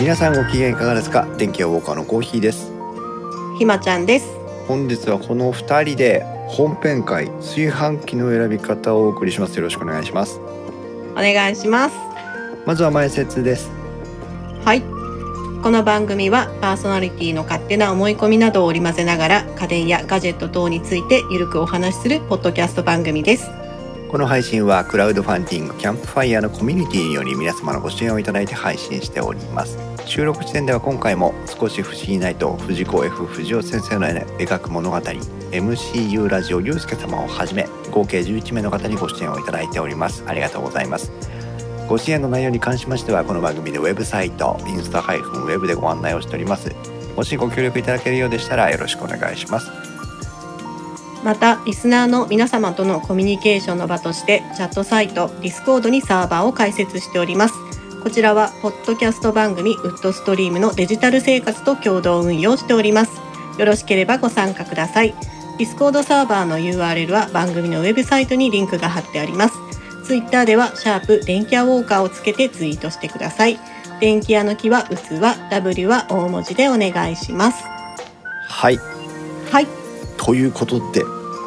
皆さんご機嫌いかがですか。電気屋ウォーカーのコーヒーです。 ひまちゃんです。 本日はこの2人で本編会炊飯器の選び方をお送りします。よろしくお願いします。 お願いします。 まずは前説です。 はい、この番組はパーソナリティの勝手な思い込みなどを織り交ぜながら家電やガジェット等についてゆるくお話しするポッドキャスト番組です。 この配信はクラウドファンディングキャンプファイヤーのコミュニティにより皆様のご支援をいただいて配信しております。収録時点では今回も少し不思議ないと藤子 F 不二雄先生の描く物語 MCU ラジオゆうすけ様をはじめ合計11名の方にご支援をいただいております。ありがとうございます。ご支援の内容に関しましてはこの番組でウェブサイトインスタ-ウェブでご案内をしております。もしご協力いただけるようでしたらよろしくお願いします。 またリスナーの皆様とのコミュニケーションの場としてチャットサイト Discord にサーバーを開設しております。こちらはポッドキャスト番組ウッドストリームのデジタル生活と共同運用しております。よろしければご参加ください。 Discord サーバーの URL は番組のウェブサイトにリンクが貼ってあります。 Twitter ではシャープ電気屋ウォーカーをつけてツイートしてください。電気屋の木は器、W は大文字でお願いします。 はいはい、 ということで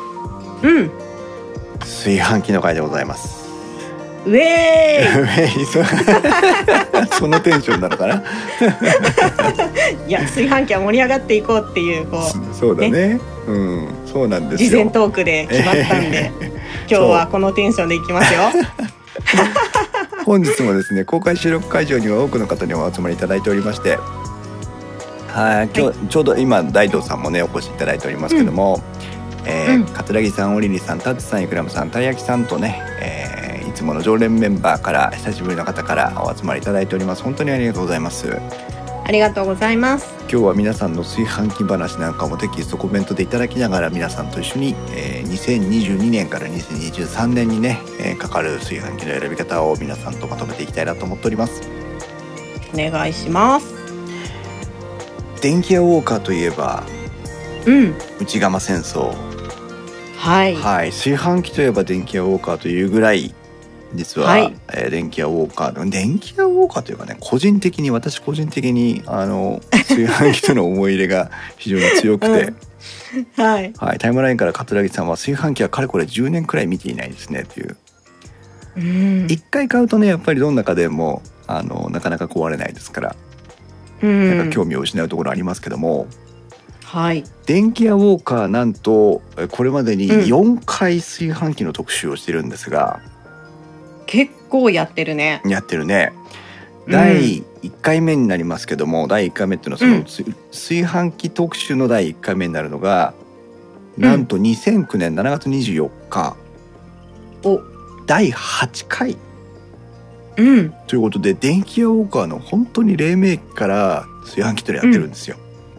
炊飯器の回でございます。 ウェーイそのテンションなのかないや炊飯器は盛り上がっていこうっていうそうだね、そうなんですよ。 事前トークで決まったんで今日はこのテンションでいきますよ本日もですね公開収録会場には多くの方にお集まりいただいておりまして、今日ちょうど今大道さんもねお越しいただいておりますけども、桂木さん、おりりさん、たつさん、いくらむさん、たいやきさんとね、いつもの常連メンバーから久しぶりの方からお集まりいただいております。本当にありがとうございます。 ありがとうございます。 今日は皆さんの炊飯器話なんかもテキストコメントでいただきながら皆さんと一緒に、2022年から2023年にね、かかる炊飯器の選び方を皆さんとまとめていきたいなと思っております。 お願いします。 電気屋ウォーカーといえば、内釜戦争、はい、炊飯器といえば電気屋ウォーカーというぐらい実は、電気屋ウォーカーというかね、私個人的に炊飯器との思い入れが非常に強くて、タイムラインから桂木さんは炊飯器はかれこれ10年くらい見ていないですねという。一回買うとねやっぱりどんな家電もなかなか壊れないですから、なんか興味を失うところありますけども、電気屋ウォーカーなんとこれまでに4回炊飯器の特集をしてるんですが、 結構やってるね。 第1回目になりますけども、第1回目っていうのはその、炊飯器特集の第1回目になるのが、なんと2009年7月24日、第8回、ということで電気屋ウォーカーの本当に黎明期から炊飯器とやってるんですよ。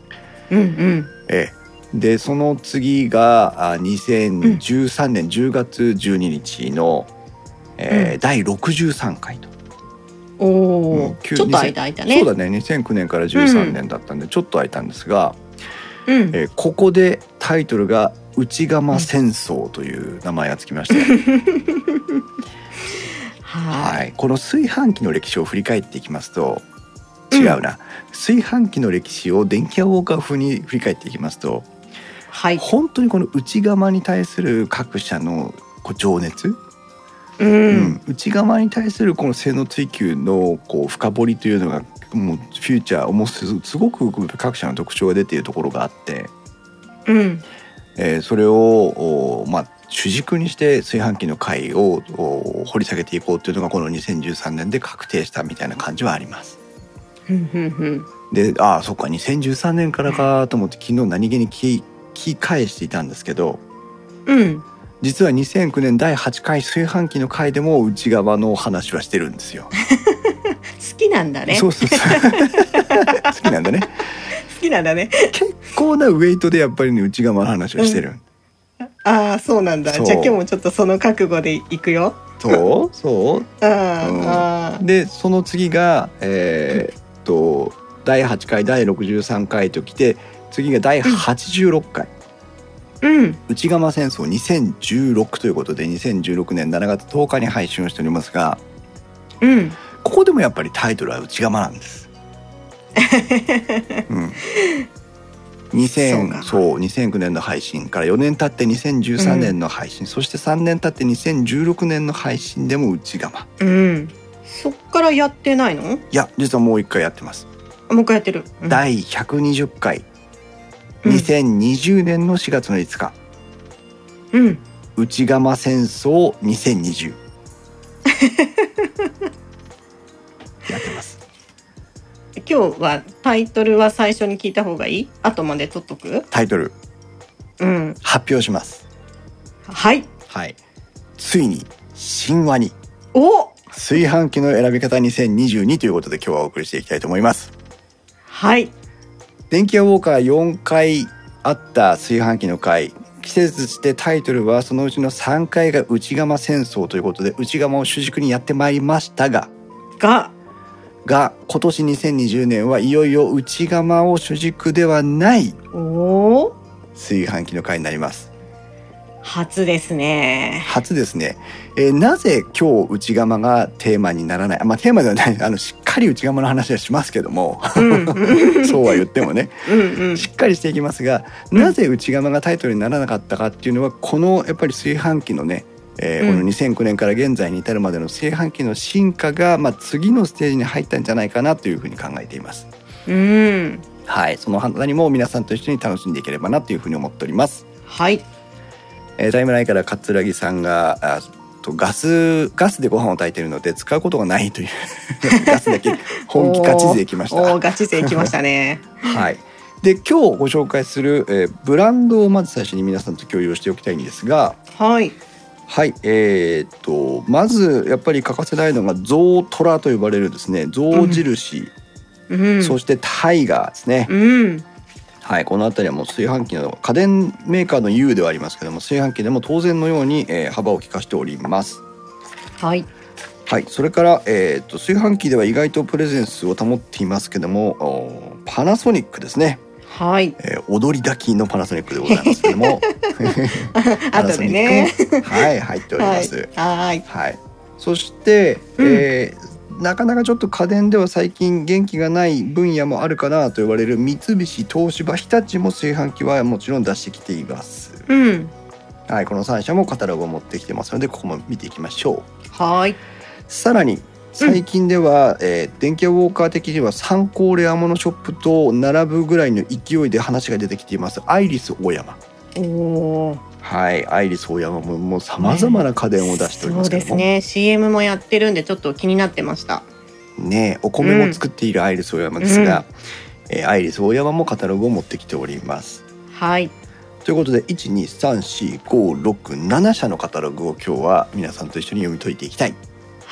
でその次が2013年10月12日の、第63回と。 ちょっと空いたね。 そうだね、2009年から13年だったんでちょっと空いたんですが、ここでタイトルが内釜戦争という名前がつきましてこの炊飯器の歴史を振り返っていきますと、炊飯器の歴史を電気屋ウォーカー風に振り返っていきますと、本当にこの内釜に対する各社の情熱、内釜に対するこの性能追求の深掘りというのがもうフューチャーもうすごく各社の特徴が出ているところがあって、それを主軸にして炊飯器の回を掘り下げていこうというのがこの2013年で確定したみたいな感じはあります。で、そっか2013年からかと思って昨日何気に聞き返していたんですけど、実は2009年第8回炊飯器の回でも内釜の話はしてるんですよ。 好きなんだね。 好きなんだね。 好きなんだね。 結構なウェイトでやっぱりね内釜の話はしてる。 そうなんだ。じゃあ今日もちょっとその覚悟でいくよ。 そう。でその次が第8回第63回ときて、次が第86回、内釜戦争2016ということで2016年7月10日に配信をしておりますが、ここでもやっぱりタイトルは内釜なんです。 2009年の配信から4年経って2013年の配信、そして3年経って2016年の配信でも内釜。 そっからやってないの？ いや、実はもう一回やってます。 もう一回やってる。 第120回、2020年の4月の5日、内釜戦争2020やってます。 今日はタイトルは最初に聞いた方がいい？後まで取っとく？ タイトル、発表します。 はい。 ついに神話に炊飯器の選び方2022ということで今日はお送りしていきたいと思います。 はい。 電気屋ウォーカー4回あった炊飯器の回、季節してタイトルはそのうちの3回が内釜戦争ということで、内釜を主軸にやってまいりましたが今年2020年はいよいよ内釜を主軸ではない炊飯器の回になります。 初ですね。 なぜ今日内釜がテーマにならない、テーマではない、しっかり内釜の話はしますけども、そうは言ってもね、しっかりしていきますが、なぜ内釜がタイトルにならなかったかっていうのは、このやっぱり炊飯器のね、この2009年から現在に至るまでの炊飯器の進化が、次のステージに入ったんじゃないかなというふうに考えています。その何も皆さんと一緒に楽しんでいければなというふうに思っております。タイムラインから桂木さんがガスでご飯を炊いているので使うことがないというガスだけ本気ガチ勢きました。 ガチ勢きましたね。 で今日ご紹介する、ブランドをまず最初に皆さんと共有しておきたいんですが、まずやっぱり欠かせないのがゾウトラと呼ばれるですね、ゾウ印、そしてタイガーですね。この辺りはもう炊飯器の家電メーカーの U ではありますけども、炊飯器でも当然のように、幅を利かしております。それから、炊飯器では意外とプレゼンスを保っていますけども、パナソニックですね。踊り炊きのパナソニックでございますけどもパナソニックも、入っております。そして、なかなかちょっと家電では最近元気がない分野もあるかなと呼ばれる三菱、東芝、日立も炊飯器はもちろん出してきています。この3社もカタログを持ってきてますので、ここも見ていきましょう。さらに最近では、電気屋ウォーカー的には参考レアモノショップと並ぶぐらいの勢いで話が出てきていますアイリスオーヤマ。アイリスオーヤマもさまざまな家電を出しておりますけども、 そうですね、CM もやってるんでちょっと気になってましたね。お米も作っているアイリスオーヤマですが、アイリスオーヤマもカタログを持ってきております。ということで 1,2,3,4,5,6,7 社のカタログを今日は皆さんと一緒に読み解いていきたい。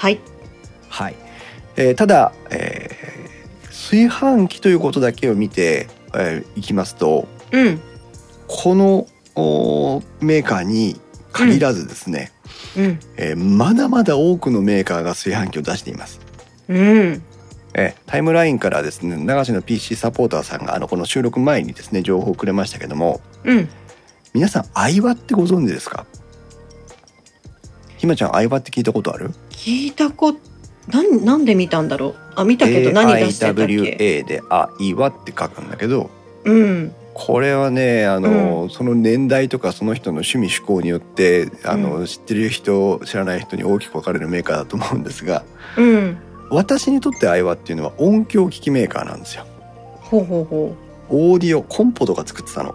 ただ、炊飯器ということだけを見ていきますと、このメーカーに限らずですね、まだまだ多くのメーカーが炊飯器を出しています。タイムラインからですね、流しの PC サポーターさんがこの収録前にですね情報をくれましたけども、皆さん相葉ってご存知ですか？ひまちゃん相葉って聞いたことある？ 聞いたことなんで見たんだろう。見たけど何出してたっけ？ AIWA で相葉って書くんだけど、これはねその年代とかその人の趣味嗜好によって知ってる人知らない人に大きく分かれるメーカーだと思うんですが、私にとって相葉っていうのは音響機器メーカーなんですよ。オーディオコンポとか作ってたの。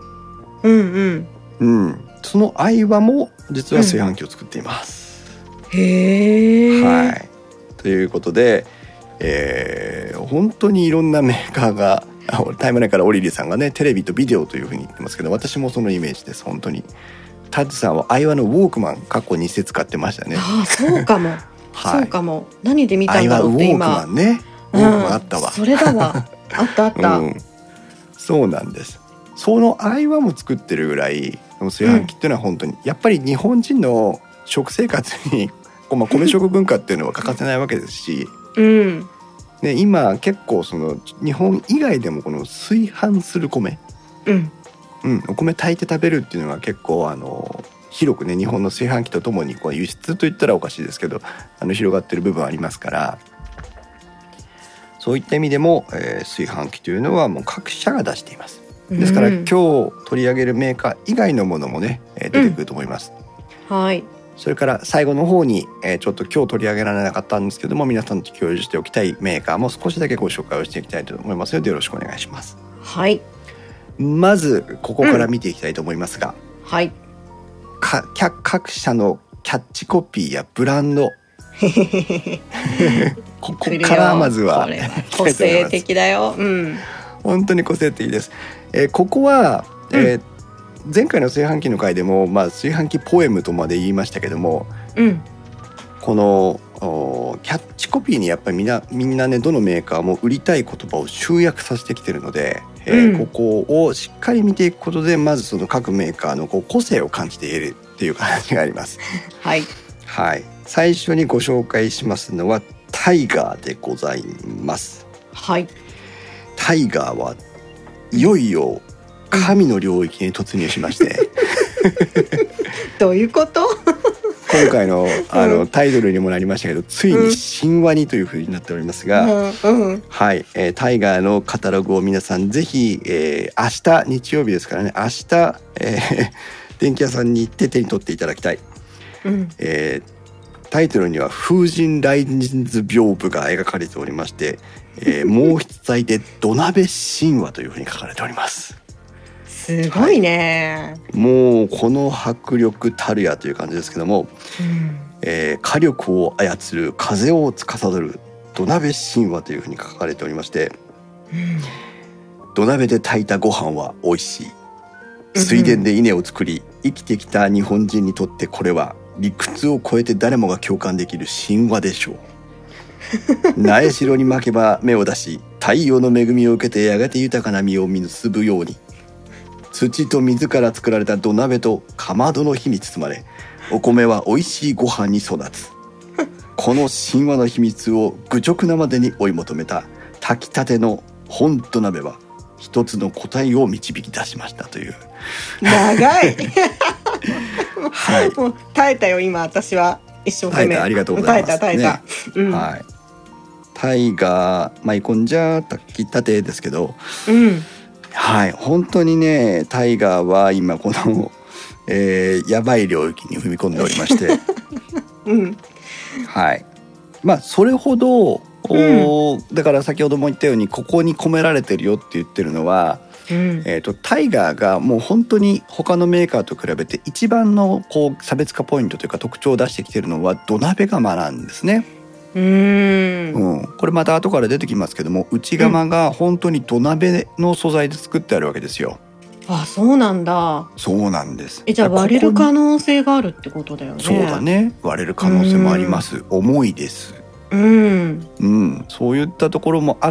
その相葉も実は炊飯器を作っています。ということで、本当にいろんなメーカーがタイムラインからオリリーさんがねテレビとビデオというふうに言ってますけど、私もそのイメージです。本当にタッチさんは相葉のウォークマン過去に使ってましたね。 そうかもそうかも。何で見たんだろうって今。 相葉ウォークマンね、ウォークマンあったわ。 それだわあったそうなんです。その相葉も作ってるぐらい炊飯器っていうのは本当にやっぱり日本人の食生活に米食文化っていうのは欠かせないわけですし、今結構その日本以外でもこの炊飯する米、お米炊いて食べるっていうのが結構広くね日本の炊飯器とともに輸出といったらおかしいですけど広がってる部分ありますから、 そういった意味でも、炊飯器というのはもう各社が出しています。ですから、今日取り上げるメーカー以外のものもね、出てくると思います。 はい。 それから最後の方に、ちょっと今日取り上げられなかったんですけども、皆さんと共有しておきたいメーカーも少しだけご紹介をしていきたいと思いますので、よろしくお願いします。 はい。 まずここから見ていきたいと思いますが、 はい。 各社のキャッチコピーやブランドここからまずは個性的だよ、 本当に個性的です。ここは、前回の炊飯器の回でも、炊飯器ポエムとまで言いましたけども、このキャッチコピーにやっぱりみんなね、どのメーカーも売りたい言葉を集約させてきてるので、ここをしっかり見ていくことで、まずその各メーカーの個性を感じているっていう形があります。 はい、 はい、最初にご紹介しますのはタイガーでございます。 はい、 タイガーはいよいよ神の領域に突入しましてどういうこと今回のタイトルにもなりましたけど、ついに神話にというふうになっておりますが、はい、タイガーのカタログを皆さんぜひ、明日日曜日ですからね、明日、電気屋さんに行って手に取っていただきたい。タイトルには風神雷神図屏風が描かれておりまして、毛筆体で土鍋神話というふうに書かれております。 すごいね、 はい、もうこの迫力たるやという感じですけども、火力を操る風を司る土鍋神話というふうに書かれておりまして、土鍋で炊いたご飯は美味しい、水田で稲を作り生きてきた日本人にとってこれは理屈を超えて誰もが共感できる神話でしょう。苗代に巻けば芽を出し、太陽の恵みを受けてやがて豊かな実を結ぶように、土と水から作られた土鍋とかまどの火に包まれ、お米は美味しいご飯に育つ。この神話の秘密を愚直なまでに追い求めた炊きたての本土鍋は一つの答えを導き出しましたという。 長いはい、 もう耐えたよ今私は一生懸命。 ありがとうございます。 耐えた、 はい、タイガーマイコンジャー炊きたてですけど、はい、本当にね、タイガーは今この、やばい領域に踏み込んでおりまして、はい、それほど、だから先ほども言ったようにここに込められてるよって言ってるのは、タイガーがもう本当に他のメーカーと比べて一番の差別化ポイントというか特徴を出してきてるのは土鍋窯なんですね。これまた後から出てきますけども、内釜が本当に土鍋の素材で作ってあるわけですよ。 あ、そうなんだ。 そうなんです。 じゃあ割れる可能性があるってことだよね。 そうだね、割れる可能性もあります。重いです。そういったところもあって、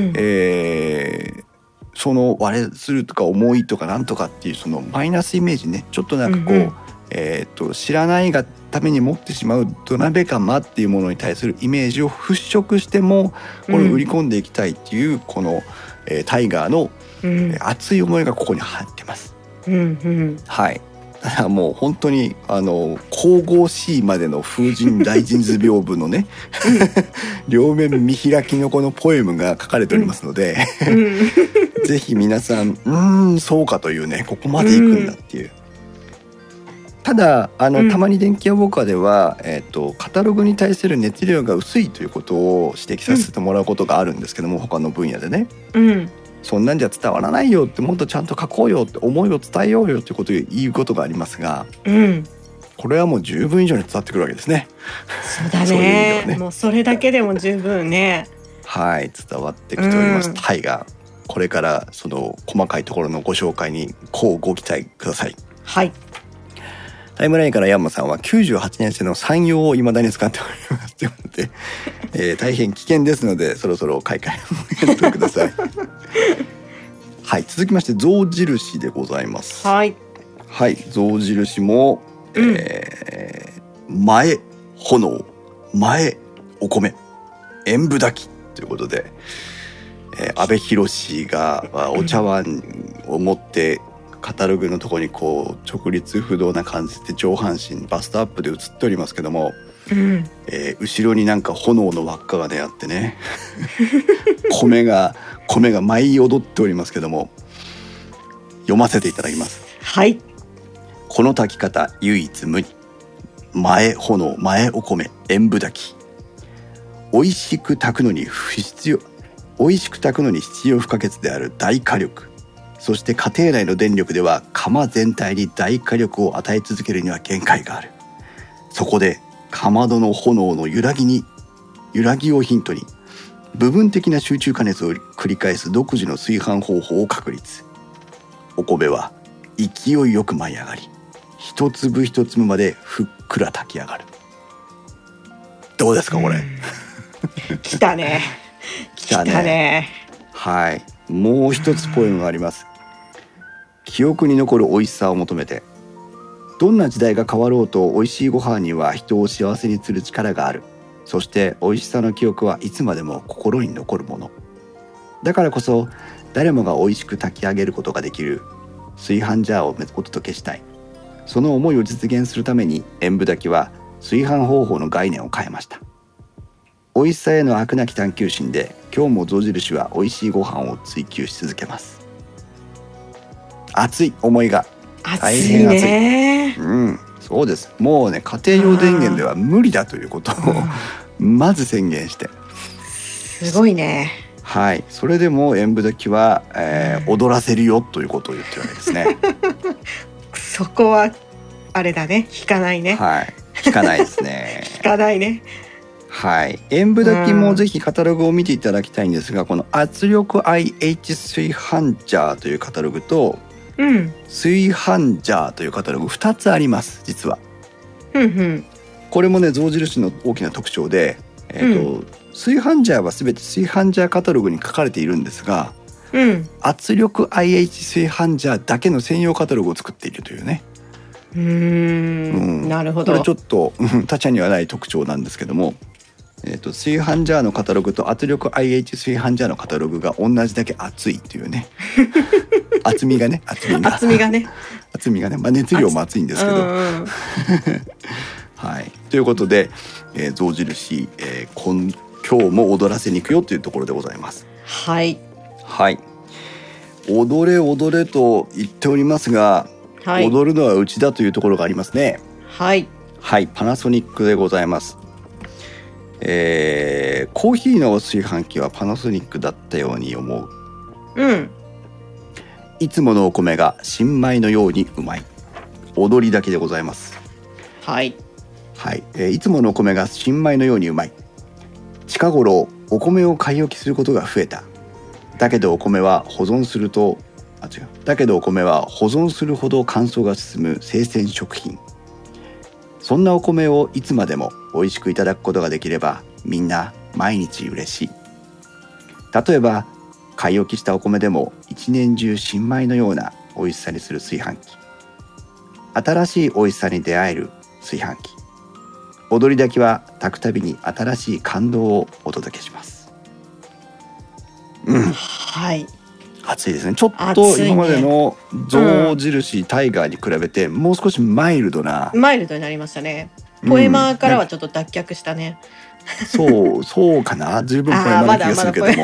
その割れするとか重いとかなんとかっていうそのマイナスイメージね、ちょっとなんかこう、知らないがために持ってしまう土鍋窯っていうものに対するイメージを払拭してもこれを売り込んでいきたいっていうこの、タイガーの、熱い思いがここに入ってます。はい。だからもう本当に神々しいまでの風神雷神図屏風のね両面見開きのこのポエムが書かれておりますので、ぜひ皆さんそうかというね、ここまで行くんだっていう。ただたまに電気屋ウォーカーでは、カタログに対する熱量が薄いということを指摘させてもらうことがあるんですけども、他の分野でね、そんなんじゃ伝わらないよって、もっとちゃんと書こうよって思いを伝えようよってことを言うことがありますが、これはもう十分以上に伝わってくるわけですね。 そうだね。もうそれだけでも十分ね。 はい、伝わってきております。タイガー、これからその細かいところのご紹介にご期待ください。はい。タイムラインからヤンマさんは98年生の山陽を未だに使っておりますということで、大変危険ですのでそろそろ買い替えをやってください。はい、続きまして象印でございます。はい、はい、象印も、前炎、前お米、演武炊きということで、阿部寛がお茶碗を持ってカタログのところにこう直立不動な感じで上半身バストアップで写っておりますけども、 後ろになんか炎の輪っかがねあってね米が舞い踊っておりますけども、読ませていただきます。 はい。 この炊き方唯一無二、前炎前お米塩分炊き。美味しく炊くのに必要不可欠である大火力、そして家庭内の電力では釜全体に大火力を与え続けるには限界がある。そこでかまどの炎の揺らぎをヒントに部分的な集中加熱を繰り返す独自の炊飯方法を確立。お米は勢いよく舞い上がり、一粒一粒までふっくら炊き上がる。どうですかこれ。 来たね。 来たね。はい。もう一つポエムがあります。記憶に残る美味しさを求めて。どんな時代が変わろうと美味しいご飯には人を幸せにする力がある。そして美味しさの記憶はいつまでも心に残るもの。だからこそ誰もが美味しく炊き上げることができる炊飯ジャーをお届けしたい。その思いを実現するために塩分炊きは炊飯方法の概念を変えました。美味しさへの飽くなき探求心で今日も象印は美味しいご飯を追求し続けます。熱い思いが大変熱いね。そうです。もうね、家庭用電源では無理だということをまず宣言して。 すごいね。 はい。それでも塩分炊きは、踊らせるよということを言ってるわけですね。 そこはあれだね、引かないね。 はい。引かないですね。 引かないね。 はい。塩分炊きもぜひカタログを見ていただきたいんですが、この圧力 IH 炊飯ジャーというカタログと、炊飯ジャーというカタログ2つあります。実は。これもね、象印の大きな特徴で、炊飯ジャーは全て炊飯ジャーカタログに書かれているんですが、圧力 IH 炊飯ジャーだけの専用カタログを作っているというね。 なるほど。 これちょっと他社にはない特徴なんですけども、炊飯ジャーのカタログと圧力 IH 炊飯ジャーのカタログが同じだけ熱いというね。厚みがね、厚みがね、まあ、熱量も熱いんですけど。はい。ということで、象印、今日も踊らせに行くよというところでございます。 はい。 はい。踊れ踊れと言っておりますが、踊るのはうちだというところがありますね。 はい。 はい。パナソニックでございます。コーヒーの炊飯器はパナソニックだったように思う。いつものお米が新米のようにうまい。踊りだけでございます。 はい。 はい。いつものお米が新米のようにうまい。近頃お米を買い置きすることが増えた。だけどお米は保存するほど乾燥が進む生鮮食品。そんなお米をいつまでも美味しくいただくことができればみんな毎日嬉しい。例えば買い置きしたお米でも一年中新米のような美味しさにする炊飯器。新しい美味しさに出会える炊飯器。踊り炊きは炊くたびに新しい感動をお届けします。 はい。 熱いですね。ちょっと今までの象印タイガーに比べてもう少しマイルドになりましたね。ポエマーからはちょっと脱却したね。 そうかな。十分ポエマーな気がするけども。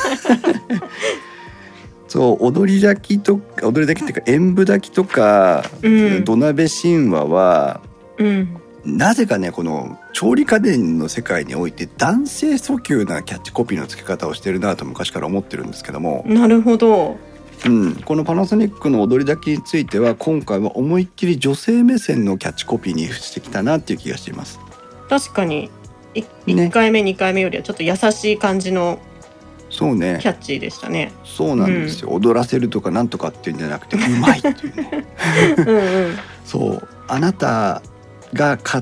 そう、踊り炊きっていうか塩分炊きとか、土鍋神話は、なぜかね、この調理家電の世界において男性訴求なキャッチコピーの付け方をしてるなと昔から思ってるんですけども。 なるほど。 このパナソニックの踊り炊きについては今回は思いっきり女性目線のキャッチコピーにしてきたなっていう気がしています。 確かに1回目2回目よりはちょっと優しい感じのそうね、 キャッチーでしたね。 そうなんですよ、踊らせるとかなんとかっていうんじゃなくてうまいっていうね。そうあなたが買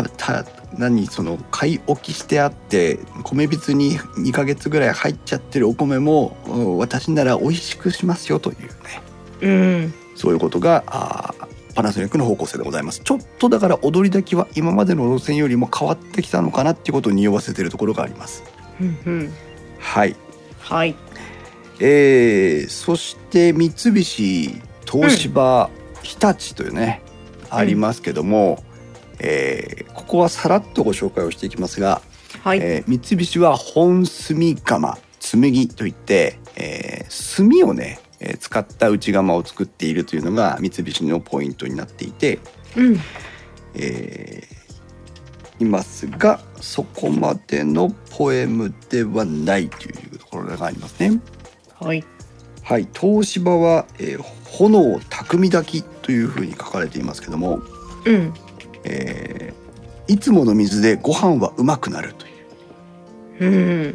い置きしてあって米びつに2ヶ月ぐらい入っちゃってるお米も私なら美味しくしますよというね、そういうことがパナソニックの方向性でございます。ちょっとだから踊り炊きは今までの路線よりも変わってきたのかなっていうことを匂わせているところがあります。はい、 はい。 そして三菱東芝、日立というねありますけども、 ここはさらっとご紹介をしていきますが、 はい、 三菱は本炭窯紬といって、炭をね、使った内窯を作っているというのが三菱のポイントになっていて、いますが、そこまでのポエムではないというところがありますね。 はい、 はい、東芝は、炎匠炊きというふうに書かれていますけども、いつもの水でご飯はうまくなるという、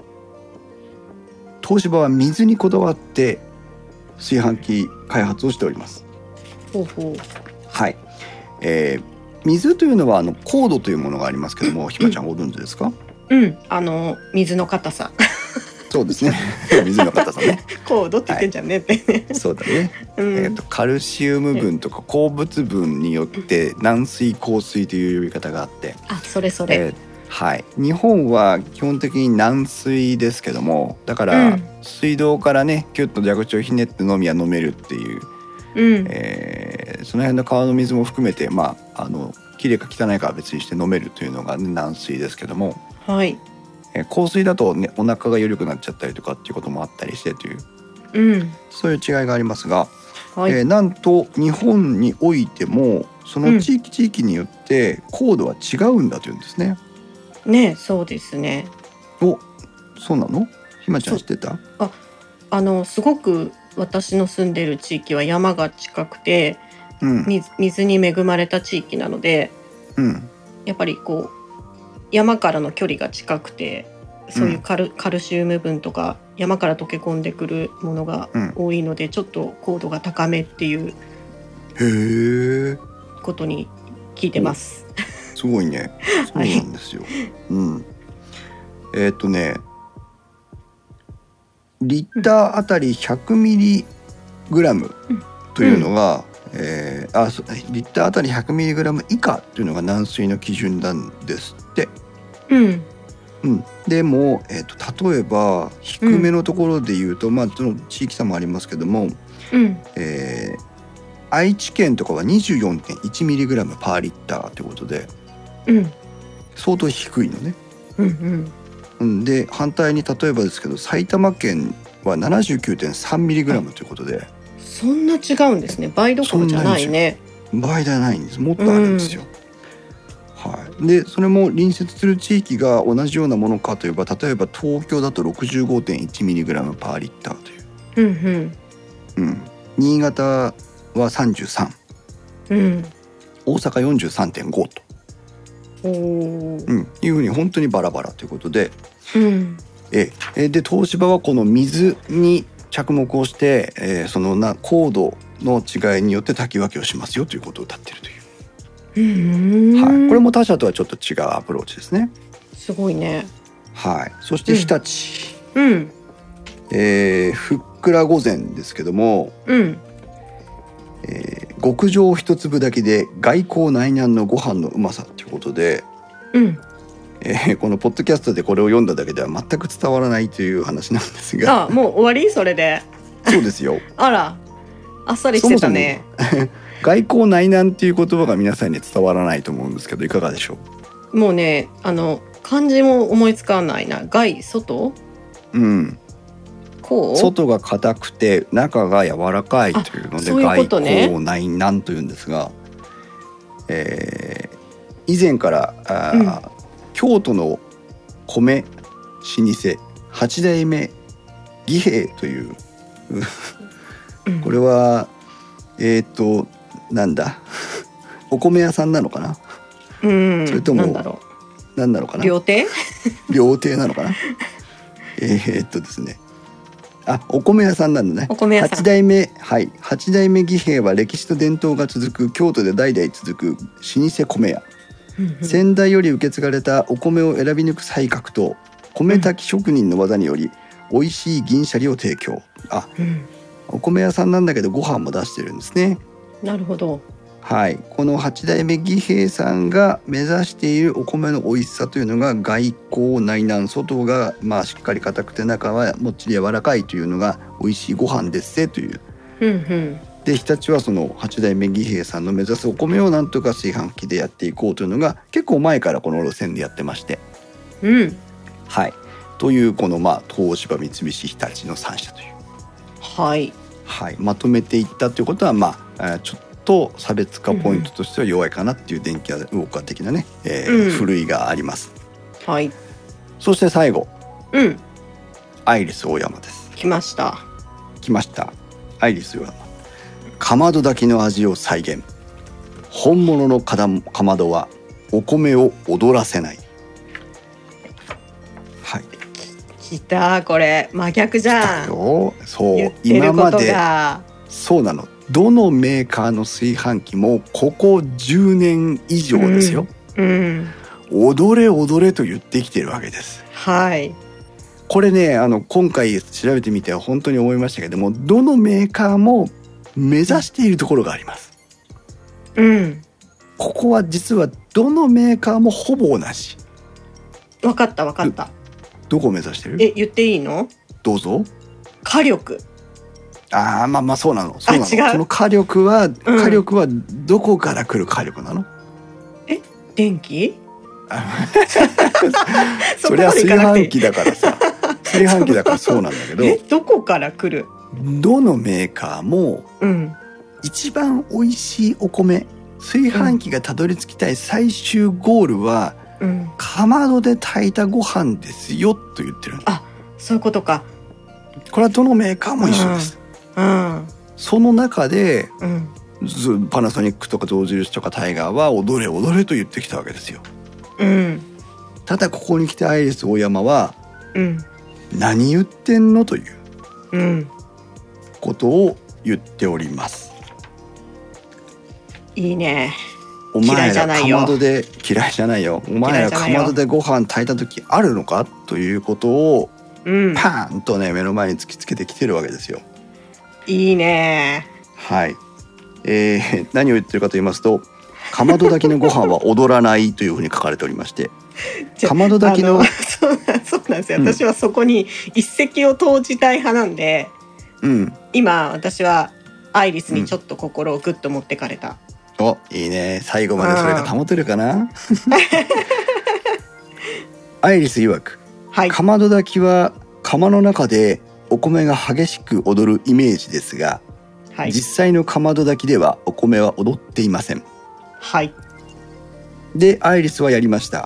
東芝は水にこだわって炊飯器開発をしております。はい、水というのは硬度というものがありますけども、ひまちゃんご存知ですか？ 水の硬さそうですね水の硬さね硬度って言ってんじゃんねって、 そうだね、カルシウム分とか鉱物分によって軟水硬水という呼び方があって、 それ、 はい、日本は基本的に軟水ですけども、だから、水道からねキュッと蛇口をひねって飲みは飲めるっていう、その辺の川の水も含めて、きれいか汚いかは別にして飲めるというのが、軟水ですけども、 はい、 硬水だとねお腹が緩くなっちゃったりとかっていうこともあったりしてという、そういう違いがありますが、なんと日本においてもその地域によって硬度は違うんだというんですね。 そうですね。 そうなの？ひまちゃん知ってた？ すごく私の住んでる地域は山が近くて、水に恵まれた地域なので、やっぱりこう山からの距離が近くて、そういうカルシウム分とか山から溶け込んでくるものが多いので、ちょっと硬度が高めっていうことに聞いてます。 すごいね。そうなんですよ。リッターあたり100ミリグラムというのが、リッターあたり100ミリグラム以下というのが軟水の基準なんですって。でも、例えば低めのところで言うと、その地域差もありますけども、愛知県とかは 24.1 ミリグラムパーリッターということで、相当低いのね。で反対に例えばですけど埼玉県は 79.3 ミリグラムということで、 そんな違うんですね。倍どころじゃないね。 倍じゃないんです。もっとあるんですよ。でそれも隣接する地域が同じようなものかといえば、例えば東京だと 65.1 ミリグラムパーリッターという、新潟は33、大阪 43.5 と、いうふうに本当にバラバラということで、で東芝はこの水に着目をして、その硬度の違いによって炊き分けをしますよということを謳っているという、これも他社とはちょっと違うアプローチですね。 すごいね。 そして日立、ふっくら御膳ですけども、極上一粒だけで外交内難のご飯のうまさということで、このポッドキャストでこれを読んだだけでは全く伝わらないという話なんですが、 もう終わり？それで。 そうですよ。 あら、あっさりしてたね。 外交内難っていう言葉が皆さんに伝わらないと思うんですけど、いかがでしょう？もうね、漢字も思いつかないな。外、外？ 外が硬くて中が柔らかいというので、外交内難というんですが、以前から京都の米老舗八代目義兵というこれはなんだお米屋さんなのかな、それとも何なのかな、 料亭料亭なのかなですね、お米屋さんなんだね。8代目義兵は歴史と伝統が続く京都で代々続く老舗米屋、先代より受け継がれたお米を選び抜く才覚と米炊き職人の技により美味しい銀シャリを提供。お米屋さんなんだけどご飯も出してるんですね。 なるほど。 この8代目義兵さんが目指しているお米の美味しさというのが外交内難、外がしっかり硬くて中はもっちり柔らかいというのが美味しいご飯ですぜという、 で日立はその8代目儀兵衛さんの目指すお米をなんとか炊飯器でやっていこうというのが結構前からこの路線でやってまして、はい、というこの東芝三菱日立の3社という、はいはい、まとめていったということはちょっと差別化ポイントとしては弱いかなっていう電気ウォーカー的なね、ふるいがあります。はい。そして最後、アイリスオーヤマです。来ました。アイリスオーヤマ。かまど炊きの味を再現。本物のかまどはお米を踊らせない。はい。きた、これ真逆じゃん。そう今までそうなの。どのメーカーの炊飯器もここ10年以上ですよ、踊れ踊れと言ってきてるわけです。はい。これね今回調べてみて本当に思いましたけども、どのメーカーも目指しているところがあります。ここは実はどのメーカーもほぼ同じ。わかった。どこを目指してる？言っていいの？どうぞ。火力。そうなの。その火力はどこから来る火力なの？電気？それは炊飯器だからさ。炊飯器だからそうなんだけど。どこから来る？どのメーカーも、一番美味しいお米、炊飯器がたどり着きたい最終ゴールは、かまどで炊いたご飯ですよと言ってる。そういうことか。これはどのメーカーも一緒です。その中で、パナソニックとか象印とかタイガーは踊れ踊れと言ってきたわけですよ。ただここに来てアイリスオーヤマは、何言ってんのという、ことを言っております。いいね。お前らかまどで嫌いじゃないよ。お前らかまどでご飯炊いた時あるのかということを、パーンとね目の前に突きつけてきてるわけですよ。いいね。はい。何を言ってるかと言いますと、かまど炊きのご飯は踊らないというふうに書かれておりまして、かまど炊きのそうなんですよ。私はそこに一石を投じたい派なんで、今私はアイリスにちょっと心をグッと持ってかれた。いいね。最後までそれが保てるかな。アイリス曰く、かまど炊きは釜の中でお米が激しく踊るイメージですが、実際のかまど炊きではお米は踊っていません。でアイリスはやりました。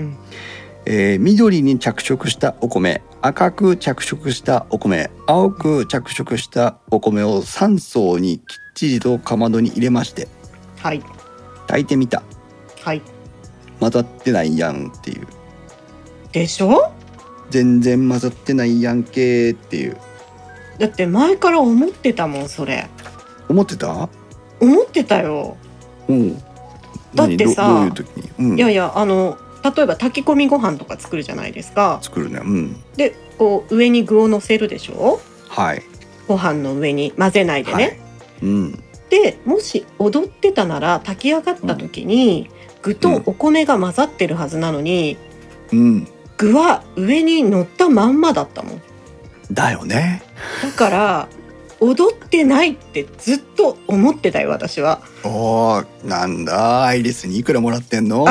緑に着色したお米、赤く着色したお米、青く着色したお米を3層にきっちりとかまどに入れまして、炊いてみた。混ざってないやんっていう。でしょ？全然混ざってないやんけっていう。だって前から思ってたもん。それ思ってた？思ってたよ。だってさ、どういう時に？いや例えば炊き込みご飯とか作るじゃないですか。作るね。でこう上に具を乗せるでしょ。ご飯の上に混ぜないでね。でもし踊ってたなら炊き上がった時に、具とお米が混ざってるはずなのに、具は上に乗ったまんまだったもん。だよね。だから踊ってないってずっと思ってたよ私は。なんだアイリスにいくらもらってんの？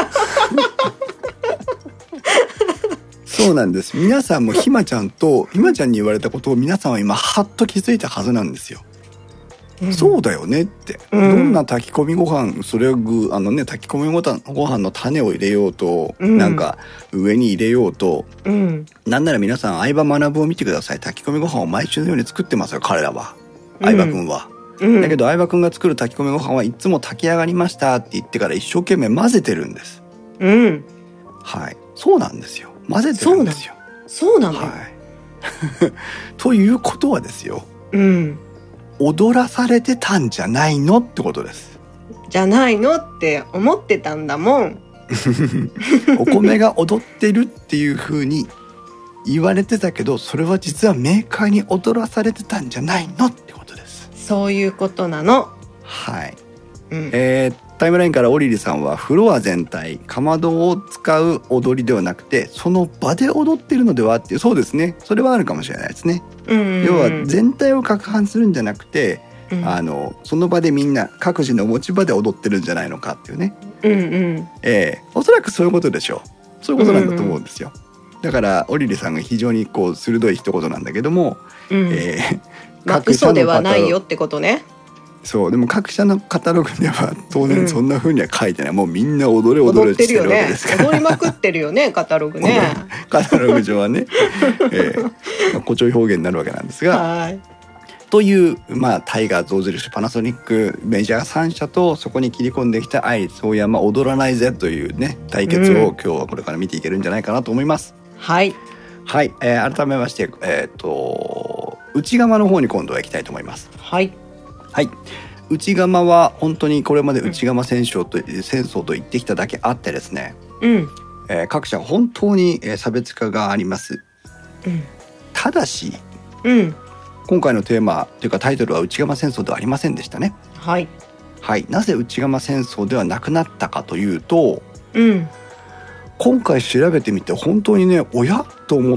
そうなんです。皆さんもひまちゃんに言われたことを皆さんは今ハッと気づいたはずなんですよ。そうだよねって、どんな炊き込みご飯、それを炊き込みご飯の種を入れようと、なんか上に入れようと、なんなら皆さん相葉学を見てください。炊き込みご飯を毎週のように作ってますよ彼らは。相葉くんは、だけど相葉くんが作る炊き込みご飯はいつも炊き上がりましたって言ってから一生懸命混ぜてるんです。そうなんですよ。混ぜてるんですよ。そうなの。ということはですよ、踊らされてたんじゃないのってことです。じゃないのって思ってたんだもん。お米が踊ってるっていう風に言われてたけど、それは実はメーカーに踊らされてたんじゃないのってことです。そういうことなの。タイムラインからオリリさんは、フロア全体かまどを使う踊りではなくてその場で踊ってるのではっていう。そうですね、それはあるかもしれないですね。要は全体を攪拌するんじゃなくて、 その場でみんな各自の持ち場で踊ってるんじゃないのかっていうね、おそらくそういうことでしょう。そういうことなんだと思うんですよ。だからオリリさんが非常にこう鋭い一言なんだけども、 嘘ではないよってことね。 そうでも各社のカタログでは当然そんな風には書いてない、もうみんな踊れ踊れしてるわけですから、 踊りまくってるよねカタログねカタログ上はね、誇張表現になるわけなんですが、という、タイガー、象印、パナソニックメジャー3社とそこに切り込んできたアイリスオーヤマ踊らないぜというね対決を今日はこれから見ていけるんじゃないかなと思います。はいはい、改めまして、内釜の方に今度は行きたいと思います。はいはい、内釜は本当にこれまで内釜戦争と言ってきただけあってですね、各社本当に差別化があります。ただし、今回のテーマというかタイトルは内釜戦争ではありませんでしたね。はい、はい、なぜ内釜戦争ではなくなったかというと、今回調べてみて本当にねおやと思って、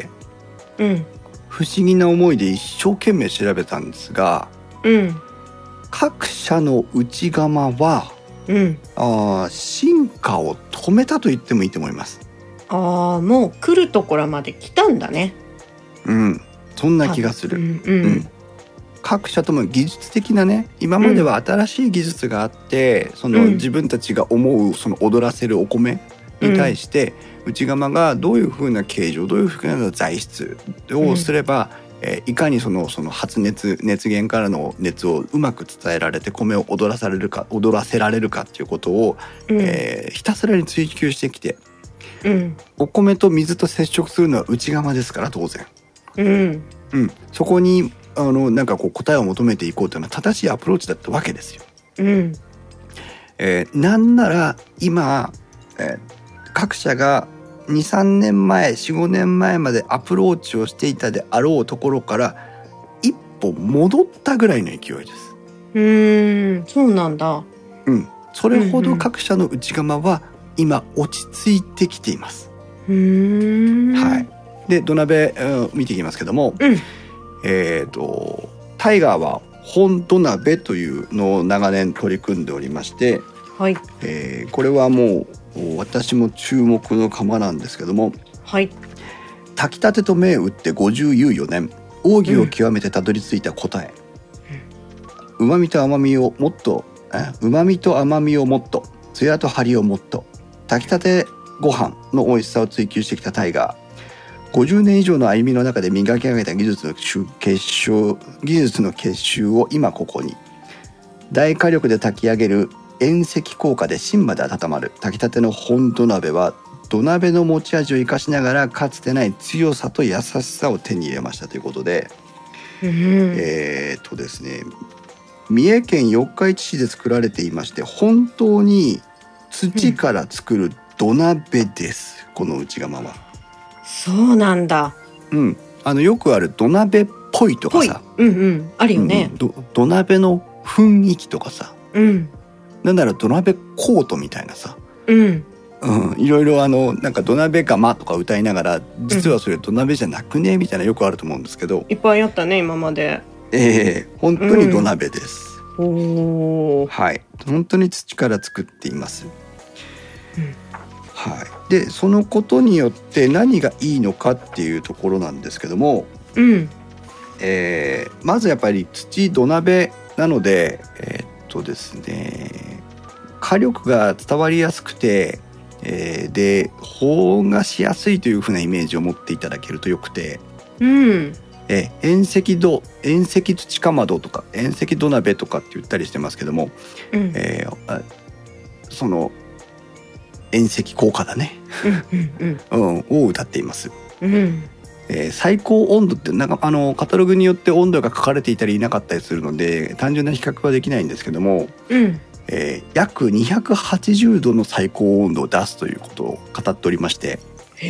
不思議な思いで一生懸命調べたんですが、各社の内釜は、進化を止めたと言ってもいいと思います。 もう来るところまで来たんだね。 そんな気がする。各社とも技術的なね、今までは新しい技術があって、その自分たちが思うその踊らせるお米に対して、内釜がどういう風な形状、どういう風な材質をすれば、いかにその発熱源からの熱をうまく伝えられて米を踊らせられるかっていうことを、ひたすらに追求してきて、お米と水と接触するのは内釜ですから当然、そこになんかこう答えを求めていこうというのは正しいアプローチだったわけですよ。なんなら今、各社が2、3年前、4、5年前までアプローチをしていたであろうところから一歩戻ったぐらいの勢いです。そうなんだ。 それほど各社の内釜は今落ち着いてきています。はい。で土鍋見ていきますけども、タイガーは本土鍋というのを長年取り組んでおりまして、これはもう私も注目の釜なんですけども、炊きたてと銘打って54年、奥義を極めてたどり着いた答え、うまみと甘みをもっと艶と張りをもっと、炊きたてご飯の美味しさを追求してきたタイガー、50年以上の歩みの中で磨き上げた技術の結集を今ここに、大火力で炊き上げる遠赤効果で芯まで温まる炊きたての本土鍋は、土鍋の持ち味を生かしながらかつてない強さと優しさを手に入れましたということで、ですね、三重県四日市市で作られていまして、本当に土から作る土鍋です、この内釜は。 そうなんだ。 よくある土鍋っぽいとかさ、 あるよね。 土鍋の雰囲気とかさ、なんなら土鍋コートみたいなさ、いろいろなんか土鍋釜とか歌いながら、実はそれ土鍋じゃなくねみたいなよくあると思うんですけど、 いっぱいあったね今まで。 本当に土鍋です。はい、本当に土から作っています。はい、でそのことによって何がいいのかっていうところなんですけども、まずやっぱり土鍋なので、ですね、火力が伝わりやすくて、で保温がしやすいというふうなイメージを持っていただけるとよくて、遠赤土かまどとか遠赤土鍋とかって言ったりしてますけども、その遠赤効果だねを歌っています。最高温度ってなんかカタログによって温度が書かれていたりいなかったりするので単純な比較はできないんですけども、約280度の最高温度を出すということを語っておりまして、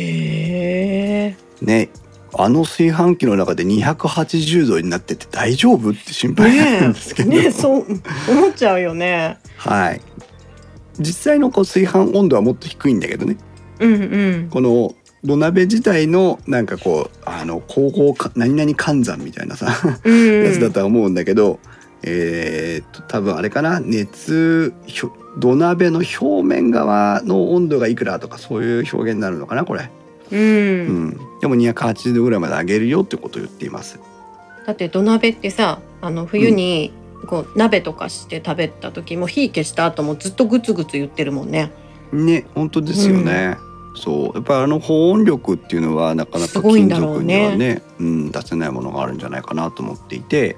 ね、炊飯器の中で280度になってて大丈夫って心配なんですけど、 そう思っちゃうよね。 はい、実際の炊飯温度はもっと低いんだけどね、この土鍋自体のなんかこう何々換算みたいなさやつだとは思うんだけど、 多分あれかな、土鍋の表面側の温度がいくらとかそういう表現になるのかなこれ。でも280度ぐらいまで上げるよってことを言っています。 だって土鍋ってさ、冬にこう鍋とかして食べた時も火消した後もずっとグツグツ言ってるもんね。 ね、本当ですよね。そうやっぱり保温力っていうのはなかなか金属にはね、出せないものがあるんじゃないかなと思っていて、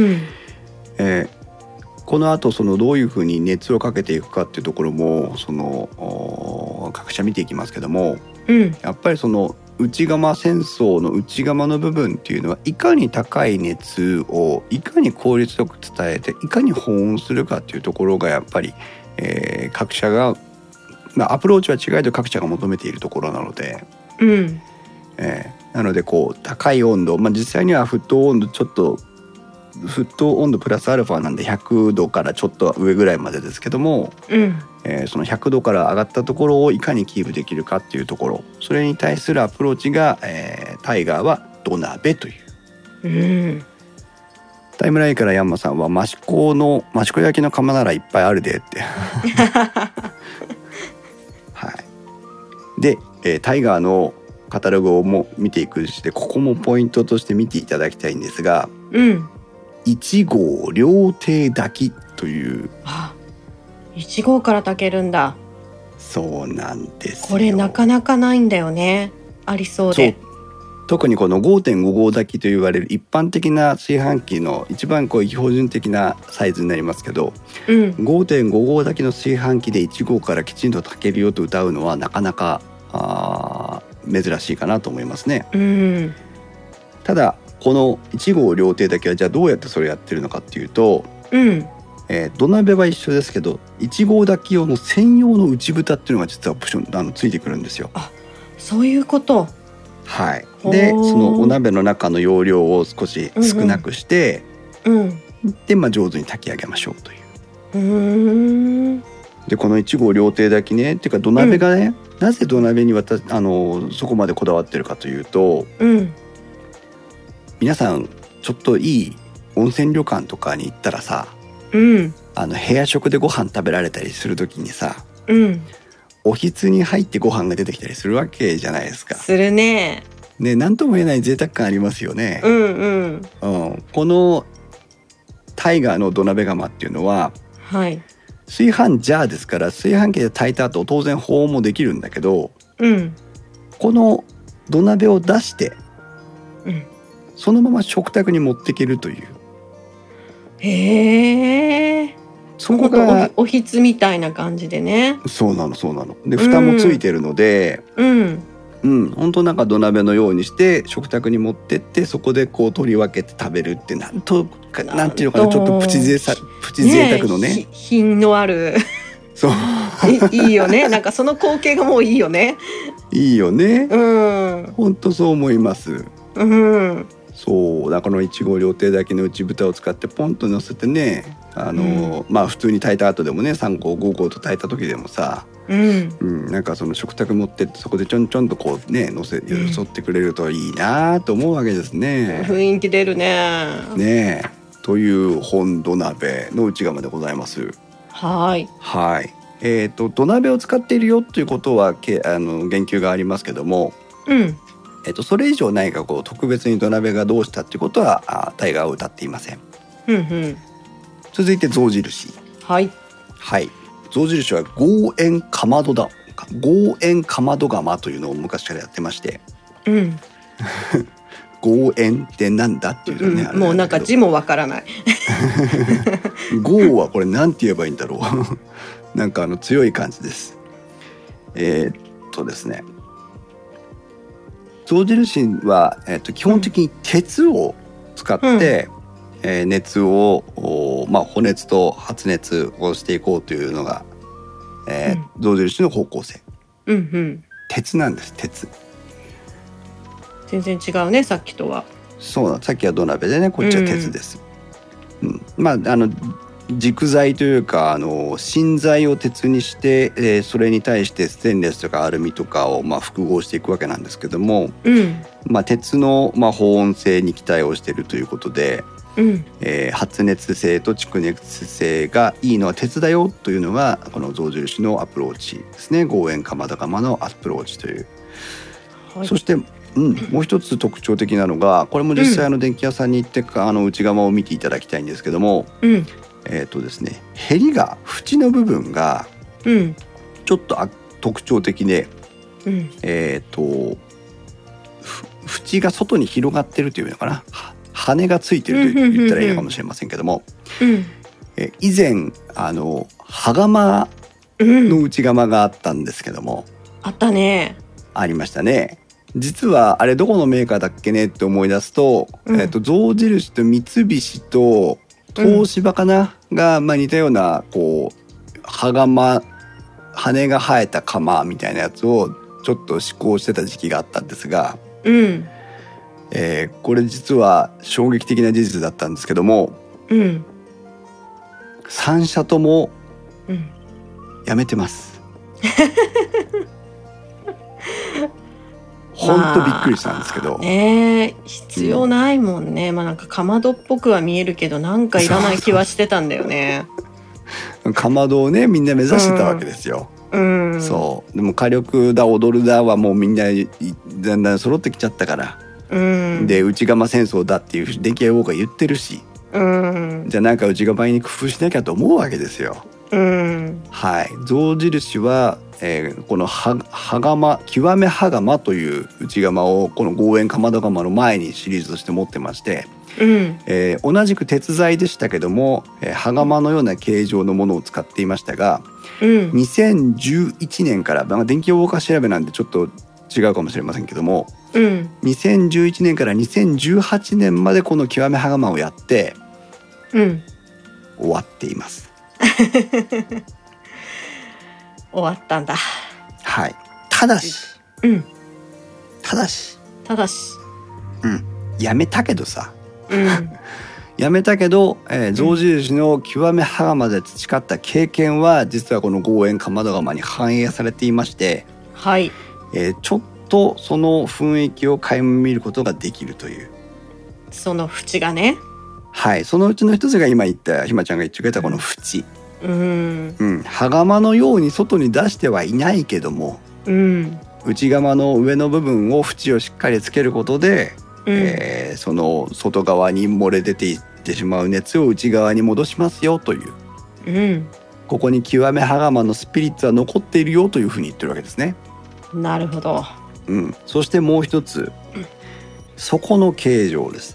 この後どういうふうに熱をかけていくかっていうところも各社見ていきますけども、やっぱり内釜戦争の内釜の部分っていうのはいかに高い熱をいかに効率よく伝えていかに保温するかっていうところがやっぱり、各社が、アプローチは違いど各社が求めているところなので、なので高い温度、実際には沸騰温度プラスアルファなんで100度からちょっと上ぐらいまでですけども、その100度から上がったところをいかにキープできるかっていうところ、それに対するアプローチが、タイガーは土鍋という、タイムラインからヤンマさんは益子焼きの釜ならいっぱいあるでってはい、で、タイガーのカタログをも見ていくしてここもポイントとして見ていただきたいんですが、1号料亭炊きという、 1号から炊けるんだ。 そうなんですよ。 これなかなかないんだよね。ありそうで。 特にこの 5.5 号炊きと言われる一般的な炊飯器の一番標準的なサイズになりますけど、5.5 号炊きの炊飯器で1号からきちんと炊けるよと歌うのはなかなか珍しいかなと思いますね。ただこの1号料亭炊きはじゃあどうやってそれやってるのかっていうと、土鍋は一緒ですけど1号炊き用の専用の内蓋っていうのが実はオプションついてくるんですよ。 そういうこと。 はい。でそのお鍋の中の容量を少し少なくして、で上手に炊き上げましょうという。でこの1号料亭炊きねっていうか土鍋がね、なぜ土鍋にそこまでこだわってるかというと、皆さんちょっといい温泉旅館とかに行ったらさ、部屋食でご飯食べられたりするときにさ、おひつに入ってご飯が出てきたりするわけじゃないですか。するね。何とも言えない贅沢感ありますよね。このタイガーの土鍋釜っていうのは、炊飯ジャーですから炊飯器で炊いた後当然保温もできるんだけど、この土鍋を出して、そのまま食卓に持っていけるという。そこがおひつみたいな感じでね。 そうなの。で蓋もついてるので、本当なんか土鍋のようにして食卓に持ってってそこで取り分けて食べるってなんていうのかな、ちょっとプチ贅沢のね品のあるそういいよね。なんかその光景がもういいよね。 いいよね。本当そう思います。そうだからこの1号料亭炊きの内蓋を使ってポンと乗せてね、普通に炊いた後でもね3号5号と炊いた時でもさ、なんかその食卓持ってってそこでちょんちょんと乗せよそってくれるといいなと思うわけですね。 雰囲気出るね。 という本土鍋の内釜でございます。はい。土鍋を使っているよということは言及がありますけども、それ以上何か特別に土鍋がどうしたっていうことはタイガーは歌っていません。続いて象印。象印は豪縁かまど釜というのを昔からやってまして、豪縁ってなんだっていうね、 もうなんか字もわからない豪はこれなんて言えばいいんだろうなんか強い感じです。ですね、象印は、基本的に鉄を使って、熱を、補熱と発熱をしていこうというのが、象印の方向性。鉄なんです。鉄全然違うね、さっきとは。 そうだ、さっきは土鍋でね、こっちは鉄です。軸材というか芯材を鉄にして、それに対してステンレスとかアルミとかを複合していくわけなんですけども、鉄の保温性に期待をしているということで、 発熱性と蓄熱性がいいのは鉄だよというのがこの象印のアプローチですね。ゴーエンカマドガマのアプローチという、そして、もう一つ特徴的なのが、これも実際電気屋さんに行って内側を見ていただきたいんですけども、ですね、へりが縁の部分がちょっと特徴的で、縁が外に広がってるというのかな、羽がついてると言ったらいいのかもしれませんけども、以前羽釜の内釜があったんですけども、 あったね。 ありましたね。実はあれどこのメーカーだっけねって思い出すと、象印と三菱と東芝かな、が、似たようなこう羽釜、羽が生えた釜みたいなやつをちょっと試行してた時期があったんですが、これ実は衝撃的な事実だったんですけども、3社ともやめてます。ほんとびっくりしたんですけど、 必要ないもんね。なんかかまどっぽくは見えるけど、なんかいらない気はしてたんだよね。 かまどをね、みんな目指してたわけですよ。そうでも火力だ踊るだはもうみんなだんだん揃ってきちゃったから、で内釜戦争だっていう電気屋ウォーカー言ってるし、じゃあなんか内釜に工夫しなきゃと思うわけですよ。象印は、この羽釜、極め羽釜という内釜をこのゴーエンカマドガマの前にシリーズとして持ってまして、同じく鉄材でしたけども、羽釜のような形状のものを使っていましたが、2011年から、電気ウォーカー調べなんでちょっと違うかもしれませんけども、2011年から2018年までこの極め羽釜をやって、終わっています。 終わったんだ。 はい。ただし、やめたけどさ、やめたけど、象印の極め羽釜で培った経験は実はこのゴーエンカマドガマに反映されていまして、ちょっとその雰囲気を垣間見ることができるという。 その縁がね。 そのうちの一つが今言ったひまちゃんが言ってくれたこの縁。羽釜のように外に出してはいないけども、内釜の上の部分を縁をしっかりつけることで、その外側に漏れ出ていってしまう熱を内側に戻しますよという、ここに極め羽釜のスピリッツは残っているよというふうに言ってるわけですね。 なるほど。 そしてもう一つ、底の形状です。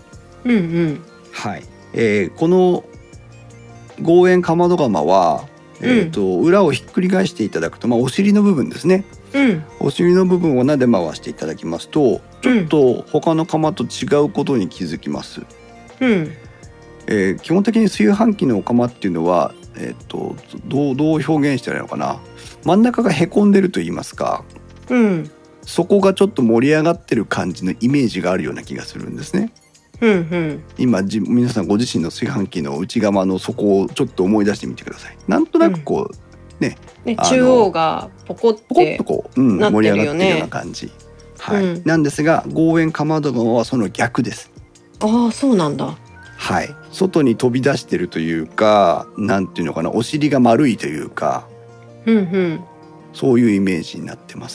このゴーエンカマドガマは、裏をひっくり返していただくと、お尻の部分ですね、お尻の部分をなで回していただきますと、ちょっと他の釜と違うことに気づきます。基本的に炊飯器の釜っていうのは、どう表現したらいいのかな、真ん中がへこんでると言いますか、そこがちょっと盛り上がってる感じのイメージがあるような気がするんですね。今皆さんご自身の炊飯器の内釜の底をちょっと思い出してみてください。なんとなくこう、 中央がポコってこう、盛り上がってるような感じ、なんですがゴーエンカマドガマはその逆です。 そうなんだ。 外に飛び出してるというか、なんていうのかな、お尻が丸いというか、そういうイメージになってます。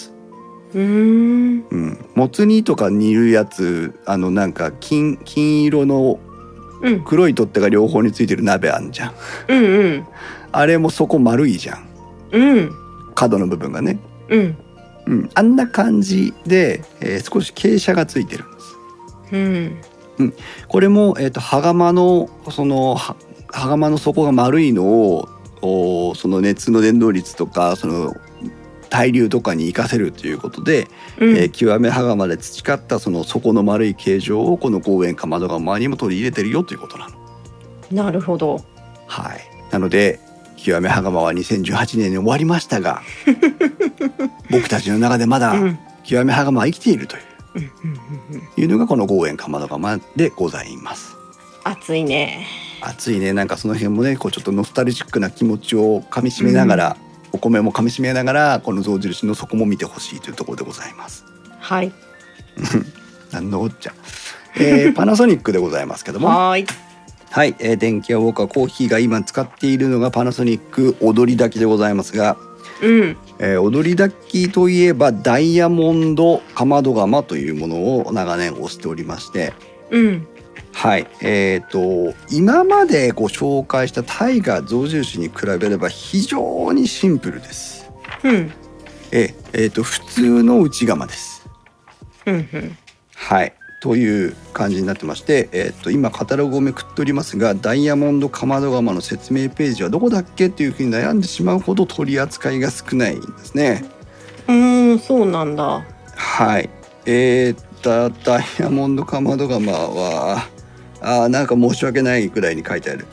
もつ煮とか煮るやつ、なんか金色の黒い取っ手が両方についてる鍋あんじゃん。あれもそこ丸いじゃん。角の部分がね。あんな感じで、少し傾斜がついてるんです。これも、羽釜の羽釜の底が丸いのをその熱の伝導率とかその対流とかに活かせるということで、極め羽釜で培ったその底の丸い形状をこのゴーエンカマドガマにも取り入れてるよということなの。 なるほど。 なので極め羽釜は2018年に終わりましたが僕たちの中でまだ極め羽釜は生きているというのがこのゴーエンカマドガマでございます。 熱いね。 熱いね。なんかその辺もね、こうちょっとノスタルジックな気持ちをかみしめながら、お米もかみしめながらこの象印の底も見てほしいというところでございます。 なんのこっちゃ、パナソニックでございますけども、 はい、電気屋ウォーカーコーヒーが今使っているのがパナソニック踊り炊きでございますが、踊り炊きといえばダイヤモンドかまど窯というものを長年推しておりまして、はい、今までご紹介したタイガー象印に比べれば非常にシンプルです。普通の内窯です。はい。という感じになってまして、今カタログをめくっておりますが、ダイヤモンドかまど窯の説明ページはどこだっけっていうふうに悩んでしまうほど取り扱いが少ないんですね。 そうなんだ。 はい。ダイヤモンドかまど窯はなんか申し訳ないくらいに書いてある。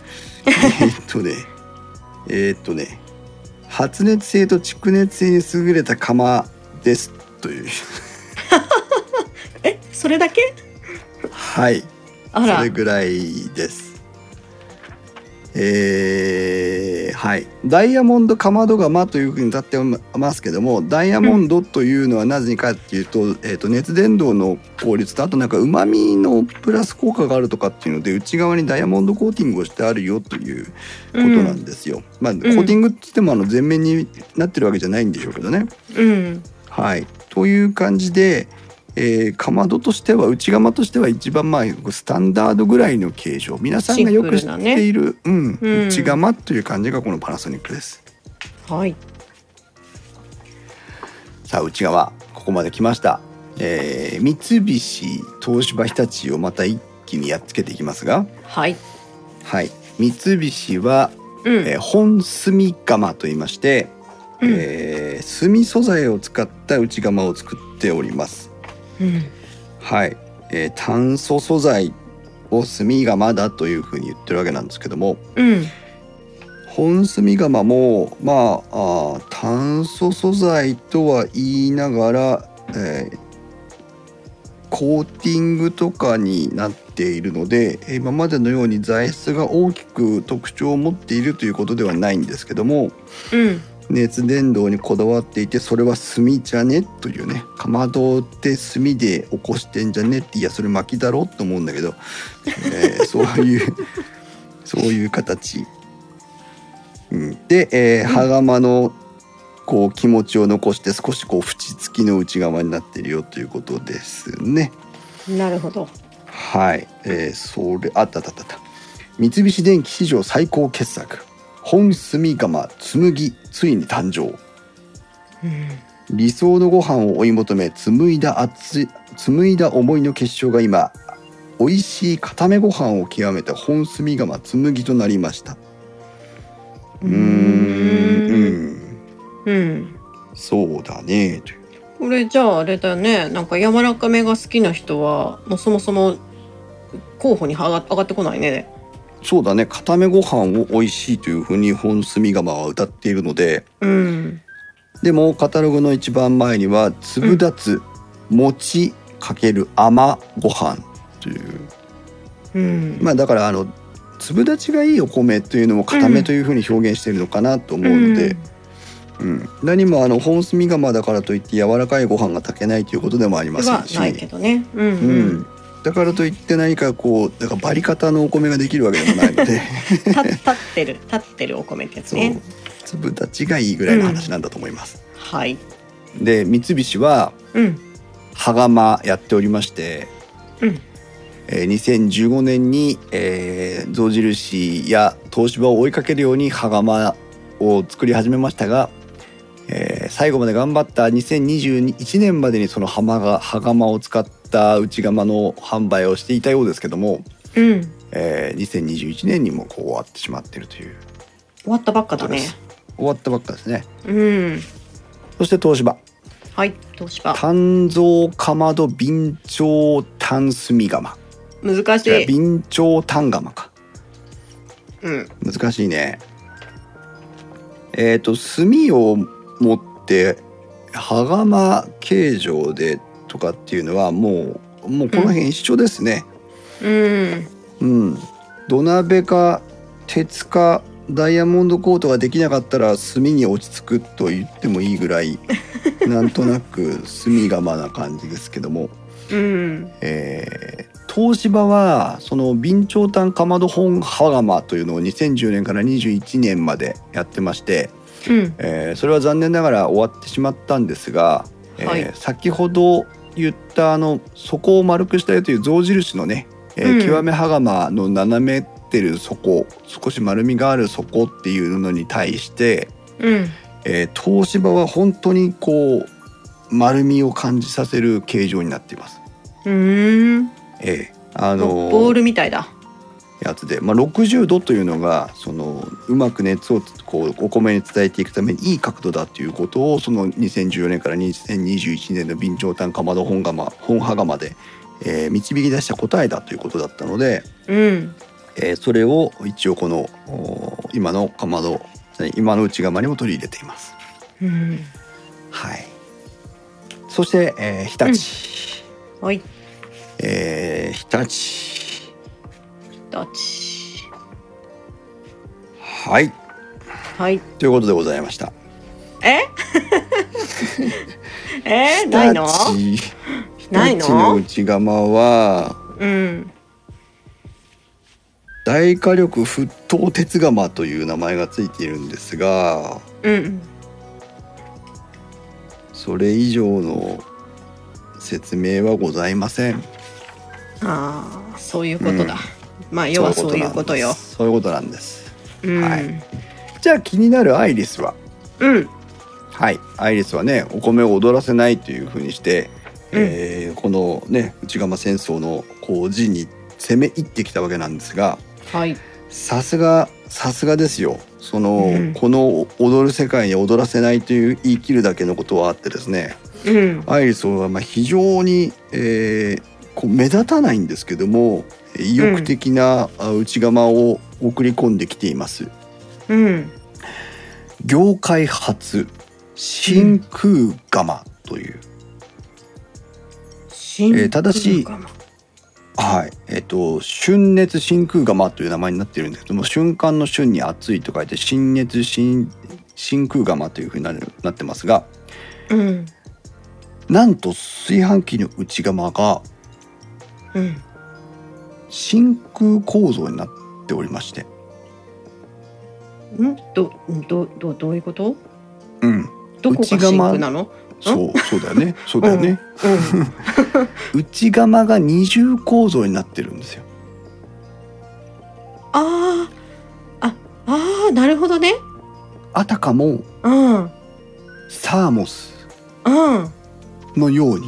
発熱性と蓄熱性に優れた窯ですという。 それだけ？ はい。それぐらいです。はい。ダイヤモンドかまど窯というふうに立ってますけども、ダイヤモンドというのはなぜかっていうと、熱伝導の効率とあとなんか旨味のプラス効果があるとかっていうので内側にダイヤモンドコーティングをしてあるよということなんですよ。コーティングって言っても全面になってるわけじゃないんでしょうけどね。はい。という感じで。かまどとしては内窯としては一番スタンダードぐらいの形状、皆さんがよく知っている、内窯という感じがこのパナソニックです。 はい。 さあ内側ここまで来ました。三菱東芝日立をまた一気にやっつけていきますが、はい、はい、三菱は、本炭窯といいまして、炭素材を使った内窯を作っております。はい、炭素素材を炭窯だというふうに言ってるわけなんですけども、本炭窯も炭素素材とは言いながら、コーティングとかになっているので今までのように材質が大きく特徴を持っているということではないんですけども、熱伝導にこだわっていて、それは炭じゃねというね、かまどって炭で起こしてんじゃねって、いやそれ薪だろと思うんだけど、そういう形、で、羽釜のこう気持ちを残して少しこう縁付きの内側になっているよということですね。 なるほど。 はい、それあった三菱電機史上最高傑作本炭窯紬ついに誕生、理想のご飯を追い求め紡いだ思いの結晶が今美味しい固めご飯を極めた本炭窯紬となりました。そうだね。 これじゃああれだよね、なんか柔らかめが好きな人はもうそもそも候補に上がってこないね。 そうだね、固めご飯を美味しいというふうに本炭窯は歌っているので、でもカタログの一番前には粒立つ餅×甘ご飯という、だから粒立ちがいいお米というのも固めというふうに表現しているのかなと思うので、何も本炭窯だからといって柔らかいご飯が炊けないということでもありませんし、 ないけどね。 だからといって何かこうなんかバリカタのお米ができるわけでもないので立ってるお米ってやつね。 粒立ちがいいぐらいの話なんだと思います。 はい。 で三菱は羽釜やっておりまして、2015年に、象印や東芝を追いかけるように羽釜を作り始めましたが、最後まで頑張った2021年までにその羽釜を使った内釜の販売をしていたようですけども、2021年にもこう終わってしまっているという。 終わったばっかだね。 終わったばっかですね。そして東芝。 はい、東芝。 鍛造かまど備長炭炭窯。 難しい。 備長炭窯か。難しいね。炭を持って羽釜形状でとかっていうのはもうこの辺一緒ですね。土鍋か鉄かダイヤモンドコートができなかったら炭に落ち着くと言ってもいいぐらいなんとなく炭窯な感じですけども、東東芝はその備長炭かまど本羽釜というのを2010年から21年までやってまして、それは残念ながら終わってしまったんですが、先ほど言った底を丸くしたよという象印のね、極め羽釜の斜めってる底、少し丸みがある底っていうのに対して、東芝は本当にこう丸みを感じさせる形状になっています。 ボールみたいだやつで、60度というのがうまく熱をこうお米に伝えていくためにいい角度だということをその2014年から2021年の備長炭かまど本羽釜で、導き出した答えだということだったので、それを一応この今のかまど、今の内釜にも取り入れています。はい。そして、日立、 はい、 日立はい、 はい、 ということでございました。 ないの？ 日立の内釜は、大火力沸騰鉄釜という名前がついているんですが、それ以上の説明はございません。 そういうことだ。要はそういうことよ。 そういうことなんです。はい。じゃあ気になるアイリスは、はい、アイリスはね、お米を踊らせないというふうにして、このね内釜戦争のこう陣に攻め入ってきたわけなんですが、さすがですよ。この踊る世界に踊らせないという言い切るだけのことはあってですね、アイリスは非常に、こう目立たないんですけども意欲的な内釜を送り込んできています。業界初真空釜という、ただし、はい、瞬熱真空釜という名前になっているんですけども、瞬間の瞬に熱いと書いて真熱真空釜というふうになってますが、なんと炊飯器の内釜が真空構造になっておりまして、 どういうこと？どこが真空なの？ そうだよね。そうだよね。内釜が二重構造になってるんですよ。 なるほどね。 あたかもサーモスのように。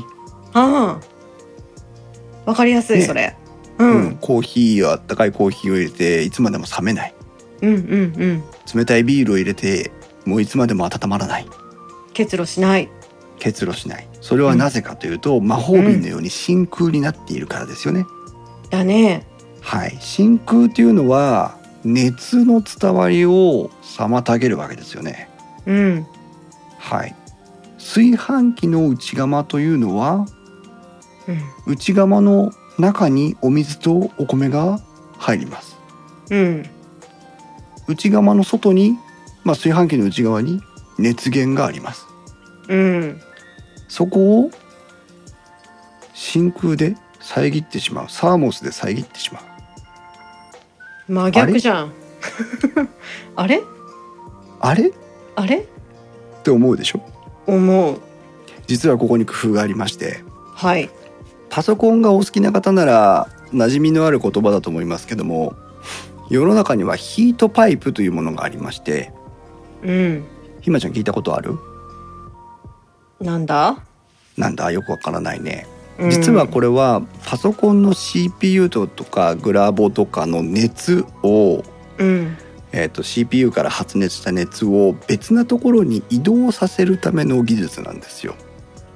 わかりやすい、それ。 コーヒー、あったかいコーヒーを入れていつまでも冷めない。冷たいビールを入れてもういつまでも温まらない。 結露しない。 それはなぜかというと、魔法瓶のように真空になっているからですよね。 だね。 はい。真空というのは熱の伝わりを妨げるわけですよね。はい。炊飯器の内釜というのは、内釜の中にお水とお米が入ります。内釜の外に、炊飯器の内側に熱源があります。そこを真空で遮ってしまう。サーモスで遮ってしまう。 真逆じゃん。あれって思うでしょ。 思う。 実はここに工夫がありまして、 はい。 パソコンがお好きな方なら馴染みのある言葉だと思いますけども、世の中にはヒートパイプというものがありまして、ひまちゃん聞いたことある？ なんだよくわからないね。実はこれはパソコンの CPU とかグラボとかの熱を、CPU から発熱した熱を別なところに移動させるための技術なんですよ。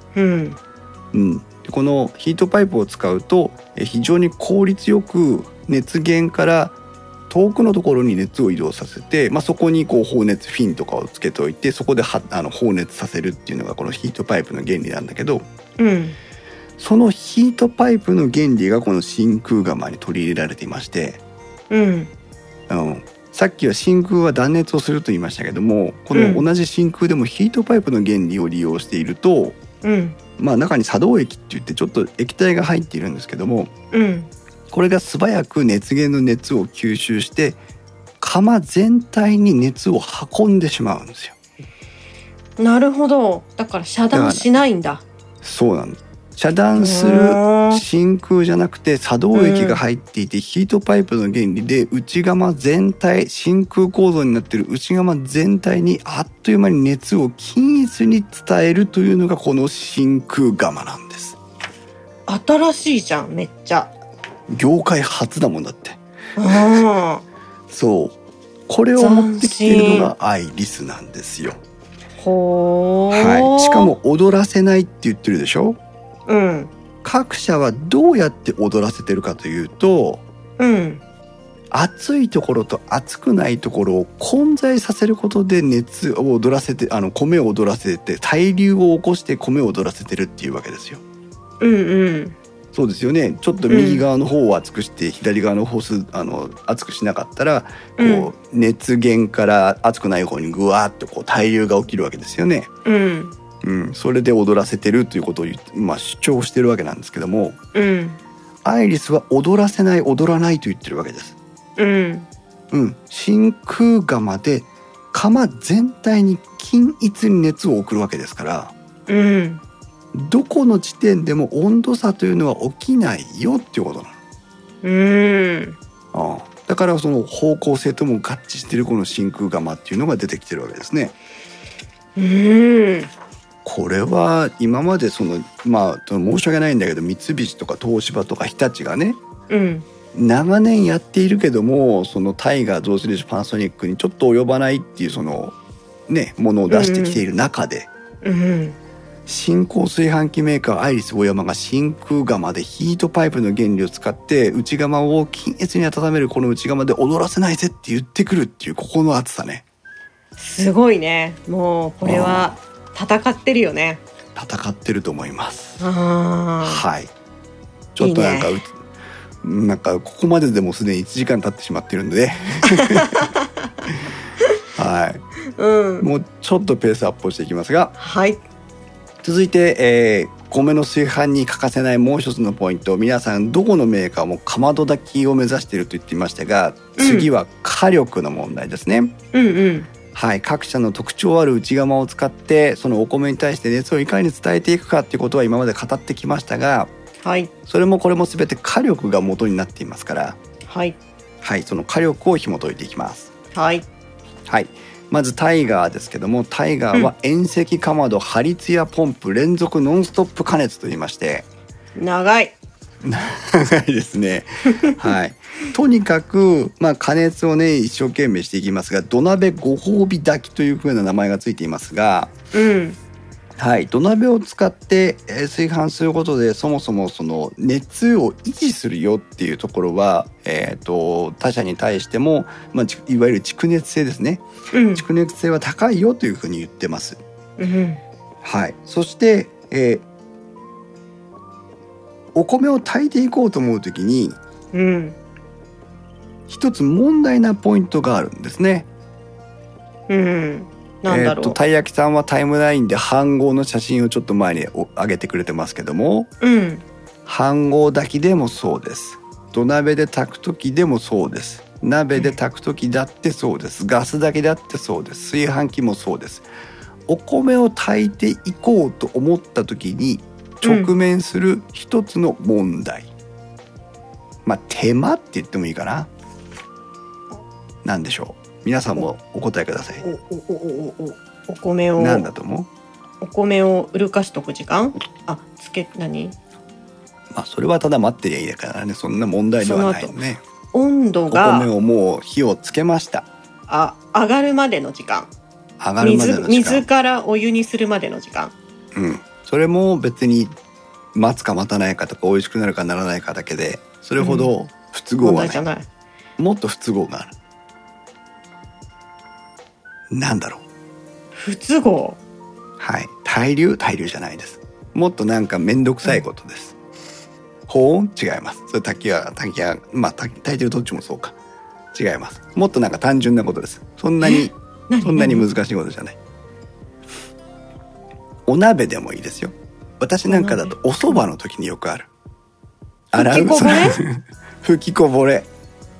このヒートパイプを使うと非常に効率よく熱源から遠くのところに熱を移動させて、そこにこう放熱フィンとかをつけておいて、そこで放熱させるっていうのがこのヒートパイプの原理なんだけど、そのヒートパイプの原理がこの真空釜に取り入れられていまして、さっきは真空は断熱をすると言いましたけども、この同じ真空でもヒートパイプの原理を利用していると、中に作動液って言ってちょっと液体が入っているんですけども、 これが素早く熱源の熱を吸収して釜全体に熱を運んでしまうんですよ。 なるほど。だから遮断しないんだ。 そうなんです。遮断する真空じゃなくて作動液が入っていて、ヒートパイプの原理で内釜全体、真空構造になっている内釜全体にあっという間に熱を均一に伝えるというのがこの真空釜なんです。 新しいじゃん、めっちゃ。 業界初だもんだって。そう、これを持ってきているのがアイリスなんですよ。はい、しかも踊らせないって言ってるでしょ。 うん、 各社はどうやって踊らせてるかというと、熱いところと熱くないところを混在させることで熱を踊らせて、米を踊らせて対流を起こして米を踊らせてるっていうわけですよ。そうですよね。ちょっと右側の方を熱くして、左側の方熱くしなかったら、こう熱源から熱くない方にぐわーっとこう対流が起きるわけですよね。それで踊らせてるということを主張してるわけなんですけども、アイリスは踊らせない、踊らないと言ってるわけです。真空釜で釜全体に均一に熱を送るわけですから、どこの地点でも温度差というのは起きないよっていうことなの。だからその方向性とも合致しているこの真空釜っていうのが出てきてるわけですね。これは今まで申し訳ないんだけど、三菱とか東芝とか日立がね、長年やっているけども、そのタイガー、ゾウスレージ、パナソニックにちょっと及ばないっていうものを出してきている中で、新興炊飯器メーカーアイリスオーヤマが真空釜でヒートパイプの原理を使って内釜を均一に温めるこの内釜で踊らせないぜって言ってくるっていう、ここの熱さね。 すごいね。もうこれは戦ってるよね。 戦ってると思います。はい。ちょっとなんかここまででもすでに1時間経ってしまってるんでね。はい。もうちょっとペースアップをしていきますが。 はい。 続いて、米の炊飯に欠かせないもう一つのポイント、皆さんどこのメーカーもかまど炊きを目指していると言っていましたが、次は火力の問題ですね。はい、各社の特徴ある内釜を使ってそのお米に対して熱をいかに伝えていくかっていうことは今まで語ってきましたが、それもこれも全て火力が元になっていますから、その火力を紐解いていきます。まずタイガーですけども、タイガーは遠赤かまどハリツヤポンプ連続ノンストップ加熱といいまして、 長いですね。はい。とにかく加熱をね一生懸命していきますが、土鍋ご褒美炊きという風な名前がついていますが、土鍋を使って炊飯することでそもそもその熱を維持するよっていうところは、他社に対しても、いわゆる蓄熱性ですね、蓄熱性は高いよというふうに言ってます。そして、お米を炊いていこうと思うときに、一つ問題なポイントがあるんですね。 なんだろう。 たい焼きさんはタイムラインで飯盒の写真をちょっと前に上げてくれてますけども、飯盒炊きでもそうです。土鍋で炊く時でもそうです。鍋で炊く時だってそうです。ガス炊きだってそうです。炊飯器もそうです。お米を炊いていこうと思った時に直面する一つの問題、手間って言ってもいいかな。なんでしょう。皆さんもお答えください。 お米を何だと思う？ お米をうるかしとく時間？ それはただ待ってりゃいいだからね。そんな問題ではないよね。 温度がお米をもう火をつけました。 上がるまでの時間。 上がるまでの時間。 水からお湯にするまでの時間。 それも別に待つか待たないかとか美味しくなるかならないかだけで、それほど不都合はない。もっと不都合がある。なんだろう。 不都合。 対流じゃないです。もっとなんかめんどくさいことです。違います。それ炊きは炊いてるどっちもそうか。違います。もっとなんか単純なことです。そんなに難しいことじゃない。お鍋でもいいですよ。私なんかだとお蕎麦の時によくある。 吹きこぼれ。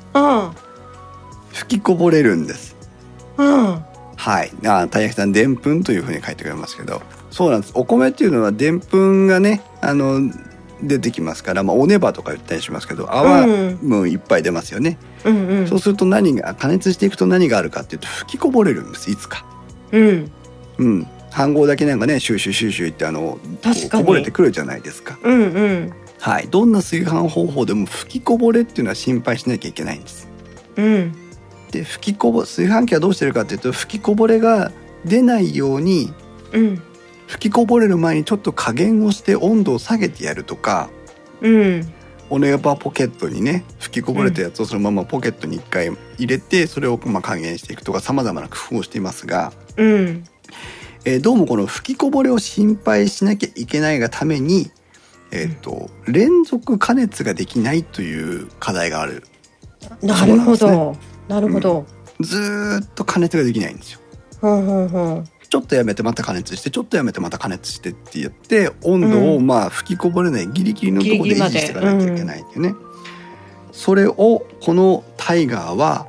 吹きこぼれるんです。はい。たい焼きさんでんぷんというふうに書いてくれますけど、そうなんです。お米っていうのはでんぷんがね出てきますから、おねばとか言ったりしますけど、泡もいっぱい出ますよね。そうすると加熱していくと何があるかっていうと吹きこぼれるんです、いつか。飯盒だけシューシューシューシューってこぼれてくるじゃないですか。はい。どんな炊飯方法でも吹きこぼれっていうのは心配しなきゃいけないんです。で炊飯器はどうしてるかっていうと、吹きこぼれが出ないように、吹きこぼれる前にちょっと加減をして温度を下げてやるとか、おねばポケットにね吹きこぼれたやつをそのままポケットに1回入れて、それを加減していくとか、さまざまな工夫をしていますが、どうもこの吹きこぼれを心配しなきゃいけないがために、連続加熱ができないという課題がある。 なるほど、なるほど。 ずっと加熱ができないんですよ。ちょっとやめてまた加熱して、ちょっとやめてまた加熱してってやって、温度を吹きこぼれないギリギリのところで維持していかなきゃいけないっていうね。それをこのタイガーは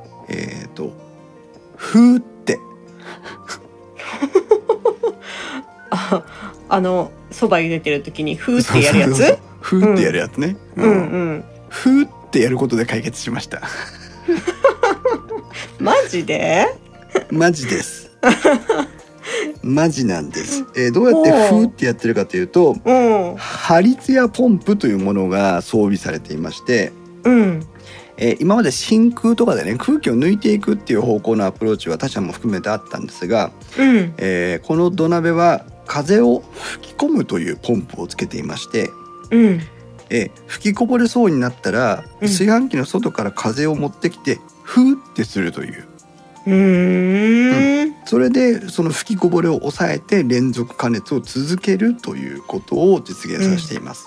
ふーってそば茹でてる時にふーってやるやつ。 ふーってやるやつね。ふーってやることで解決しました。 マジで？ マジです。マジなんです。どうやってふーってやってるかというと、ハリツヤポンプというものが装備されていまして、今まで真空とかでね空気を抜いていくっていう方向のアプローチは他社も含めてあったんですが、この土鍋は風を吹き込むというポンプをつけていまして、吹きこぼれそうになったら、炊飯器の外から風を持ってきてふーってするという。それでその吹きこぼれを抑えて連続加熱を続けるということを実現させています。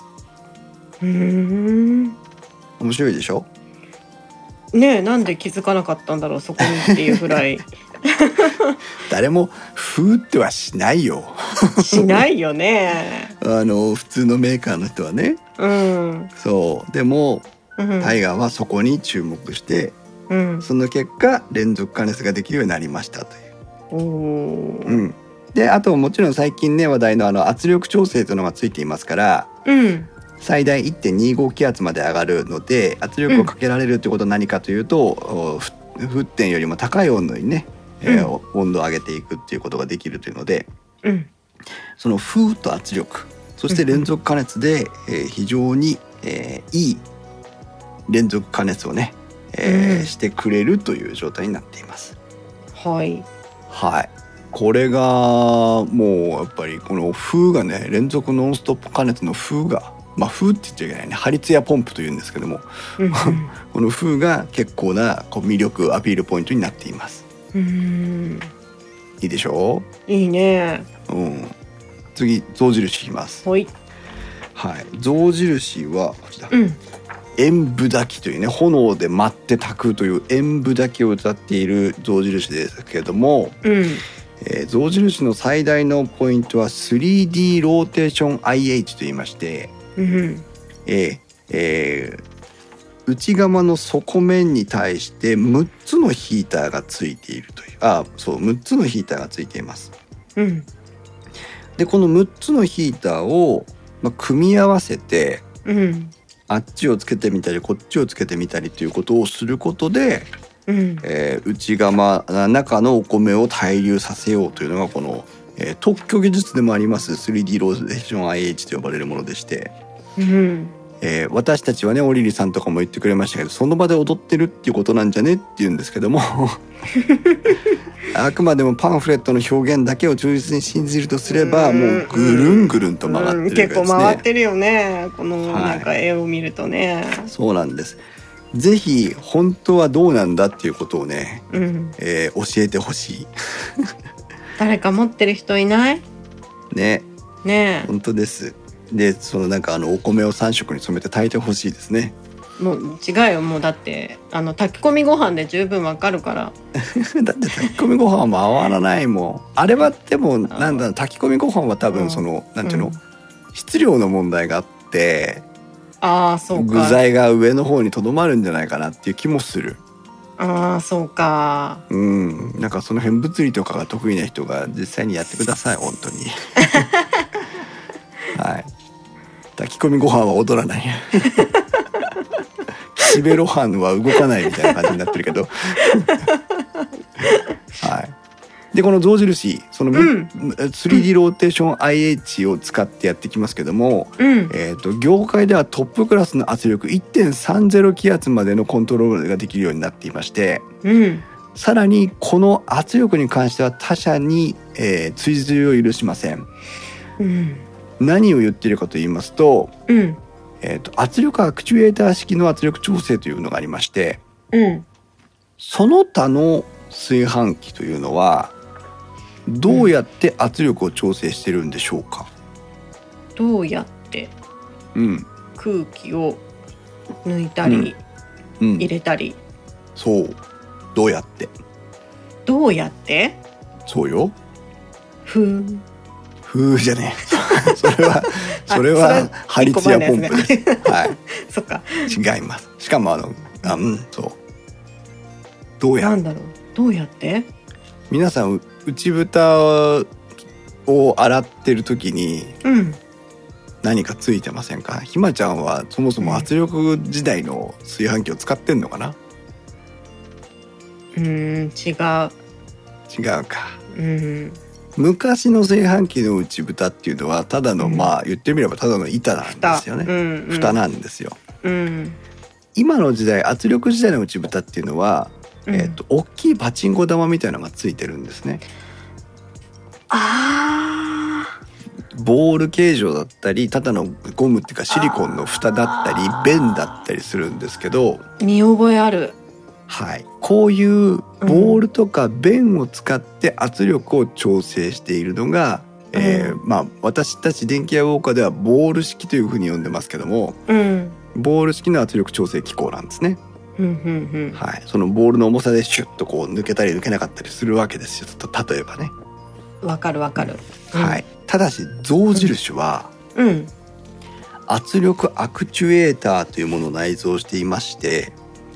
面白いでしょ？ ねえ、なんで気づかなかったんだろうそこにっていうぐらい。 誰もふーってはしないよ。 しないよね。 普通のメーカーの人はね。そうでも、タイガーはそこに注目して、その結果連続加熱ができるようになりましたという。であともちろん最近ね話題の圧力調整というのがついていますから、最大 1.25 気圧まで上がるので、圧力をかけられるということは何かというと、沸点よりも高い温度にね、温度を上げていくっていうことができるというので、その風と圧力、そして連続加熱で、非常に、いい連続加熱をね、してくれるという状態になっています。 はい。 はい。これがもうやっぱりこの風がね、連続ノンストップ加熱の風が、風って言っちゃいけないね、ハリツヤポンプというんですけども、この風が結構な魅力アピールポイントになっています。いいでしょう？ いいね。 次象印いきます。 はい。 象印はこちら。炎舞炊きというね、炎で舞って炊くという炎舞炊きを歌っている象印ですけれども、象印の最大のポイントは 3D ローテーション IH と言いまして、内側の底面に対して6つのヒーターがついているという、6つのヒーターがついています。でこの6つのヒーターを、組み合わせて、あっちをつけてみたりこっちをつけてみたりということをすることで、内側中のお米を対流させようというのがこの、特許技術でもあります 3D ローテーション IH と呼ばれるものでして、私たちはねオリリさんとかも言ってくれましたけど、その場で踊ってるっていうことなんじゃねって言うんですけどもあくまでもパンフレットの表現だけを忠実に信じるとすれば、もうぐるんぐるんと回ってるわけですね。 結構回ってるよね、このなんか絵を見るとね。 そうなんです。ぜひ本当はどうなんだっていうことをね、教えてほしい。 誰か持ってる人いない？ ね。 本当です。でそのお米を3色に染めて炊いてほしいですね。 もう違うよ、もうだって炊き込みご飯で十分わかるから。 だって炊き込みご飯は回らないもん。あれはでも炊き込みご飯は多分なんていうの、質量の問題があって、 そうか。 具材が上の方にとどまるんじゃないかなっていう気もする。 そうか。 なんかその辺物理とかが得意な人が実際にやってください、本当に。はい。炊き込みご飯は踊らない。岸辺露伴は動かないみたいな感じになってるけど。はい。でこの象印、その、3D ローテーション IH を使ってやってきますけども、業界ではトップクラスの圧力 1.30 気圧までのコントロールができるようになっていまして、さらにこの圧力に関しては他社に、追随を許しません。何を言っているかと言いますと、圧力アクチュエーター式の圧力調整というのがありまして、その他の炊飯器というのはどうやって圧力を調整してるんでしょうか。 どうやって、空気を抜いたり、入れたり。 そうどうやってそうよ。ふーじゃねえ。それはハリツヤポンプです。はい。 そっか。 違います。しかもそうどうやって皆さん内蓋を洗ってる時に何かついてませんか。ひまちゃんはそもそも圧力時代の炊飯器を使ってんのかな。 違うか。 昔の炊飯器の内蓋っていうのはただの、言ってみればただの板なんですよね。蓋なんですよ。今の時代圧力時代の内蓋っていうのは、大きいパチンコ玉みたいなのがついてるんですね。ボール形状だったりただのゴムっていうかシリコンの蓋だったり弁だったりするんですけど、 見覚えある。 はい、こういうボールとか弁を使って圧力を調整しているのが、私たち電気屋ウォーカーではボール式というふうに呼んでますけども、ボール式の圧力調整機構なんですね。はい、そのボールの重さでシュッとこう抜けたり抜けなかったりするわけですよ。例えばね。 わかる。 はい。ただし象印は、圧力アクチュエーターというものを内蔵していまして、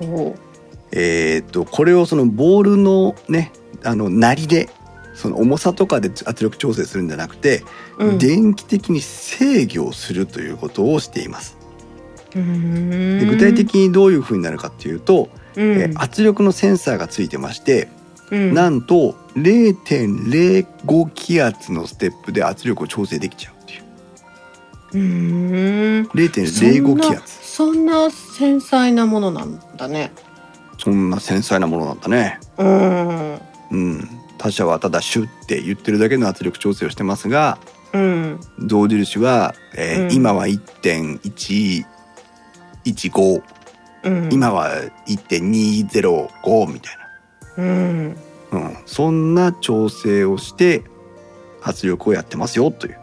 これをそのボールのねなりでその重さとかで圧力調整するんじゃなくて、電気的に制御をするということをしています。で具体的にどういう風になるかっていうと、圧力のセンサーがついてまして、なんと 0.05 気圧のステップで圧力を調整できちゃうっていう。0.05 気圧。 そんな繊細なものなんだね。 他社はただシュッて言ってるだけの圧力調整をしてますが、象印は、今は 1.115、今は 1.205 みたいな、そんな調整をして圧力をやってますよという。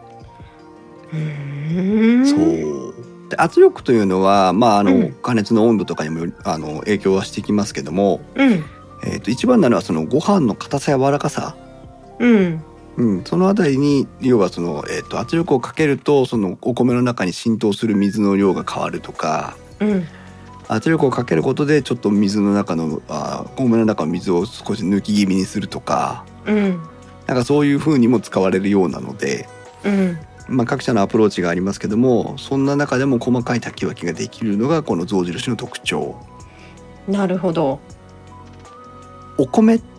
そうで圧力というのは、加熱の温度とかにも影響はしてきますけども、一番なのはそのご飯の硬さや柔らかさ、そのあたりに要はその、圧力をかけるとそのお米の中に浸透する水の量が変わるとか、圧力をかけることでちょっと水の中のお米の中の水を少し抜き気味にするとか、なんかそういう風にも使われるようなので、各社のアプローチがありますけども、そんな中でも細かい炊き分けができるのがこの象印の特徴。 なるほど。 お米って、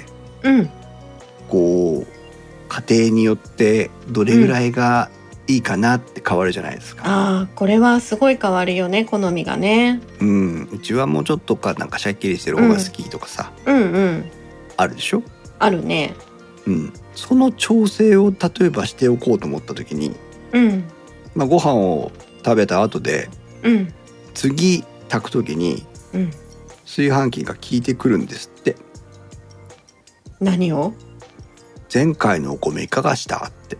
こう家庭によってどれぐらいがいいかなって変わるじゃないですか。 これはすごい変わるよね、好みがね。 うちはもうちょっとなんかシャッキリしてる方が好きとかさ、あるでしょ。 あるね。 その調整を例えばしておこうと思った時に、ご飯を食べた後で、次炊く時に、炊飯器が聞いてくるんですって。 何を？ 前回のお米いかがしたって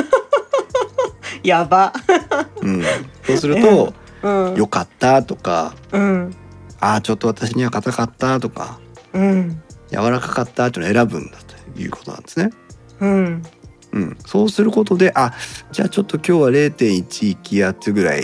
やばそうすると、よかったとか、ちょっと私には硬かったとか、柔らかかったっていうのを選ぶんだということなんですね。そうすることでじゃあちょっと今日は 0.1 気圧ぐらいか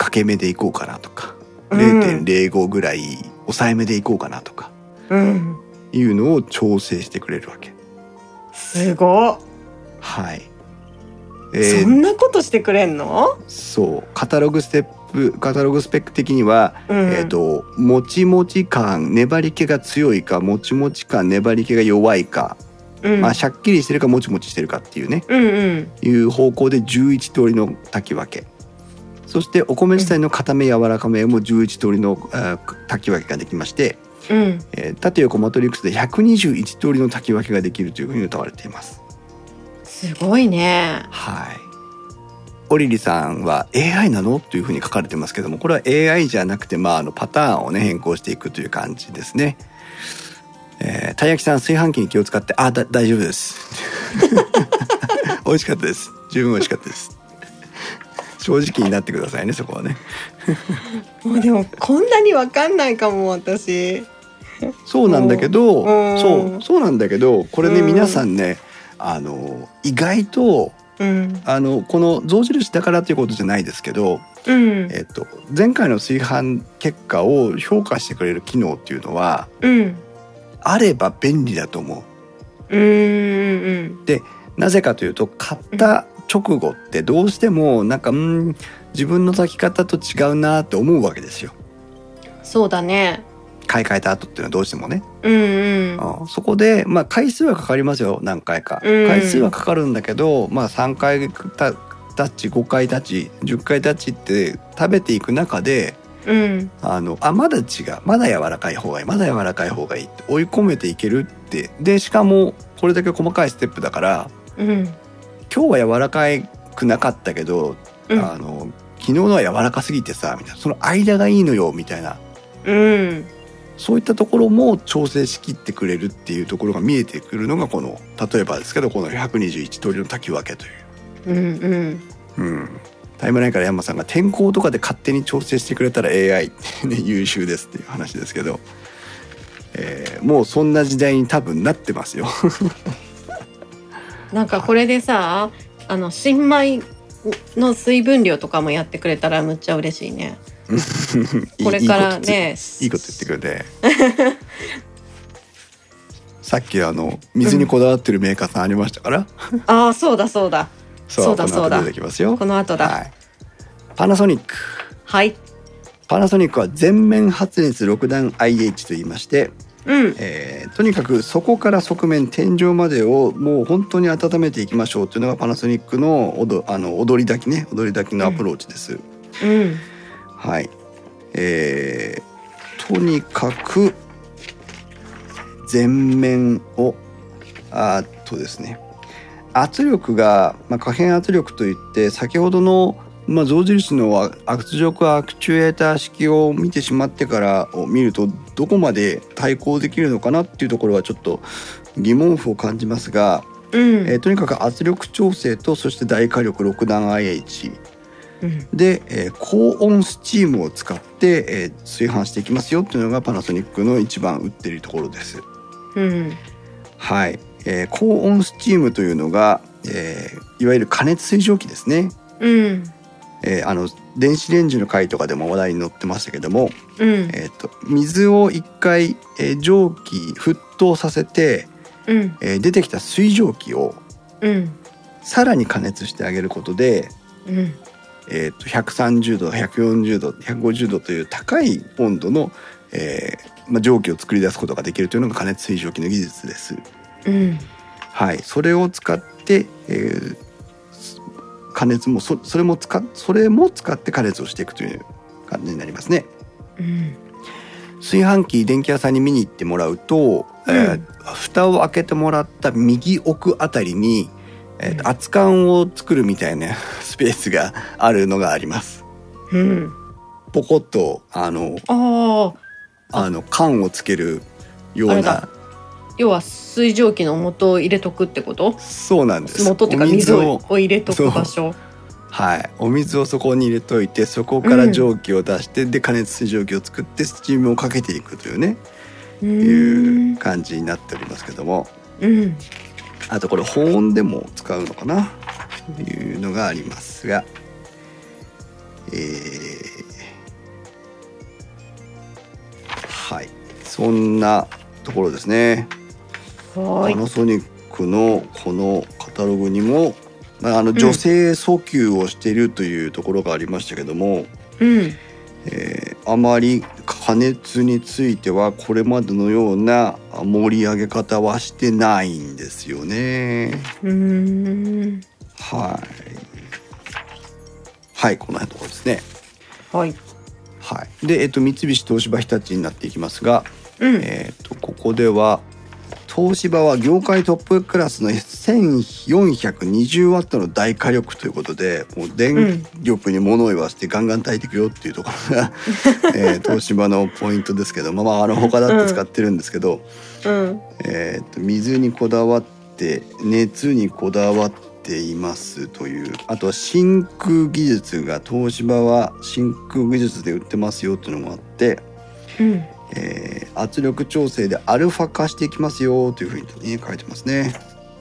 かけ目でいこうかなとか、0.05 ぐらい抑えめでいこうかなとか、いうのを調整してくれるわけ。 すごっ。 はい、 そんなことしてくれんの？ そう、カタログスペック的には、もちもち感、粘り気が強いか、もちもち感、粘り気が弱いか、しゃっきりしてるかもちもちしてるかっていうね、いう方向で11通りの炊き分け。そしてお米自体の固め柔らかめも11通りの炊き分けができまして、縦横マトリックスで121通りの炊き分けができるというふうに謳われています。 すごいね。 はい。オリリさんは AI なのというふうに書かれてますけども、これは AI じゃなくて、パターンをね変更していくという感じですね。たい焼きさん、炊飯器に気を使って、大丈夫です美味しかったです。十分美味しかったです。正直になってくださいね、そこはねもうでもこんなに分かんないかも、私。 そうなんだけど、そうなんだけど、これね、皆さんね、意外と、この象印だからということじゃないですけど、前回の炊飯結果を評価してくれる機能っていうのは、あれば便利だと思う。で、なぜかというと、買った直後ってどうしてもなんか自分の炊き方と違うなって思うわけですよ。 そうだね。 買い替えた後っていうのはどうしてもね、そこで、回数はかかりますよ、何回か、回数はかかるんだけど、3回タッチ、5回タッチ、10回タッチって食べていく中で、まだ違う、まだ柔らかい方がいい、まだ柔らかい方がいいって追い込めていけるって。でしかもこれだけ細かいステップだから、今日は柔らかくなかったけど、昨日のは柔らかすぎてさみたいな、その間がいいのよみたいな、そういったところも調整しきってくれるっていうところが見えてくるのが、この例えばですけど、この121通りの炊き分けという。タイムラインから山さんが、天候とかで勝手に調整してくれたら AI って、ね、優秀ですっていう話ですけど、もうそんな時代に多分なってますよなんかこれでさ、新米の水分量とかもやってくれたらむっちゃ嬉しいねこれからね、 いいこと言ってくれてさっき水にこだわってるメーカーさんありましたから、 そうだそうだそうだそうだ、出てきますよ、 この後だ、 はい、パナソニック、 はい、 パナソニックは全面発熱6段 IH と言いまして、とにかく底から側面、天井までをもう本当に温めていきましょうというのがパナソニックの踊り炊きのアプローチです、はい、とにかく全面をですね、圧力が、可変圧力といって、先ほどの、象印の圧力アクチュエーター式を見てしまってからを見ると、どこまで対抗できるのかなっていうところはちょっと疑問符を感じますが、とにかく圧力調整と、そして大火力6段 IH、で、高温スチームを使って、炊飯していきますよっていうのがパナソニックの一番売っているところです。はい、高温スチームというのが、いわゆる加熱水蒸気ですね。電子レンジの回とかでも話題に載ってましたけども、水を一回、蒸気沸騰させて、出てきた水蒸気を、さらに加熱してあげることで、130度140度150度という高い温度の、蒸気を作り出すことができるというのが加熱水蒸気の技術です。はい、それを使って、加熱もそれも使って加熱をしていくという感じになりますね。炊飯器、電気屋さんに見に行ってもらうと、蓋を開けてもらった右奥あたりに、熱燗を作るみたいなスペースがあるのがあります。ポコッと缶をつけるような、 要は水蒸気の元を入れとくってこと？ そうなんです。 元っていうか水を入れとく場所。 はい、お水をそこに入れといて、そこから蒸気を出して、で加熱水蒸気を作ってスチームをかけていくというね、いう感じになっておりますけども、あとこれ保温でも使うのかなというのがありますが、 そんなところですね。 はい。 パナソニックのこのカタログにも、女性訴求をしているというところがありましたけども、あまり加熱についてはこれまでのような盛り上げ方はしてないんですよね。はい、この辺のところですね。はい。で、三菱東芝日立になっていきますが、ここでは東芝は業界トップクラスの 1420W の大火力ということで、もう電力に物を言わせてガンガン炊いていくよっていうところが、東芝のポイントですけど、他だって使ってるんですけど、水にこだわって熱にこだわっていますという、あとは真空技術が東芝は真空技術で売ってますよっていうのもあって、圧力調整でアルファ化していきますよというふうに、ね、書いてますね。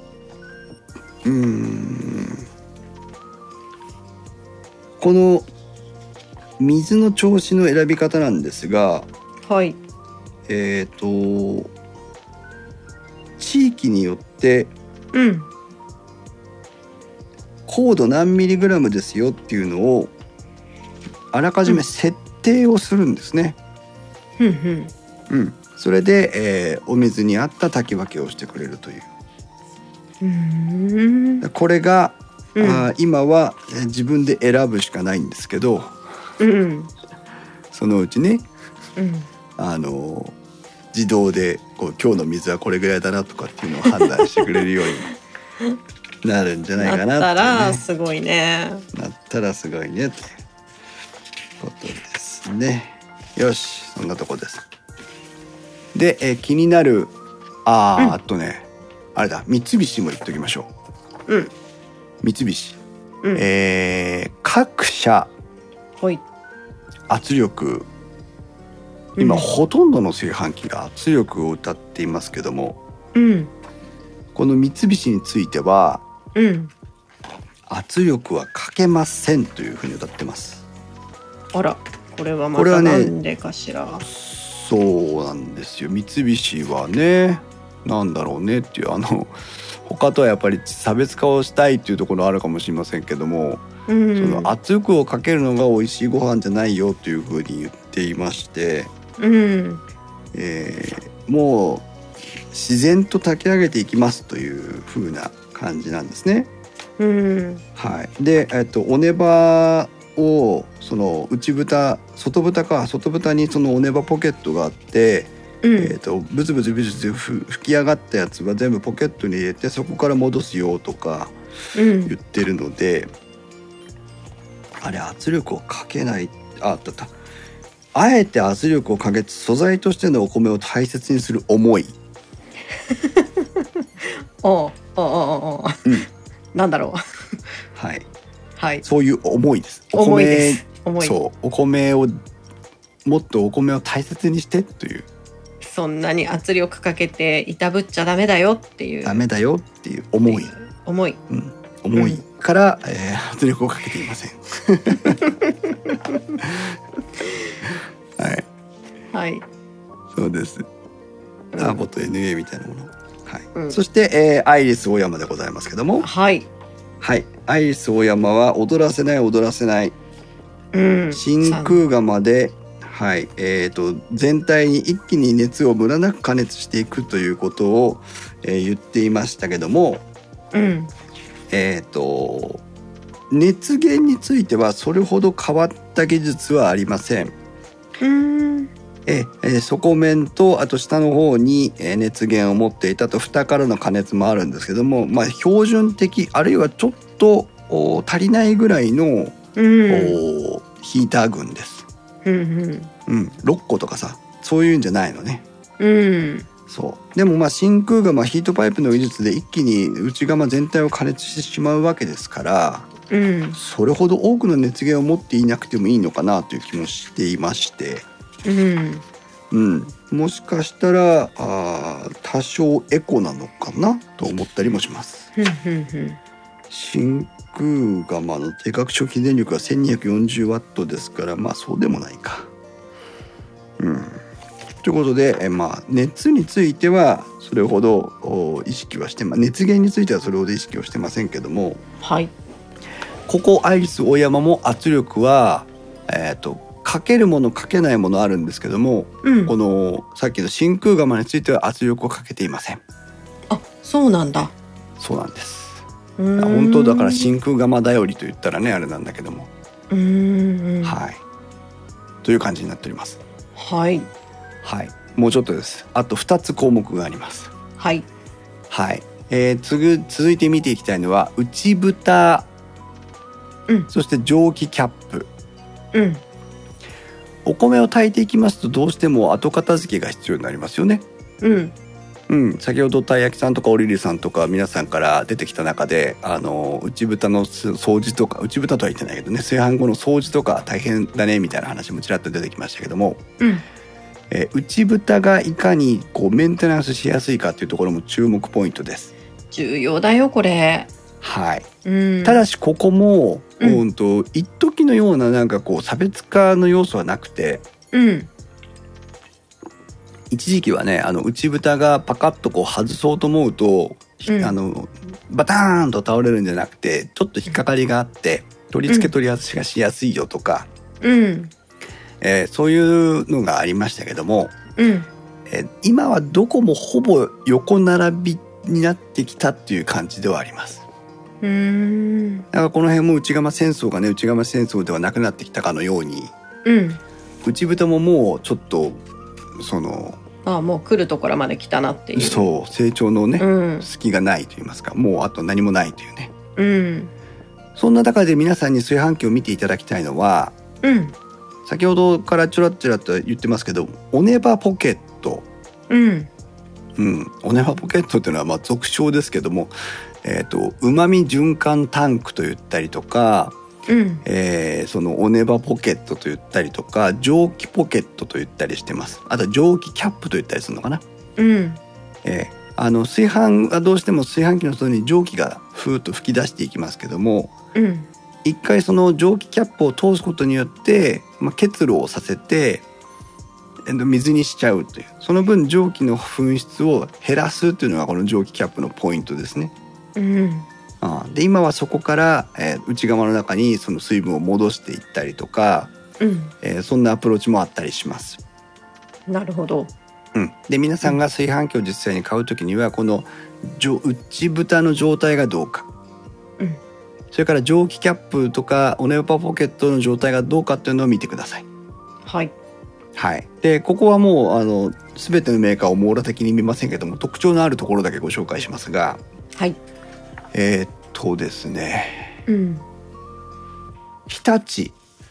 この水の調子の選び方なんですが、地域によって、高度何ミリグラムですよっていうのをあらかじめ設定をするんですね。それで、お水に合った炊き分けをしてくれるという。これが、今は自分で選ぶしかないんですけど、そのうちね、自動で今日の水はこれぐらいだなとかっていうのを判断してくれるようになるんじゃないかなって、ね、 なったらすごいね。 なったらすごいねってことですね。よし、そんなとこです。で、気になるあとね、あれだ、三菱も言っておきましょう。三菱、各社圧力、今ほとんどの炊飯器が圧力を謳っていますけども、この三菱については、圧力はかけませんというふうに謳ってます。 あら、これはまたなんでかしら。 そうなんですよ。三菱はね、なんだろうねっていう、他とはやっぱり差別化をしたいっていうところあるかもしれませんけども、その圧力をかけるのが美味しいご飯じゃないよというふうに言っていまして、もう自然と炊き上げていきますというふうな感じなんですね。で、おねばをその内蓋、外蓋にそのおねばポケットがあって、ブツブツ吹き上がったやつは全部ポケットに入れてそこから戻すよとか言ってるので、あれ圧力をかけない、あえて圧力をかけて素材としてのお米を大切にする思いなんだろうそういう思いです。お米をもっとお米を大切にしてという、 そんなに圧力かけていたぶっちゃダメだよっていう思いから、圧力をかけていません。そうです。ターボと NA みたいなもの。そして、アイリスオーヤマでございますけども、アイリスオーヤマは踊らせない、真空釜で、全体に一気に熱をムラなく加熱していくということを、言っていましたけども、熱源についてはそれほど変わった技術はありません。底面とあと下の方に熱源を持っていたと蓋からの加熱もあるんですけども、標準的あるいはちょっと足りないぐらいのヒーター群です。6個とかさ、そういうんじゃないのね。でも真空釜ヒートパイプの技術で一気に内釜全体を加熱してしまうわけですから、それほど多くの熱源を持っていなくてもいいのかなという気もしていまして、もしかしたら多少エコなのかなと思ったりもします。真空釜の定格消費電力が 1240W ですから、そうでもないか。 ということで、熱についてはそれほど意識はして、熱源についてはそれほど意識をしてませんけども、 はい、 ここアイリスオーヤマも圧力は、かけるものかけないものあるんですけども、このさっきの真空釜については圧力をかけていません。 あ、そうなんだ。 そうなんです。本当だから真空釜頼りと言ったらねあれなんだけども、はい、という感じになっております。 はい、 はい、もうちょっとです。あと2つ項目があります。 はい、 はい、続いて見ていきたいのは内蓋、そして蒸気キャップ。お米を炊いていきますとどうしても後片付けが必要になりますよね。先ほどたい焼きさんとかおりりさんとか皆さんから出てきた中で内蓋の掃除とか、内蓋とは言ってないけどね、炊飯後の掃除とか大変だねみたいな話もちらっと出てきましたけども、内蓋がいかにメンテナンスしやすいかっていうところも注目ポイントです。 重要だよこれ。 はい、ただしここも、一時のような差別化の要素はなくて、一時期はね内蓋がパカッと外そうと思うと、バターンと倒れるんじゃなくてちょっと引っかかりがあって取り付け取り外しがしやすいよとか、そういうのがありましたけども、今はどこもほぼ横並びになってきたっていう感じではあります。だからこの辺も内釜戦争がね内釜戦争ではなくなってきたかのように、内蓋ももうちょっともう来るところまで来たなっていう、 そう成長のね、隙がないと言いますか、もうあと何もないというね、そんな中で皆さんに炊飯器を見ていただきたいのは、先ほどからちょらちょらと言ってますけどオネバポケット、オネバポケットっていうのは俗称ですけども、うまみ循環タンクと言ったりとか、そのオネバポケットと言ったりとか蒸気ポケットと言ったりしてます。あと蒸気キャップと言ったりするのかな。炊飯はどうしても炊飯器の外に蒸気がふーっと吹き出していきますけども、一回その蒸気キャップを通すことによって、結露をさせて水にしちゃうという、その分蒸気の噴出を減らすというのがこの蒸気キャップのポイントですね。で今はそこから、内釜の中にその水分を戻していったりとか、そんなアプローチもあったりします。 なるほど。 で皆さんが炊飯器を実際に買うときにはこの内蓋の状態がどうか、それから蒸気キャップとかオネバポケットの状態がどうかっていうのを見てください。でここはもう全てのメーカーを網羅的に見ませんけども特徴のあるところだけご紹介しますが、ですね、日立、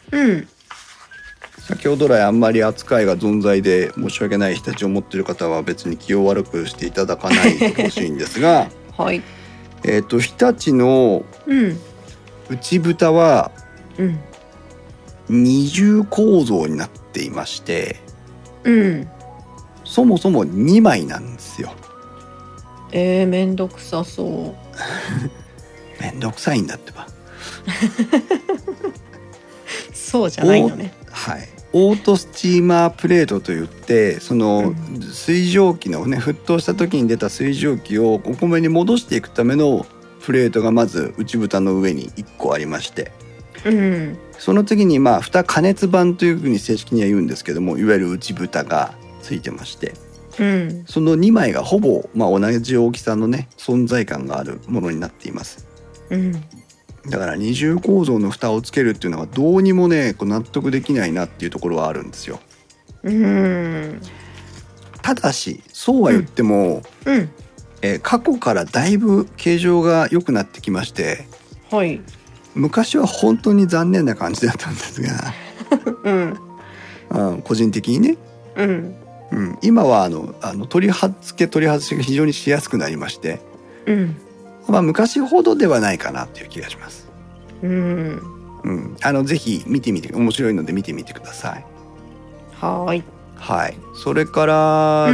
先ほど来あんまり扱いが存在で申し訳ない日立を持っている方は別に気を悪くしていただかないでほしいんですが、日立の内蓋は二重構造になっていまして、そもそも2枚なんですよ。 めんどくさそうめんどくさいんだってばそうじゃないのね。 オートスチーマープレートといってその水蒸気のね沸騰した時に出た水蒸気をお米に戻していくためのプレートがまず内蓋の上に1個ありまして、その次に蓋加熱板というふうに正式には言うんですけどもいわゆる内蓋がついてまして、その2枚がほぼ、同じ大きさのね存在感があるものになっています。だから二重構造の蓋をつけるっていうのはどうにもね納得できないなっていうところはあるんですよ。ただしそうは言っても、過去からだいぶ形状が良くなってきまして、昔は本当に残念な感じだったんですが、個人的にね、今は取り付け取り外しが非常にしやすくなりまして、昔ほどではないかなっていう気がします。ぜひ見てみて面白いので見てみてください。それから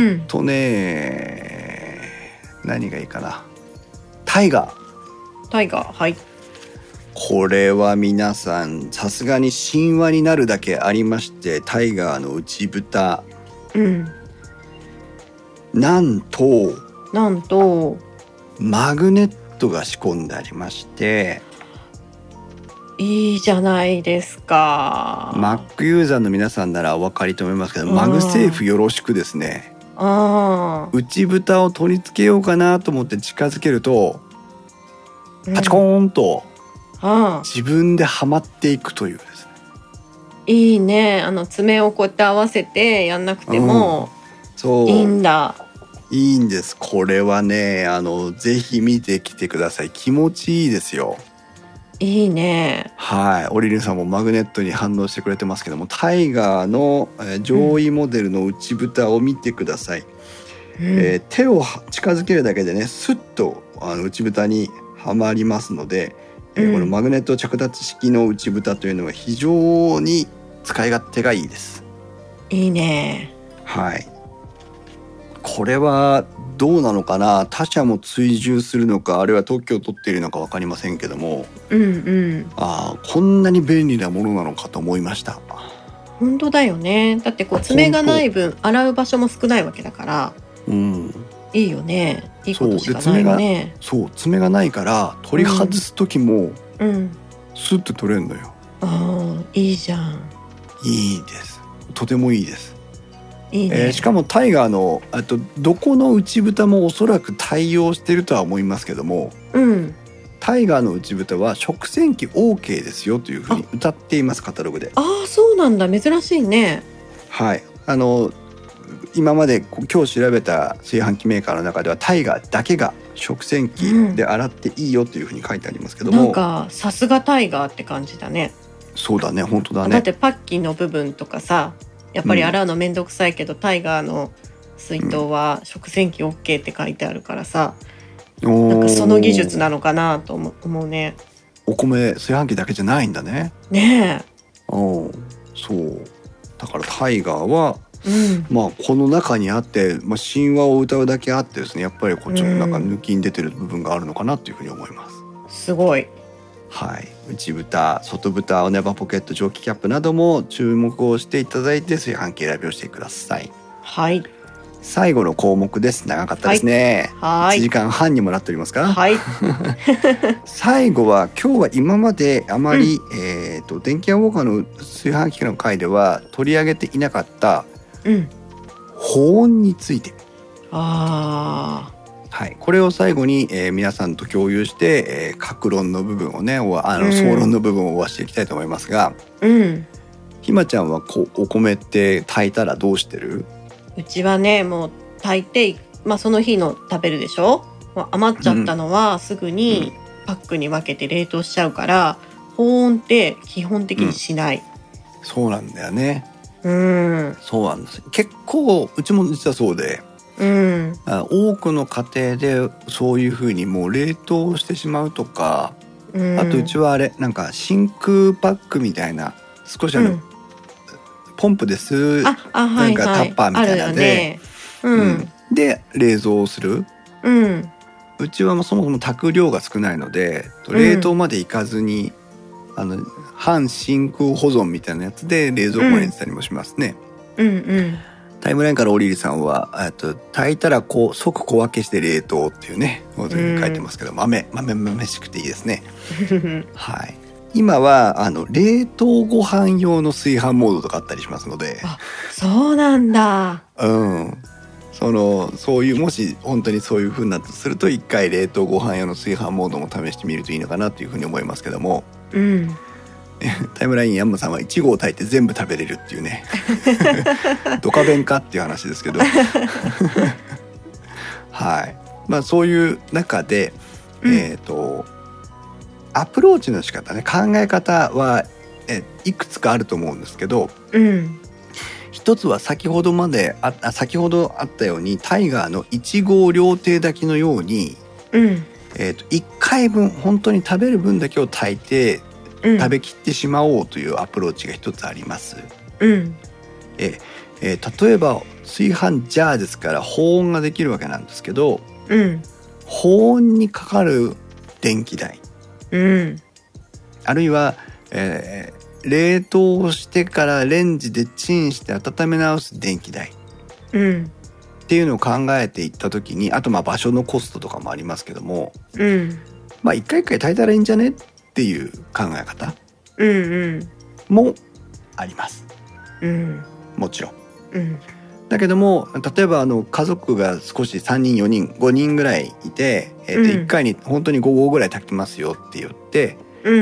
何がいいかな。タイガー、これは皆さんさすがに神話になるだけありまして、タイガーの内蓋、 なんとマグネットが仕込んでありまして、 いいじゃないですか。 Mac ユーザーの皆さんならお分かりと思いますけど、マグセーフよろしくですね。内蓋を取り付けようかなと思って近づけると、パチコーンと自分ではまっていくというですね。 いいね。爪をこうやって合わせてやんなくてもいいんだ。 いいんです。これはね、ぜひ見てきてください。気持ちいいですよ。 いいね。 はい、オリリンさんもマグネットに反応してくれてますけども、タイガーの上位モデルの内蓋を見てください。手を近づけるだけでね、スッと内蓋にはまりますので、このマグネット着脱式の内蓋というのは非常に使い勝手がいいです。 いいね。 はい。これはどうなのかな、他社も追従するのか、あるいは特許を取っているのか分かりませんけども、こんなに便利なものなのかと思いました。 本当だよね。だってこう爪がない分洗う場所も少ないわけだから、いいよね。いいことしかないよね。 爪がないから取り外す時もスッと取れるのよ。 いいじゃん。 いいです。とてもいいです。 いいね。 しかもタイガーのどこの内蓋もおそらく対応してるとは思いますけども、タイガーの内蓋は食洗機 OK ですよというふうに謳っています、カタログで。 そうなんだ。珍しいね。 はい。今まで今日調べた炊飯器メーカーの中ではタイガーだけが食洗機で洗っていいよというふうに書いてありますけども、 なんかさすがタイガーって感じだね。 そうだね、本当だね。 だってパッキンの部分とかさ、やっぱり洗うのめんどくさいけど、タイガーの水筒は食洗機 OK って書いてあるからさ、なんかその技術なのかなと思うね。 お米炊飯器だけじゃないんだね。 ねえ。 そうだからタイガーは、この中にあって、神話を歌うだけあってですね、やっぱりこっちのなんか抜きに出てる部分があるのかなというふうに思います。 すごい。 はい、内蓋、外蓋、ネバーポケット、蒸気キャップなども注目をしていただいて炊飯器選びをしてください。 はい。 最後の項目です。長かったですね。1時間半にもなっておりますか。 はい。 最後は今日は今まであまり、電気屋ウォーカーの炊飯器の回では取り上げていなかった、保温について。はい、これを最後に、皆さんと共有して、各論の部分をね、総論の部分を終わしていきたいと思いますが、ひまちゃんはお米って炊いたらどうしてる？ うちはね、もう炊いて、その日の食べるでしょ。余っちゃったのはすぐにパックに分けて冷凍しちゃうから、保温って基本的にしない。 そうなんだよね。そうなんです。結構うちも実はそうで、多くの家庭でそういうふうにもう冷凍してしまうとか、あとうちはなんか真空パックみたいな、少しポンプです、なんかタッパーみたいなので、で冷蔵する。うちはそもそも炊く量が少ないので、冷凍までいかずに、半真空保存みたいなやつで冷蔵庫に入れてたりもしますね。タイムラインからオリリさんは炊いたら即小分けして冷凍っていうねことに書いてますけど、豆しくていいですね。はい。今は冷凍ご飯用の炊飯モードとかあったりしますので。 そうなんだ。 そういう、もし本当にそういう風になったとすると、一回冷凍ご飯用の炊飯モードも試してみるといいのかなというふうに思いますけども。タイムラインヤンマさんは1合炊いて全部食べれるっていうねドカ弁かっていう話ですけどはい。そういう中で、アプローチの仕方ね、考え方はいくつかあると思うんですけど、一つは先ほどあったようにタイガーの1合料亭炊きのように、1回分本当に食べる分だけを炊いて食べきってしまおうというアプローチが一つあります。例えば炊飯ジャーですから保温ができるわけなんですけど、保温にかかる電気代、あるいは、冷凍してからレンジでチンして温め直す電気代、っっていうのを考えていった時に、あと場所のコストとかもありますけども、一回一回炊いたらいいんじゃねっていう考え方もあります。もちろん。だけども例えば家族が少し3人4人5人ぐらいいて、1回に本当に5合ぐらい炊きますよって言って、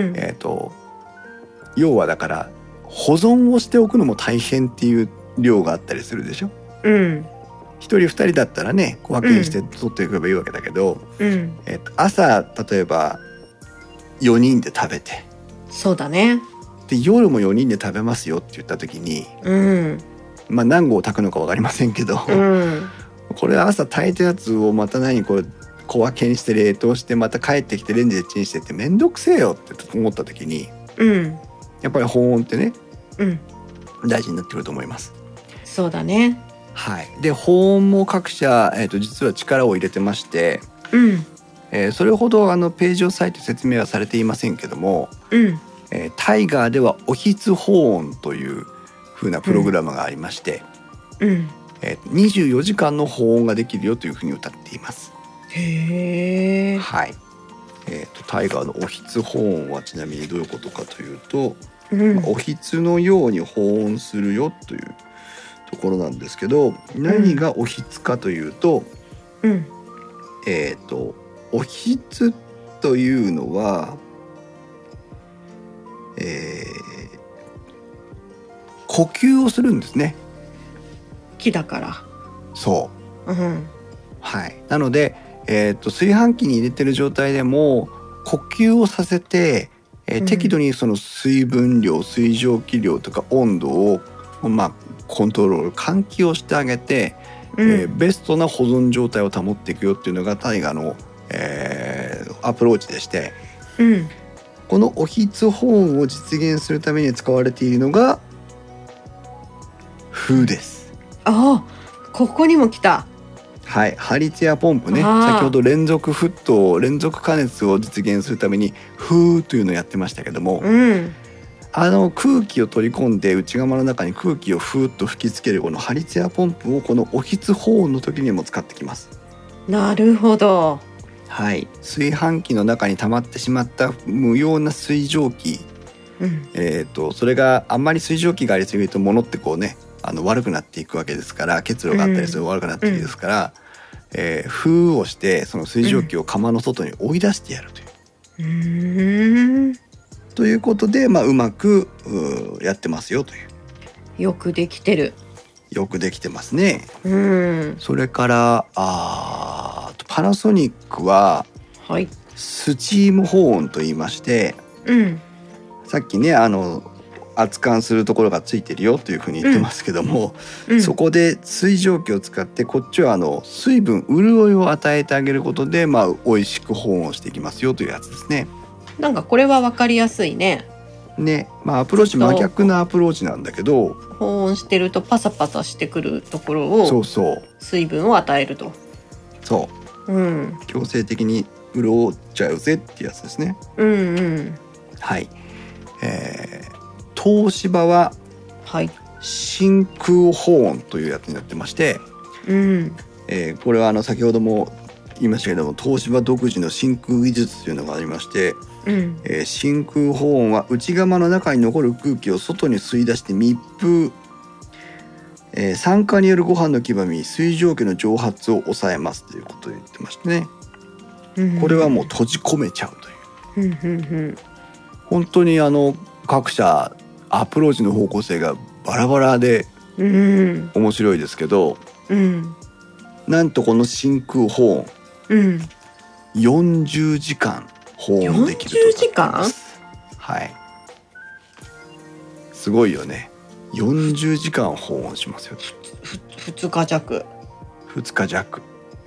要はだから保存をしておくのも大変っていう量があったりするでしょ。1人2人だったらね小分けにして取っていけばいいわけだけど、朝例えば4人で食べて、 そうだね。 で夜も4人で食べますよって言った時に、何合炊くのか分かりませんけど、これ朝炊いたやつをまたこれ小分けにして冷凍してまた帰ってきてレンジでチンしてって面倒くせえよって思った時に、やっぱり保温ってね、大事になってくると思います。 そうだね。 はい。で保温も各社、実は力を入れてまして、それほどページを割いて説明はされていませんけども、タイガーではおひつ保温という風なプログラムがありまして、24時間の保温ができるよというふうに謳っています。 へー。はい。 タイガーのおひつ保温はちなみにどういうことかというと、おひつのように保温するよというところなんですけど、何がおひつかというと、おひつというのは、呼吸をするんですね。 木だから。 そう。はい。なので、炊飯器に入れてる状態でも呼吸をさせて、適度にその水分量、水蒸気量とか温度をコントロール、換気をしてあげて、ベストな保存状態を保っていくよっていうのがタイガーの、アプローチでして、このおひつ保温を実現するために使われているのが風です。 ああ、ここにも来た。 はい、ハリツヤポンプね。先ほど連続沸騰、連続加熱を実現するために風というのをやってましたけども、空気を取り込んで内釜の中に空気をふーっと吹きつけるこのハリツヤポンプをこのおひつ保温の時にも使ってきます。 なるほど。 はい、炊飯器の中に溜まってしまった無用な水蒸気、それがあんまり水蒸気がありすぎると物ってこうね悪くなっていくわけですから、結露があったりすると悪くなっていくですから、封をしてその水蒸気を釜の外に追い出してやるという、ということで、うまくやってますよという。 よくできてる。 よくできてますね。それからパナソニックは、スチーム保温と言いまして、さっきね圧貫するところがついてるよというふうに言ってますけども、そこで水蒸気を使ってこっちは水分潤いを与えてあげることで美味しく保温していきますよというやつですね。 なんかこれは分かりやすいね。 アプローチ真逆なアプローチなんだけど、 保温してるとパサパサしてくるところを水分を与えると。 そう、強制的に潤っちゃうぜってやつですね。はい。東芝は真空保温というやつになってまして、これは先ほども言いましたけども、東芝独自の真空技術というのがありまして、真空保温は内釜の中に残る空気を外に吸い出して密封、酸化によるご飯の黄ばみ、水蒸気の蒸発を抑えますということを言ってましてね、これはもう閉じ込めちゃうという、本当に各社アプローチの方向性がバラバラで面白いですけど、なんとこの真空保温、40時間保温できると。 40時間？ はい。すごいよね。40時間保温しますよ。 2日弱。 2日弱。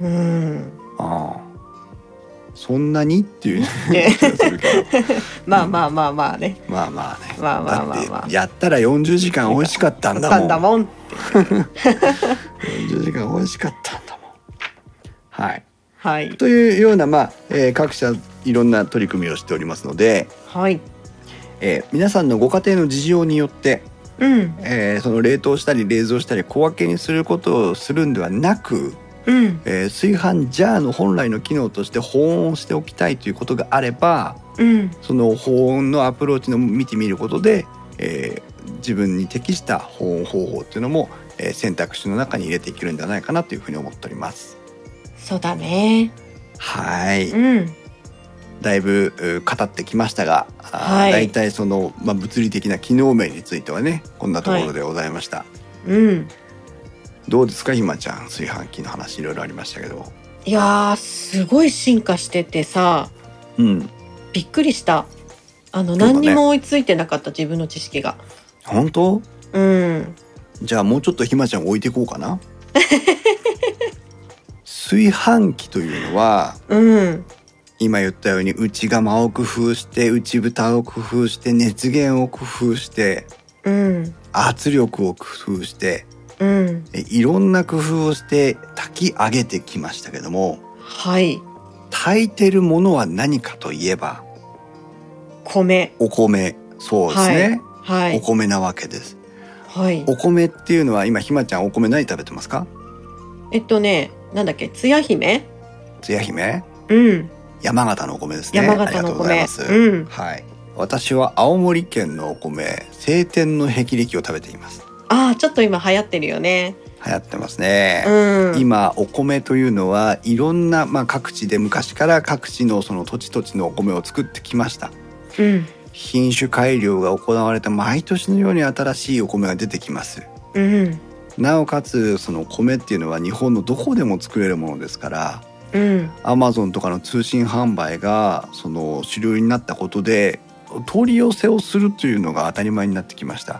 そんなにっていうまあね。だってやったら40時間美味しかったんだもん。40時間美味しかったんだもん。はい。というような各社いろんな取り組みをしておりますので、皆さんのご家庭の事情によってその冷凍したり冷蔵したり小分けにすることをするんではなく、炊飯ジャーの本来の機能として保温しておきたいということがあれば、その保温のアプローチの見てみることで、自分に適した保温方法っていうのも、選択肢の中に入れていけるんじゃないかなというふうに思っております。 そうだね。 はい、だいぶ語ってきましたが、だいたいその、物理的な機能面についてはねこんなところでございました。どうですかひまちゃん、炊飯器の話いろいろありましたけど。 いやすごい進化しててさ、びっくりした。何にも追いついてなかった自分の知識が。 本当？じゃあもうちょっとひまちゃん置いていこうかな。炊飯器というのは、今言ったように内釜を工夫して内蓋を工夫して熱源を工夫して、圧力を工夫して、いろんな工夫をして炊き上げてきましたけども、炊いてるものは何かといえばお米。そうですね、お米なわけです。お米っていうのは今ひまちゃんお米何食べてますか？ なんだっけ、つや姫。 山形のお米ですね。 山形のお米。ありがとうございます。 私は青森県のお米青天の霹靂を食べています。 ちょっと今流行ってるよね。 流行ってますね。今お米というのはいろんな、各地で昔から各地のその土地土地のお米を作ってきました。品種改良が行われた毎年のように新しいお米が出てきます。なおかつその米っていうのは日本のどこでも作れるものですから、Amazon とかの通信販売がその主流になったことで取り寄せをするというのが当たり前になってきました。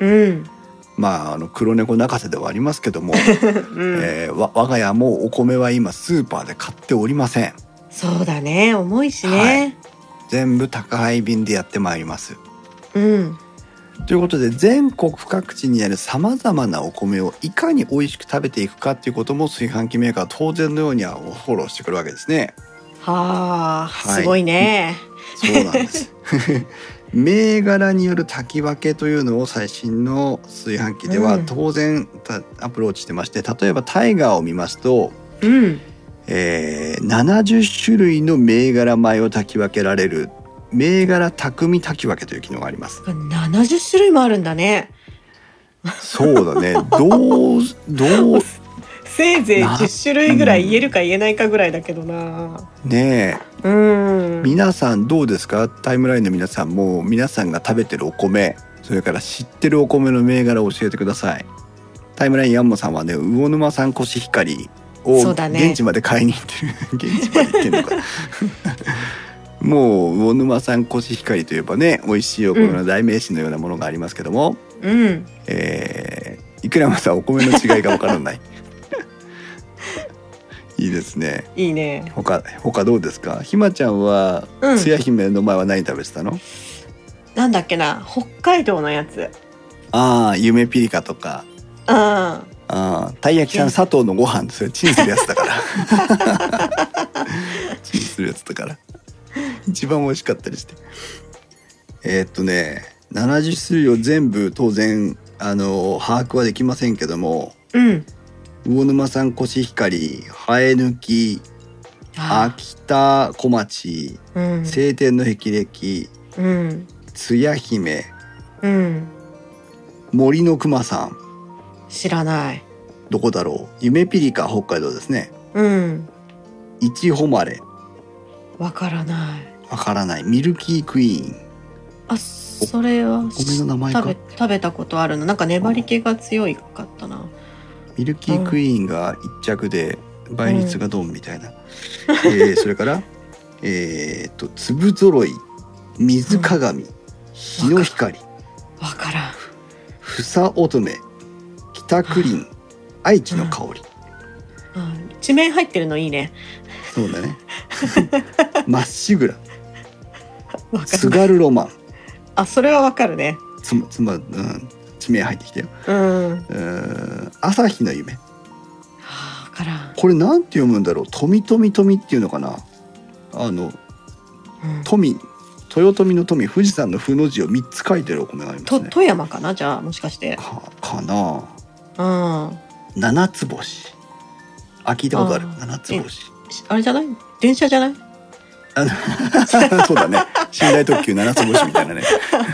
黒猫泣かせではありますけども、我が家もお米は今スーパーで買っておりません。 そうだね、重いしね。 全部宅配便でやってまいります。ということで全国各地にあるさまざまなお米をいかに美味しく食べていくかということも炊飯器メーカーは当然のようにはフォローしてくるわけですね。 すごいね。 そうなんです。銘柄による炊き分けというのを最新の炊飯器では当然アプローチしてまして、例えばタイガーを見ますと、70種類の銘柄米を炊き分けられる銘柄匠炊き分けという機能があります。 70種類もあるんだね。 そうだね。どうせいぜい10種類ぐらい言えるか言えないかぐらいだけどな。 ねえ。皆さんどうですか？タイムラインの皆さんも皆さんが食べてるお米、それから知ってるお米の銘柄を教えてください。タイムラインヤンモさんはね、魚沼産コシヒカリを現地まで買いに行ってる。現地まで行ってんのか。もう魚沼産コシヒカリといえばね、美味しいお米の代名詞のようなものがありますけども、いくらもさんお米の違いがわからない。いいですね。 いいね。 他どうですか？ひまちゃんは、つや姫の前は何食べてたの？ なんだっけな、北海道のやつ。 夢ピリカとか。たい焼きさん砂糖のご飯、それチンするやつだから。チンするやつだから。一番美味しかったりして。70種類を全部当然把握はできませんけども、魚沼産コシヒカリ、ハエ抜き、秋田小町、青天の霹靂、つや姫、森の熊さん。 知らない。 どこだろう。夢ピリカ、北海道ですね。いちほまれ。 わからない。 ミルキークイーン。 それは米の名前か。 食べたことあるの。なんか粘り気が強いかったな。 ミルキークイーンが1着で倍率がドンみたいな。それから粒ぞろい、水鏡、日の光、 わからん。 ふさ乙女、北クリン、愛知の香り。 地名入ってるのいいね。 そうだね。まっしぐら、津軽ロマン。 それはわかるね。 地名入ってきたよ。朝日の夢。 わからん。 これなんて読むんだろう。富っていうのかな。富豊臣の富、富士山の富の字を3つ書いてるお米がありますね。 富山かな、じゃあもしかしてかな。七つ星。聞いたことある。七つ星。 あれじゃない？電車じゃない？ そうだね。寝台特急七つ星みたいなね。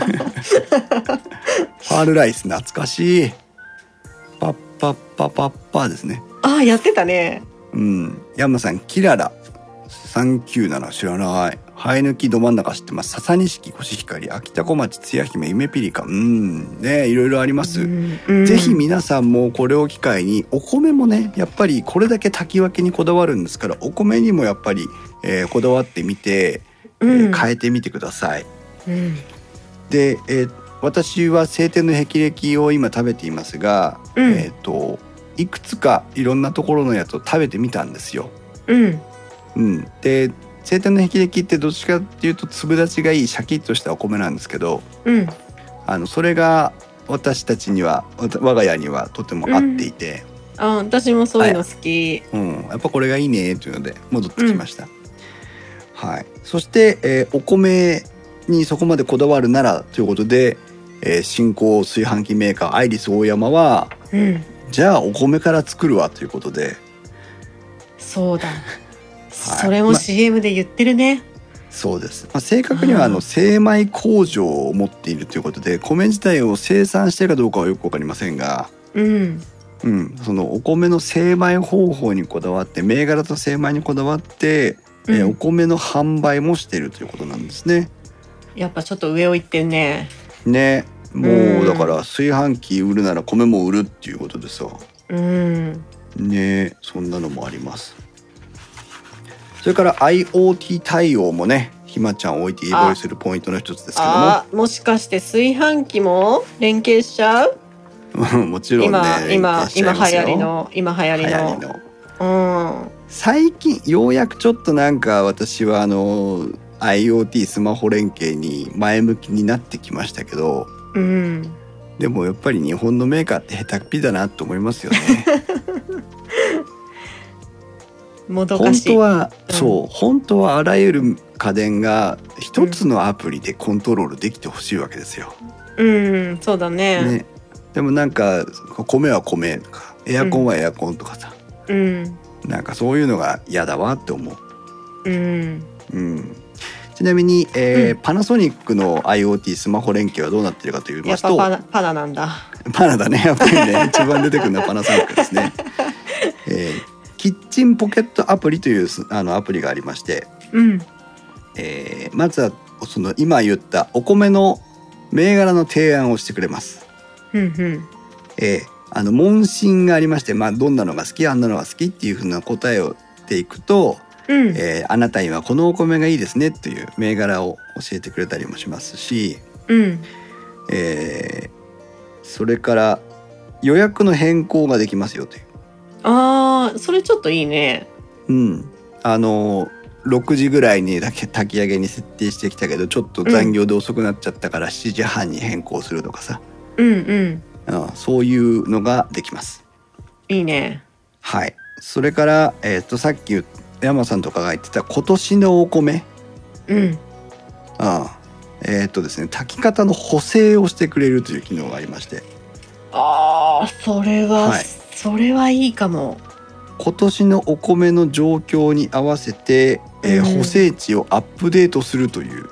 パールライス懐かしい。パッパッパパッパですね。 やってたね。 山さん、キララ397知らない。生え抜きど真ん中知ってます。笹錦、コシヒカリ、秋田小町、つや姫、ゆめピリカ、ね、いろいろあります。ぜひ皆さんもこれを機会に、お米もね、やっぱりこれだけ炊き分けにこだわるんですから、お米にもやっぱり、こだわってみて、変えてみてください。で、私は青天の霹靂を今食べていますが、いくつかいろんなところのやつを食べてみたんですよ。で、青天の霹靂ってどっちかっていうと粒立ちがいいシャキッとしたお米なんですけど、それが私たちには、我が家にはとても合っていて、 私もそういうの好き。 やっぱこれがいいねというので戻ってきました。そして、お米にそこまでこだわるならということで、新興炊飯器メーカーアイリスオーヤマは、じゃあお米から作るわということで。 そうだ、それも CM で言ってるね。 そうです。正確には精米工場を持っているということで、米自体を生産しているかどうかはよく分かりませんが、そのお米の精米方法にこだわって、銘柄と精米にこだわって、お米の販売もしているということなんですね。 やっぱちょっと上を行ってんね。 ね、もうだから炊飯器売るなら米も売るっていうことでさ、ね、そんなのもあります。それから IoT 対応もね、ひまちゃん置いていぼりするポイントの一つですけども、 もしかして炊飯器も連携しちゃう？ もちろんね、 今流行りの、 最近ようやくちょっとなんか私はIoT スマホ連携に前向きになってきましたけど、でもやっぱり日本のメーカーって下手っぴだなと思いますよね。本当はあらゆる家電が一つのアプリでコントロールできてほしいわけですよ。 そうだね。 でもなんか米は米とかエアコンはエアコンとかさ、なんかそういうのが嫌だわって思う。ちなみに、パナソニックの IoT スマホ連携はどうなっているかと言いますと、 やっぱパナなんだ。 パナだね、やっぱりね。一番出てくるのはパナソニックですね。キッチンポケットアプリというアプリがありまして、まずはその今言ったお米の銘柄の提案をしてくれます。問診がありまして、どんなのが好き、あんなのが好きっていうふうな答えをっていくと、あなたにはこのお米がいいですねという銘柄を教えてくれたりもしますし、それから予約の変更ができますよという。 それちょっといいね。 6時ぐらいにだけ炊き上げに設定してきたけど、ちょっと残業で遅くなっちゃったから7時半に変更するとかさ、そういうのができます。 いいね。 それから、さっき山さんとかが言ってた今年のお米、ですね、炊き方の補正をしてくれるという機能がありまして、 それはいいかも。 今年のお米の状況に合わせて、補正値をアップデートするという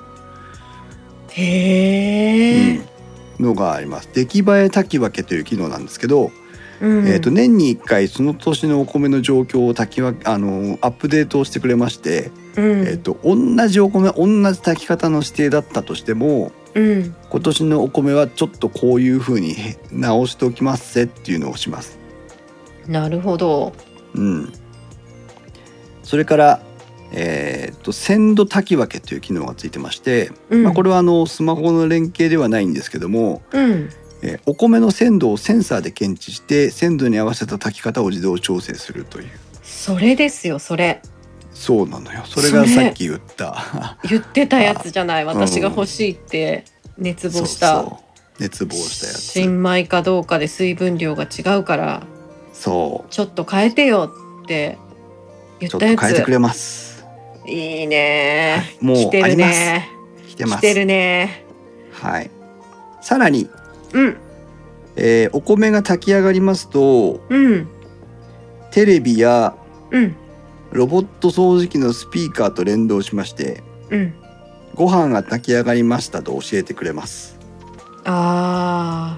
のがあります。出来栄え炊き分けという機能なんですけど、年に1回その年のお米の状況をアップデートをしてくれまして、同じお米同じ炊き方の指定だったとしても、今年のお米はちょっとこういう風に直しておきますぜっていうのをします。 なるほど。 それから鮮度炊き分けという機能がついてまして、これはスマホの連携ではないんですけども、お米の鮮度をセンサーで検知して鮮度に合わせた炊き方を自動調整するという。 それですよ、それ。 そうなのよ。それがさっき言ってたやつじゃない。私が欲しいって熱望したやつ。 新米かどうかで水分量が違うから、ちょっと変えてよって言ったやつ。 ちょっと変えてくれます。 いいね。 もう来てるね。 来てます。 来てるね。 はい。さらに、 お米が炊き上がりますと、テレビや、ロボット掃除機のスピーカーと連動しまして、ご飯が炊き上がりましたと教えてくれます。 ま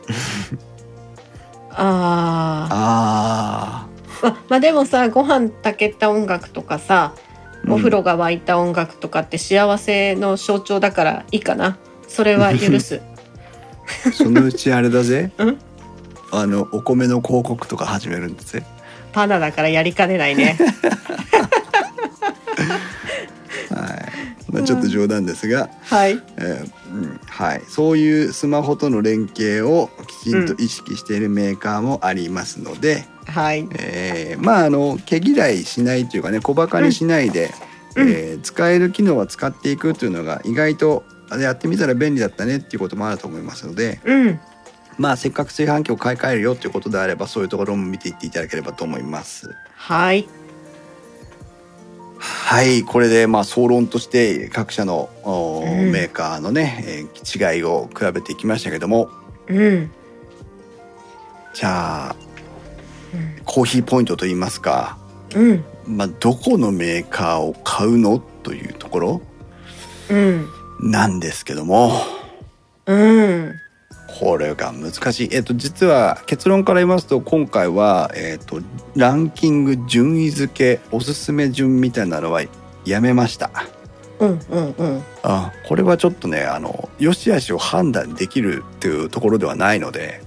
あでもさ、ご飯炊けた音楽とかさ、お風呂が沸いた音楽とかって幸せの象徴だからいいかな。それは許す。 そのうちあれだぜ。お米の広告とか始めるんですぜ。 パナだからやりかねないね。 ちょっと冗談ですが、 はい、 そういうスマホとの連携をきちんと意識しているメーカーもありますので、毛嫌いしないというかね、小バカにしないで、使える機能は使っていくというのが意外とやってみたら便利だったねっていうこともあると思いますので、せっかく炊飯器を買い替えるよということであれば、そういうところも見ていっていただければと思います。はい、これで総論として各社の、メーカーのね、違いを比べていきましたけども、じゃあ、コーヒーポイントといいますか、どこのメーカーを買うのというところ、なんですけども、これが難しい。実は結論から言いますと、今回は、ランキング順位付けおすすめ順みたいなのはやめました。これはちょっとね、良し悪しを判断できるっていうところではないので、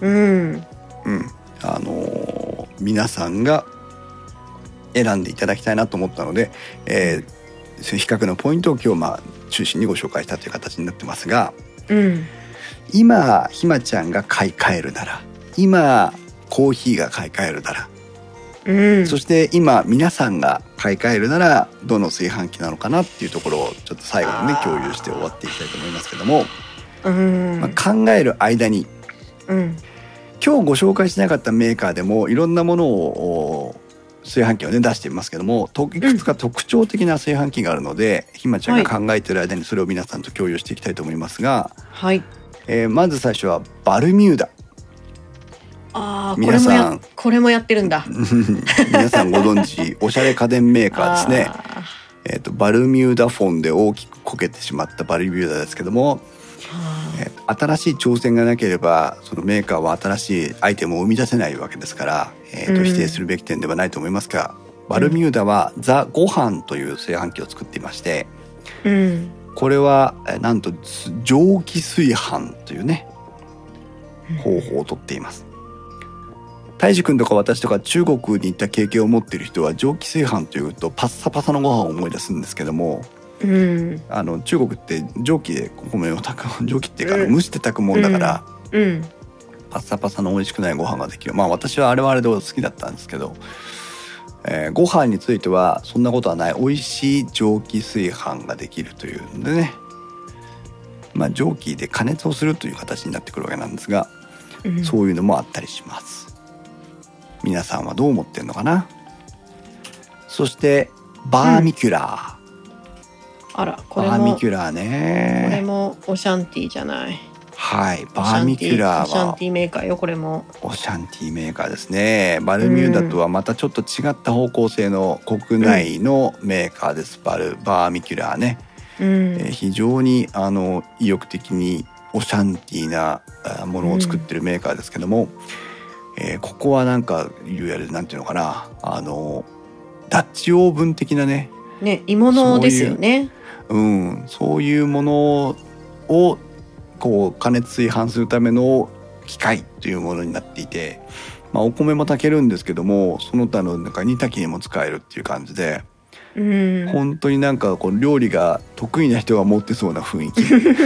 皆さんが選んでいただきたいなと思ったので、比較のポイントを今日中心にご紹介したという形になってますが、今ひまちゃんが買い替えるなら、今コーヒーが買い替えるなら、そして今皆さんが買い替えるならどの炊飯器なのかなっていうところをちょっと最後にね共有して終わっていきたいと思いますけども、考える間に、今日ご紹介しなかったメーカーでもいろんなものを炊飯器をね出していますけども、いくつか特徴的な炊飯器があるので、ひまちゃんが考えている間にそれを皆さんと共有していきたいと思いますが、まず最初はバルミューダ。 皆さんこれもやってるんだ。 皆さんご存知おしゃれ家電メーカーですね。バルミューダフォンで大きくこけてしまったバルミューダですけども、新しい挑戦がなければそのメーカーは新しいアイテムを生み出せないわけですから、否定するべき点ではないと思いますが、バルミューダはザ・ごはんという炊飯器を作っていまして、これはなんと蒸気炊飯というね方法をとっています。大志くんとか私とか中国に行った経験を持っている人は蒸気炊飯というとパッサパサのご飯を思い出すんですけども、中国って蒸気でお米を炊く、蒸気っていうか蒸して炊くもんだから、パッサパサの美味しくないご飯ができる。私はあれはあれで好きだったんですけど、ご飯についてはそんなことはない。美味しい蒸気炊飯ができるというんでね、蒸気で加熱をするという形になってくるわけなんですが、そういうのもあったりします。皆さんはどう思ってんのかな。そしてバーミキュラー、バーミキュラーね、 これもオシャンティーじゃない。 バーミキュラーはオシャンティーメーカーよ。これもオシャンティーメーカーですね。バルミューダとはまたちょっと違った方向性の国内のメーカーです。バーミキュラーね、非常に意欲的にオシャンティーなものを作ってるメーカーですけども、ここはなんかいわゆるなんていうのかな、ダッチオーブン的なね鋳物ですよね。 そういうものをこう加熱炊飯するための機械というものになっていて、お米も炊けるんですけども、その他のなんか煮炊きにも使えるっていう感じで、本当になんかこう料理が得意な人が持ってそうな雰囲気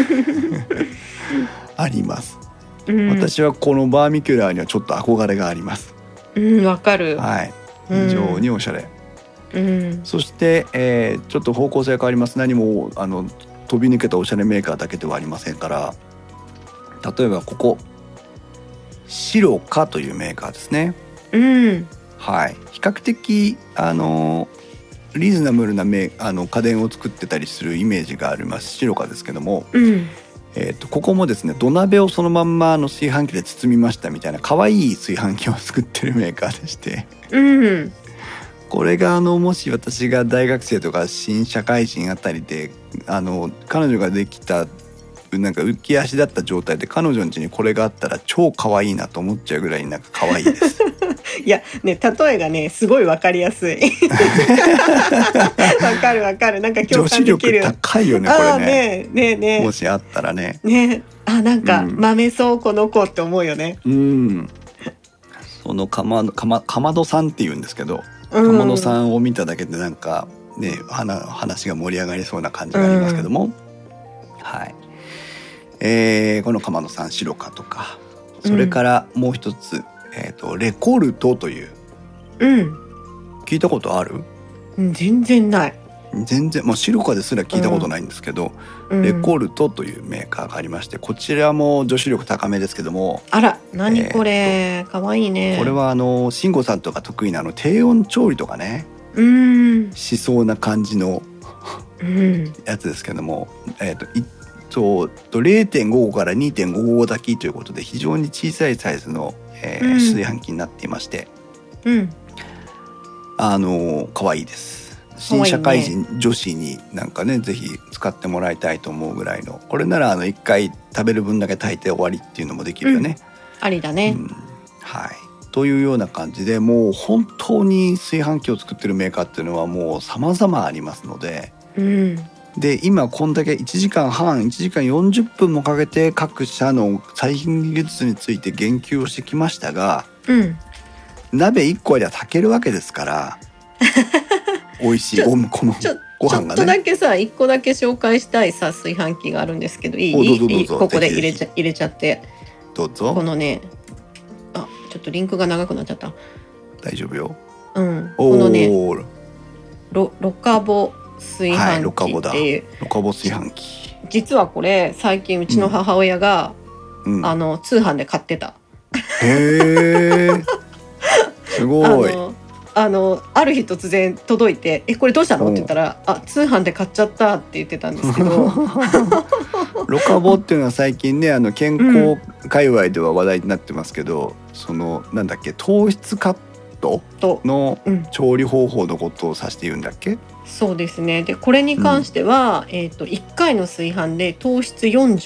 あります。私はこのバーミキュラーにはちょっと憧れがあります。 わかる。 非常におしゃれ。そして、ちょっと方向性が変わります。何も飛び抜けたおしゃれメーカーだけではありませんから、例えばここシロカというメーカーですね。比較的リーズナブルな家電を作ってたりするイメージがありますシロカですけども、ここもですね土鍋をそのまんま炊飯器で包みましたみたいな可愛い炊飯器を作ってるメーカーでして、これがもし私が大学生とか新社会人あたりで彼女ができたなんか浮き足だった状態で彼女の家にこれがあったら超可愛いなと思っちゃうぐらいなんか可愛いですいやね、例えがねすごい分かりやすいわかるなんか共感できる。 女子力高いよねこれね。もしあったらねなんか豆そうこの子って思うよね。 そのかまどさんっていうんですけど、かまどさんを見ただけでなんかね話が盛り上がりそうな感じがありますけども、はい。このかまどさんシロカとか、それからもう一つ、レコルトという、聞いたことある？ 全然ない。 全然、シロカですら聞いたことないんですけど、レコルトというメーカーがありまして、こちらも女子力高めですけども、 あら何これ、かわいいね。 これは慎吾さんとか得意な低温調理とかねしそうな感じのやつですけども、0.5 から 2.5 炊きということで非常に小さいサイズの、炊飯器になっていまして、可愛いです。新社会人女子になんかねぜひ使ってもらいたいと思うぐらいの、これなら1回食べる分だけ炊いて終わりっていうのもできるよね。 ありだね。 はい。というような感じで、もう本当に炊飯器を作ってるメーカーっていうのはもう様々ありますので、で今こんだけ1時間半1時間40分もかけて各社の最新技術について言及をしてきましたが、鍋1個では炊けるわけですから美味しいこのご飯がね。ちょっとだけさ1個だけ紹介したい炊飯器があるんですけどいい？ここで入れちゃって。 どうぞ。 このねちょっとリンクが長くなっちゃった。 大丈夫よ。 このねロカボ炊飯器っていう、 ロカボ炊飯器、 実はこれ最近うちの母親が、通販で買ってた。 へーすごい。 ある日突然届いてこれどうしたのって言ったら通販で買っちゃったって言ってたんですけどロカボっていうのは最近ね健康界隈では話題になってますけど、なんだっけ糖質カットの調理方法のことを指して言うんだっけ？ そうですね。でこれに関しては、1回の炊飯で糖質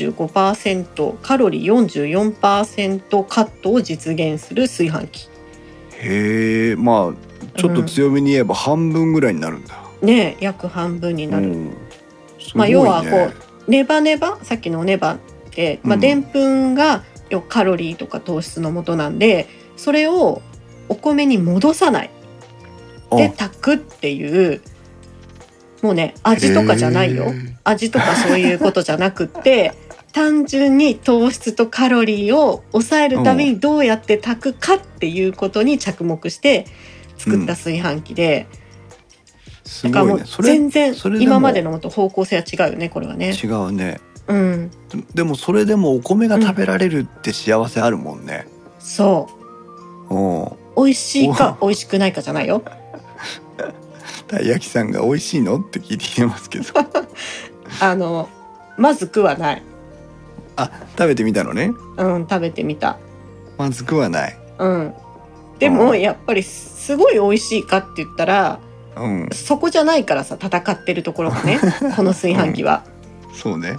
45% カロリー 44% カットを実現する炊飯器。 へえ、ちょっと強めに言えば半分ぐらいになるんだ。 ね、約半分になる。要はこうネバさっきのネバってでんぷんがカロリーとか糖質の元なんで、それをお米に戻さないで炊くっていう、もうね味とかじゃないよ。味とかそういうことじゃなくって単純に糖質とカロリーを抑えるためにどうやって炊くかっていうことに着目して作った炊飯器で、 すごいね。 もう全然今までのと方向性は違うよね。これはね違うね。でもそれでもお米が食べられるって幸せあるもんね。 そう美味しいか美味しくないかじゃないよ。 たい焼きさんが美味しいのって聞いてきてますけどまずくはない。 食べてみたのね。 食べてみた。 まずくはない。 でもやっぱりすごい美味しいかって言ったら、そこじゃないからさ、戦ってるところがねこの炊飯器は、 そうね。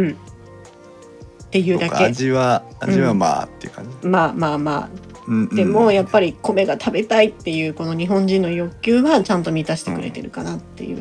っていうだけ。 味はっていう感じ。 でもやっぱり米が食べたいっていうこの日本人の欲求はちゃんと満たしてくれてるかなっていう。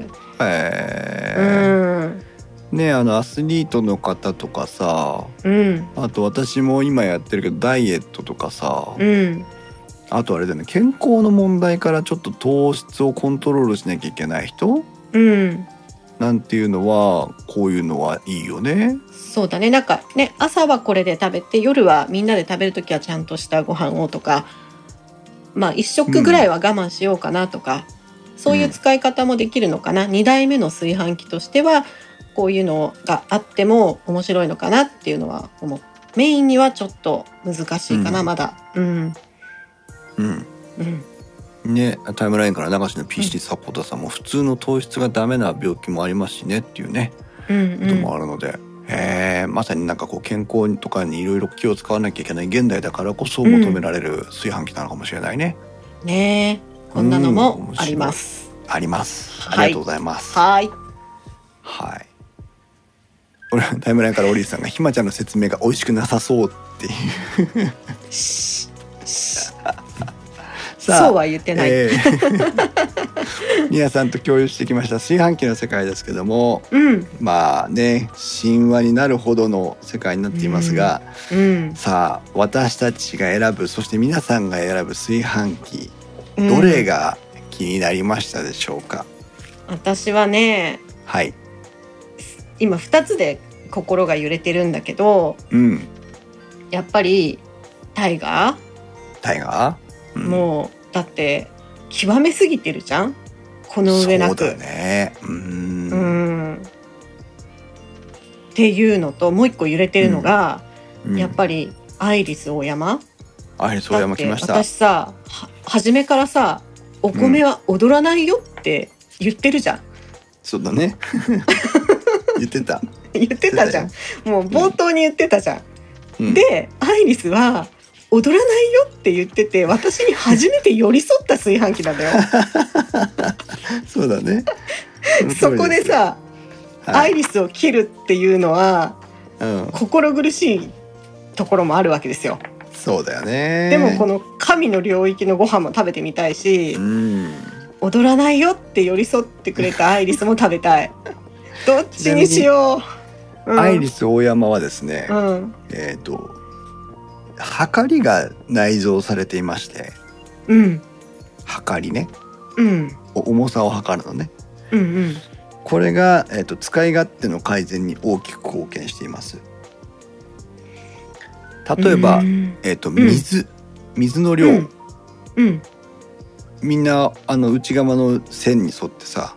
ね、アスリートの方とかさ、あと私も今やってるけどダイエットとかさ、あとあれだよね、健康の問題からちょっと糖質をコントロールしなきゃいけない人、なんていうのはこういうのはいいよね。 そうだね。なんかね、朝はこれで食べて夜はみんなで食べるときはちゃんとしたご飯をとか、1食ぐらいは我慢しようかなとか、そういう使い方もできるのかな。2代目の炊飯器としてはこういうのがあっても面白いのかなっていうのは思う。メインにはちょっと難しいかな、まだ。 ね、タイムラインから流しの PC サポーターさんも普通の糖質がダメな病気もありますしねっていうね、こともあるので、まさになんかこう健康とかにいろいろ気を使わなきゃいけない現代だからこそ求められる炊飯器なのかもしれないね。 ねえ、こんなのもあります。 あります。ありがとうございます。 はい。 はい。俺タイムラインからオリーさんがひまちゃんの説明が美味しくなさそうっていうそうは言ってない、 皆さんと共有してきました炊飯器の世界ですけども、まあね神話になるほどの世界になっていますが、さあ私たちが選ぶ、そして皆さんが選ぶ炊飯器、どれが気になりましたでしょうか？ 私はね、 はい、 今2つで心が揺れてるんだけど、やっぱりタイガー、もうだって極めすぎてるじゃん、この上なく。 そうだね。 っていうのと、もう一個揺れてるのが、やっぱりアイリスオーヤマ。 アイリスオーヤマ来ました。 私さ、初めからさ、お米は踊らないよって言ってるじゃん。 そうだね。言ってたじゃん。もう冒頭に言ってたじゃん。で、アイリスは踊らないよって言ってて、私に初めて寄り添った炊飯器なんだよ。 そうだね。 そこでさ、アイリスを切るっていうのは、心苦しいところもあるわけですよ。 そうだよね。 でもこの神の領域のご飯も食べてみたいし、踊らないよって寄り添ってくれたアイリスも食べたい。どっちにしよう。 アイリスオーヤマはですね、はかりが内蔵されていまして、はかりね、重さを測るのね、これが、使い勝手の改善に大きく貢献しています。例えば、水の量、みんな内側の線に沿ってさ、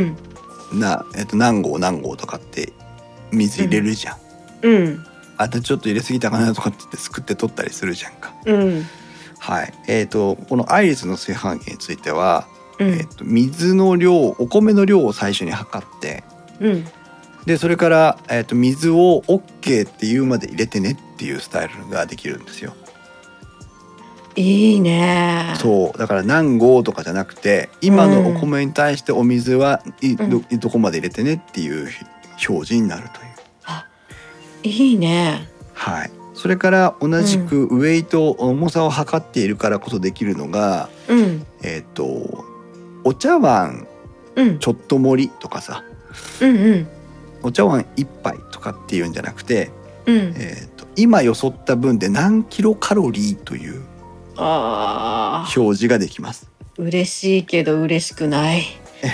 何合とかって水入れるじゃん。あとちょっと入れすぎたかなとかって言ってすくって取ったりするじゃんか。はい。このアイリスの炊飯器については、水の量、お米の量を最初に測って、でそれから、水を OK っていうまで入れてねっていうスタイルができるんですよ。 いいね。 そうだから何合とかじゃなくて、今のお米に対してお水はどこまで入れてねっていう表示になるという。 いいね。 はい。それから同じくウェイト、重さを測っているからこそできるのが、お茶碗ちょっと盛りとかさ、お茶碗1杯とかっていうんじゃなくて、今よそった分で何キロカロリーという表示ができます。 嬉しいけど嬉しくない。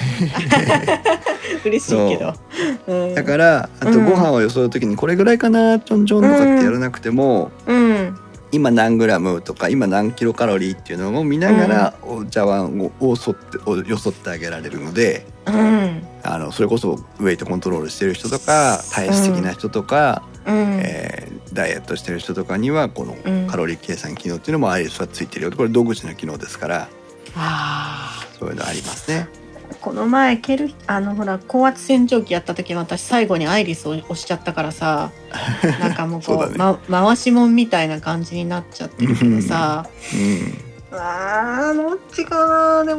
嬉しいけど、 だからあとご飯をよそる時にこれぐらいかなちょんちょんとかってやらなくても、今何グラムとか今何キロカロリーっていうのを見ながらお茶碗をよそってあげられるので、それこそウェイトコントロールしてる人とか体質的な人とか、ダイエットしてる人とかにはこのカロリー計算機能っていうのもアイリスはついてるよ。これ独自の機能ですから、そういうのありますね。 この前ほら高圧洗浄機やった時に私最後にアイリスを押しちゃったからさ、なんかもうこう回しもんみたいな感じになっちゃってるけどさ、どっちかな。で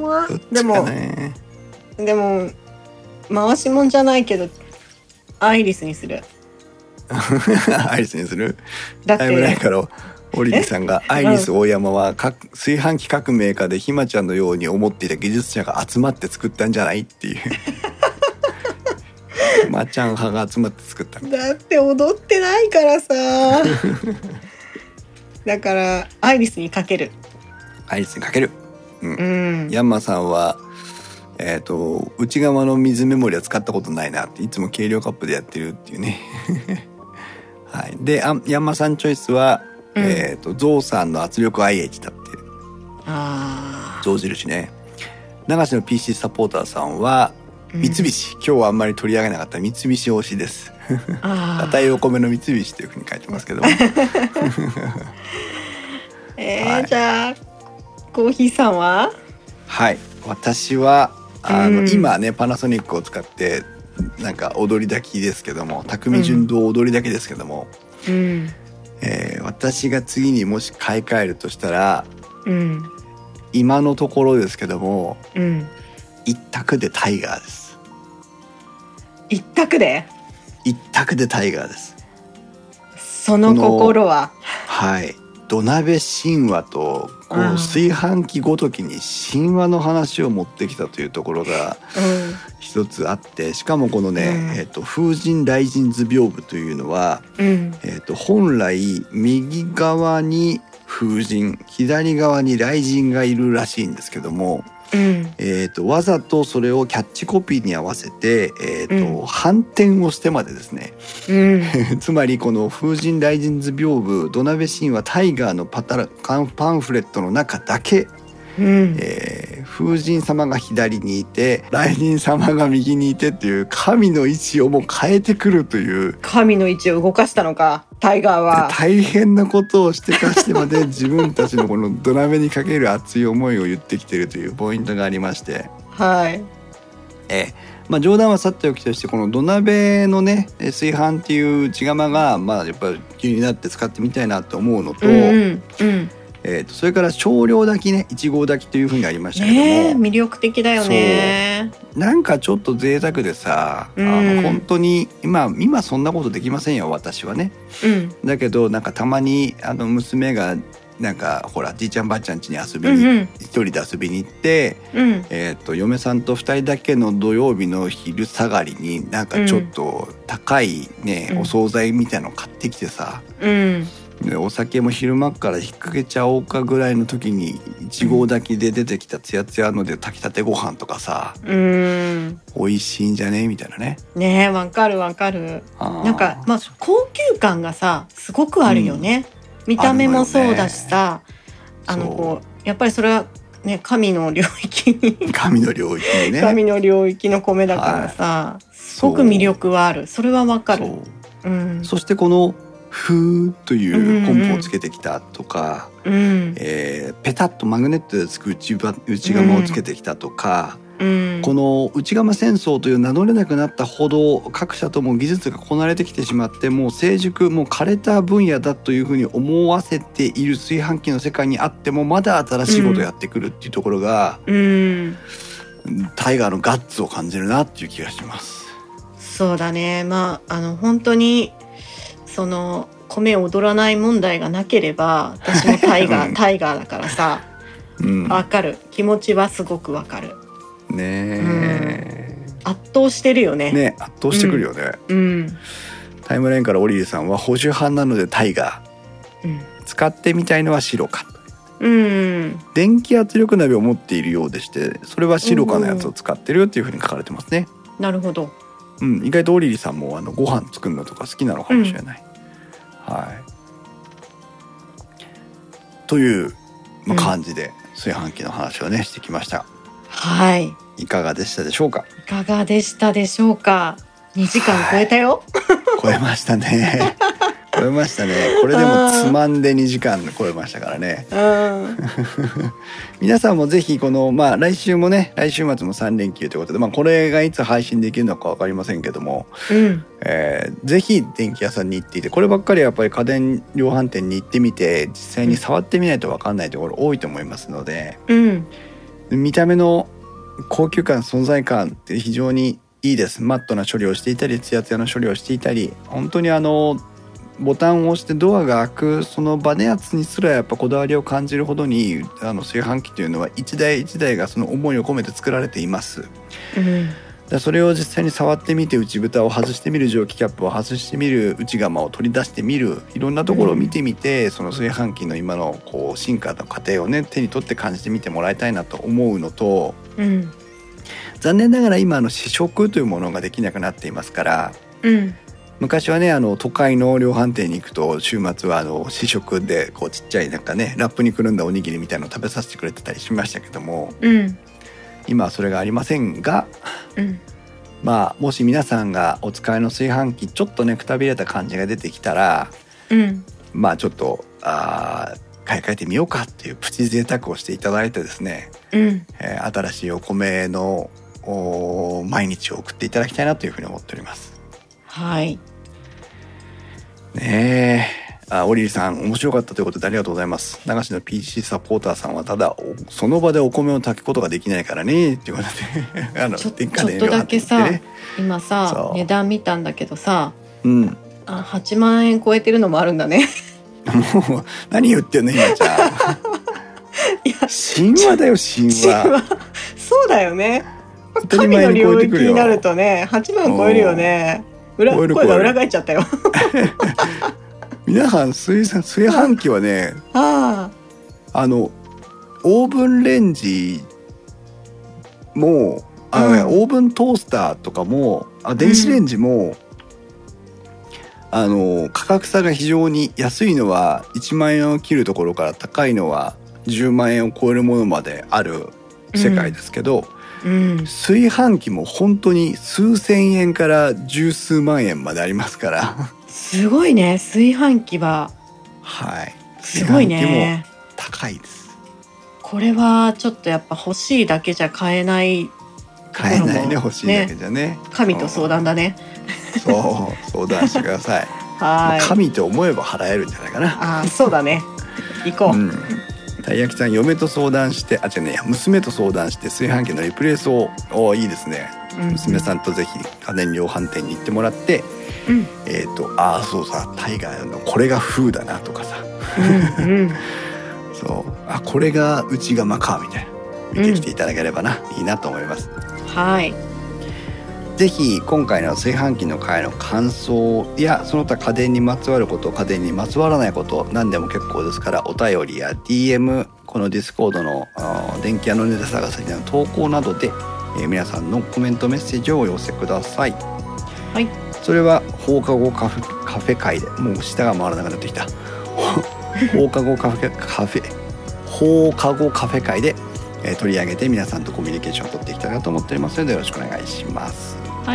も回しもんじゃないけどアイリスにする。 アイリスにする。だってタイムラインからオリリさんがアイリスオーヤマは炊飯器革命家でひまちゃんのように思っていた技術者が集まって作ったんじゃないっていう。ひまちゃん派が集まって作った。 だって踊ってないからさ。だからアイリスにかける。 アイリスにかける。ヤンマさんは内側の水メモリは使ったことないなっていつも計量カップでやってるっていうね。はい。でヤンマさんチョイスはゾウさんの圧力 IH だっていう象印ね。流しの PC サポーターさんは三菱、今日はあんまり取り上げなかった三菱推しです。硬いお米の三菱というふうに書いてますけども。 じゃあコーヒーさんは？ はい、私は今ねパナソニックを使ってなんか踊り炊きですけども、匠純道踊りだけですけども、私が次にもし買い替えるとしたら、今のところですけども、一択でタイガーです。 一択でタイガーです。 その心は、 はい、土鍋神話とこう炊飯器ごときに神話の話を持ってきたというところが一つあって、しかもこのね、風神雷神図屏風というのは、本来右側に風神左側に雷神がいるらしいんですけども、わざとそれをキャッチコピーに合わせて、反転をしてまでですね、つまりこの風神雷神図屏風土鍋神話タイガーのパンフレットの中だけ、風神様が左にいて雷神様が右にいてっていう神の位置をもう変えてくるという、 神の位置を動かしたのかタイガーは。 大変なことをしてかしてまで自分たちのこの土鍋にかける熱い思いを言ってきているというポイントがありまして、 はい、 冗談はさておきとして、この土鍋のね炊飯っていう内釜がやっぱり気になって使ってみたいなと思うのと、それから少量炊きね、1合炊きというふうにありましたけども、 魅力的だよね。 なんかちょっと贅沢でさ、本当に今そんなことできませんよ私はね、だけどなんかたまに娘がなんかほらじいちゃんばあちゃん家に遊びに、一人で遊びに行って、嫁さんと2人だけの土曜日の昼下がりになんかちょっと高いね、お惣菜みたいなの買ってきてさ、でお酒も昼間から引っ掛けちゃおうかぐらいの時に1合炊きで出てきたツヤツヤので炊きたてご飯とかさ、美味しいんじゃねみたいなね。 ねえ、わかる。なんか高級感がさすごくあるよね、見た目もそうだしさ、こうやっぱりそれはね神の領域に神の領域の米だからさ、すごく魅力はある。それはわかる。 そしてこのフーというポンプをつけてきたとか、ペタッとマグネットでつく内釜をつけてきたとか、この内釜戦争という名乗れなくなったほど各社とも技術がこなれてきてしまって、もう成熟もう枯れた分野だというふうに思わせている炊飯器の世界にあっても、まだ新しいことをやってくるっていうところが、タイガーのガッツを感じるなっていう気がします。 そうだね。本当にその米踊らない問題がなければ私もタイガーだからさ、わかる。気持ちはすごくわかるね。圧倒してるよね。 圧倒してくるよね。タイムラインからオリリさんは保守派なのでタイガー、使ってみたいのは白か、電気圧力鍋を持っているようでして、それは白かのやつを使ってるっていうふうに書かれてますね。 なるほど。 意外とオリリさんもご飯作るのとか好きなのかもしれない。という感じで炊飯器の話をねしてきました。いかがでしたでしょうか。 2時間超えたよ。 超えましたね。これでもつまんで2時間超えましたからね。皆さんもぜひこの来週末も3連休ということで、これがいつ配信できるのか分かりませんけども、ぜひ電気屋さんに行っていて、こればっかりはやっぱり家電量販店に行ってみて実際に触ってみないと分かんないところ多いと思いますので、見た目の高級感存在感って非常にいいです。マットな処理をしていたりツヤツヤの処理をしていたり、本当にボタンを押してドアが開くそのバネ圧にすらやっぱこだわりを感じるほどに炊飯器というのは一台一台がその思いを込めて作られています。それを実際に触ってみて、内蓋を外してみる、蒸気キャップを外してみる、内釜を取り出してみる、いろんなところを見てみて、その炊飯器の今の進化の過程をね手に取って感じてみてもらいたいなと思うのと、残念ながら今試食というものができなくなっていますから、昔はね都会の量販店に行くと週末は試食でちっちゃいなんかねラップにくるんだおにぎりみたいなのを食べさせてくれてたりしましたけども、今はそれがありませんが、もし皆さんがお使いの炊飯器ちょっとねくたびれた感じが出てきたら、ちょっと買い替えてみようかっていうプチ贅沢をしていただいてですね、新しいお米の毎日を送っていただきたいなというふうに思っております。 はい。 ねえ、オリリさん面白かったということでありがとうございます。流しの PC サポーターさんはただその場でお米を炊くことができないからねっていうことでちょっとだけさ、今さ値段見たんだけどさ、8万円超えてるのもあるんだね。 もう何言ってんの今ちゃん。いや神話だよ神話。 そうだよね。神の領域になるとね8万超えるよね。声が裏返っちゃったよ。 皆さん炊飯器はね、オーブンレンジもオーブントースターとかも電子レンジも、価格差が非常に安いのは1万円を切るところから高いのは10万円を超えるものまである世界ですけど、炊飯器も本当に数千円から十数万円までありますから。 すごいね。炊飯器はすごいね。 高いです。 これはちょっとやっぱ欲しいだけじゃ買えないね。 欲しいだけじゃね。 神と相談だね。 そう相談してください。はい。神と思えば払えるんじゃないかな。 そうだね。行こう。 たい焼きさん、嫁と相談して娘と相談して炊飯器のリプレースをいいですね。娘さんとぜひ家電量販店に行ってもらって、そうさタイガーのこれが風だなとかさ、そうこれが内釜かみたいな見てきていただければいいなと思います。 はい。 ぜひ今回の炊飯器の回の感想やその他家電にまつわること、家電にまつわらないこと何でも結構ですから、お便りや DM、 このディスコードの電気屋のネタ探しの投稿などで、皆さんのコメントメッセージをお寄せください。 はい。 それは放課後カフェ会で、もう舌が回らなくなってきた。放課後カフェ会で、取り上げて皆さんとコミュニケーションを取っていきたいなと思っておりますのでよろしくお願いします。 はい。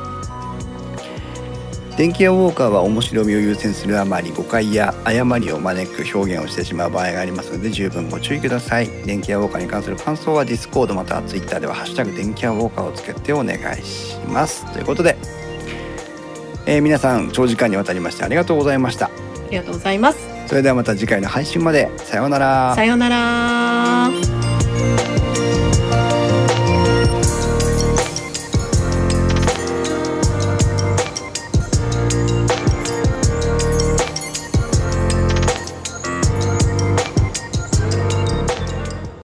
電気屋ウォーカーは面白みを優先するあまり誤解や誤りを招く表現をしてしまう場合がありますので十分ご注意ください。電気屋ウォーカーに関する感想はディスコードまたはツイッターではハッシュタグ電気屋ウォーカーをつけてお願いしますということで、皆さん長時間にわたりましてありがとうございました。 ありがとうございます。 それではまた次回の配信まで。さようなら。 さようなら。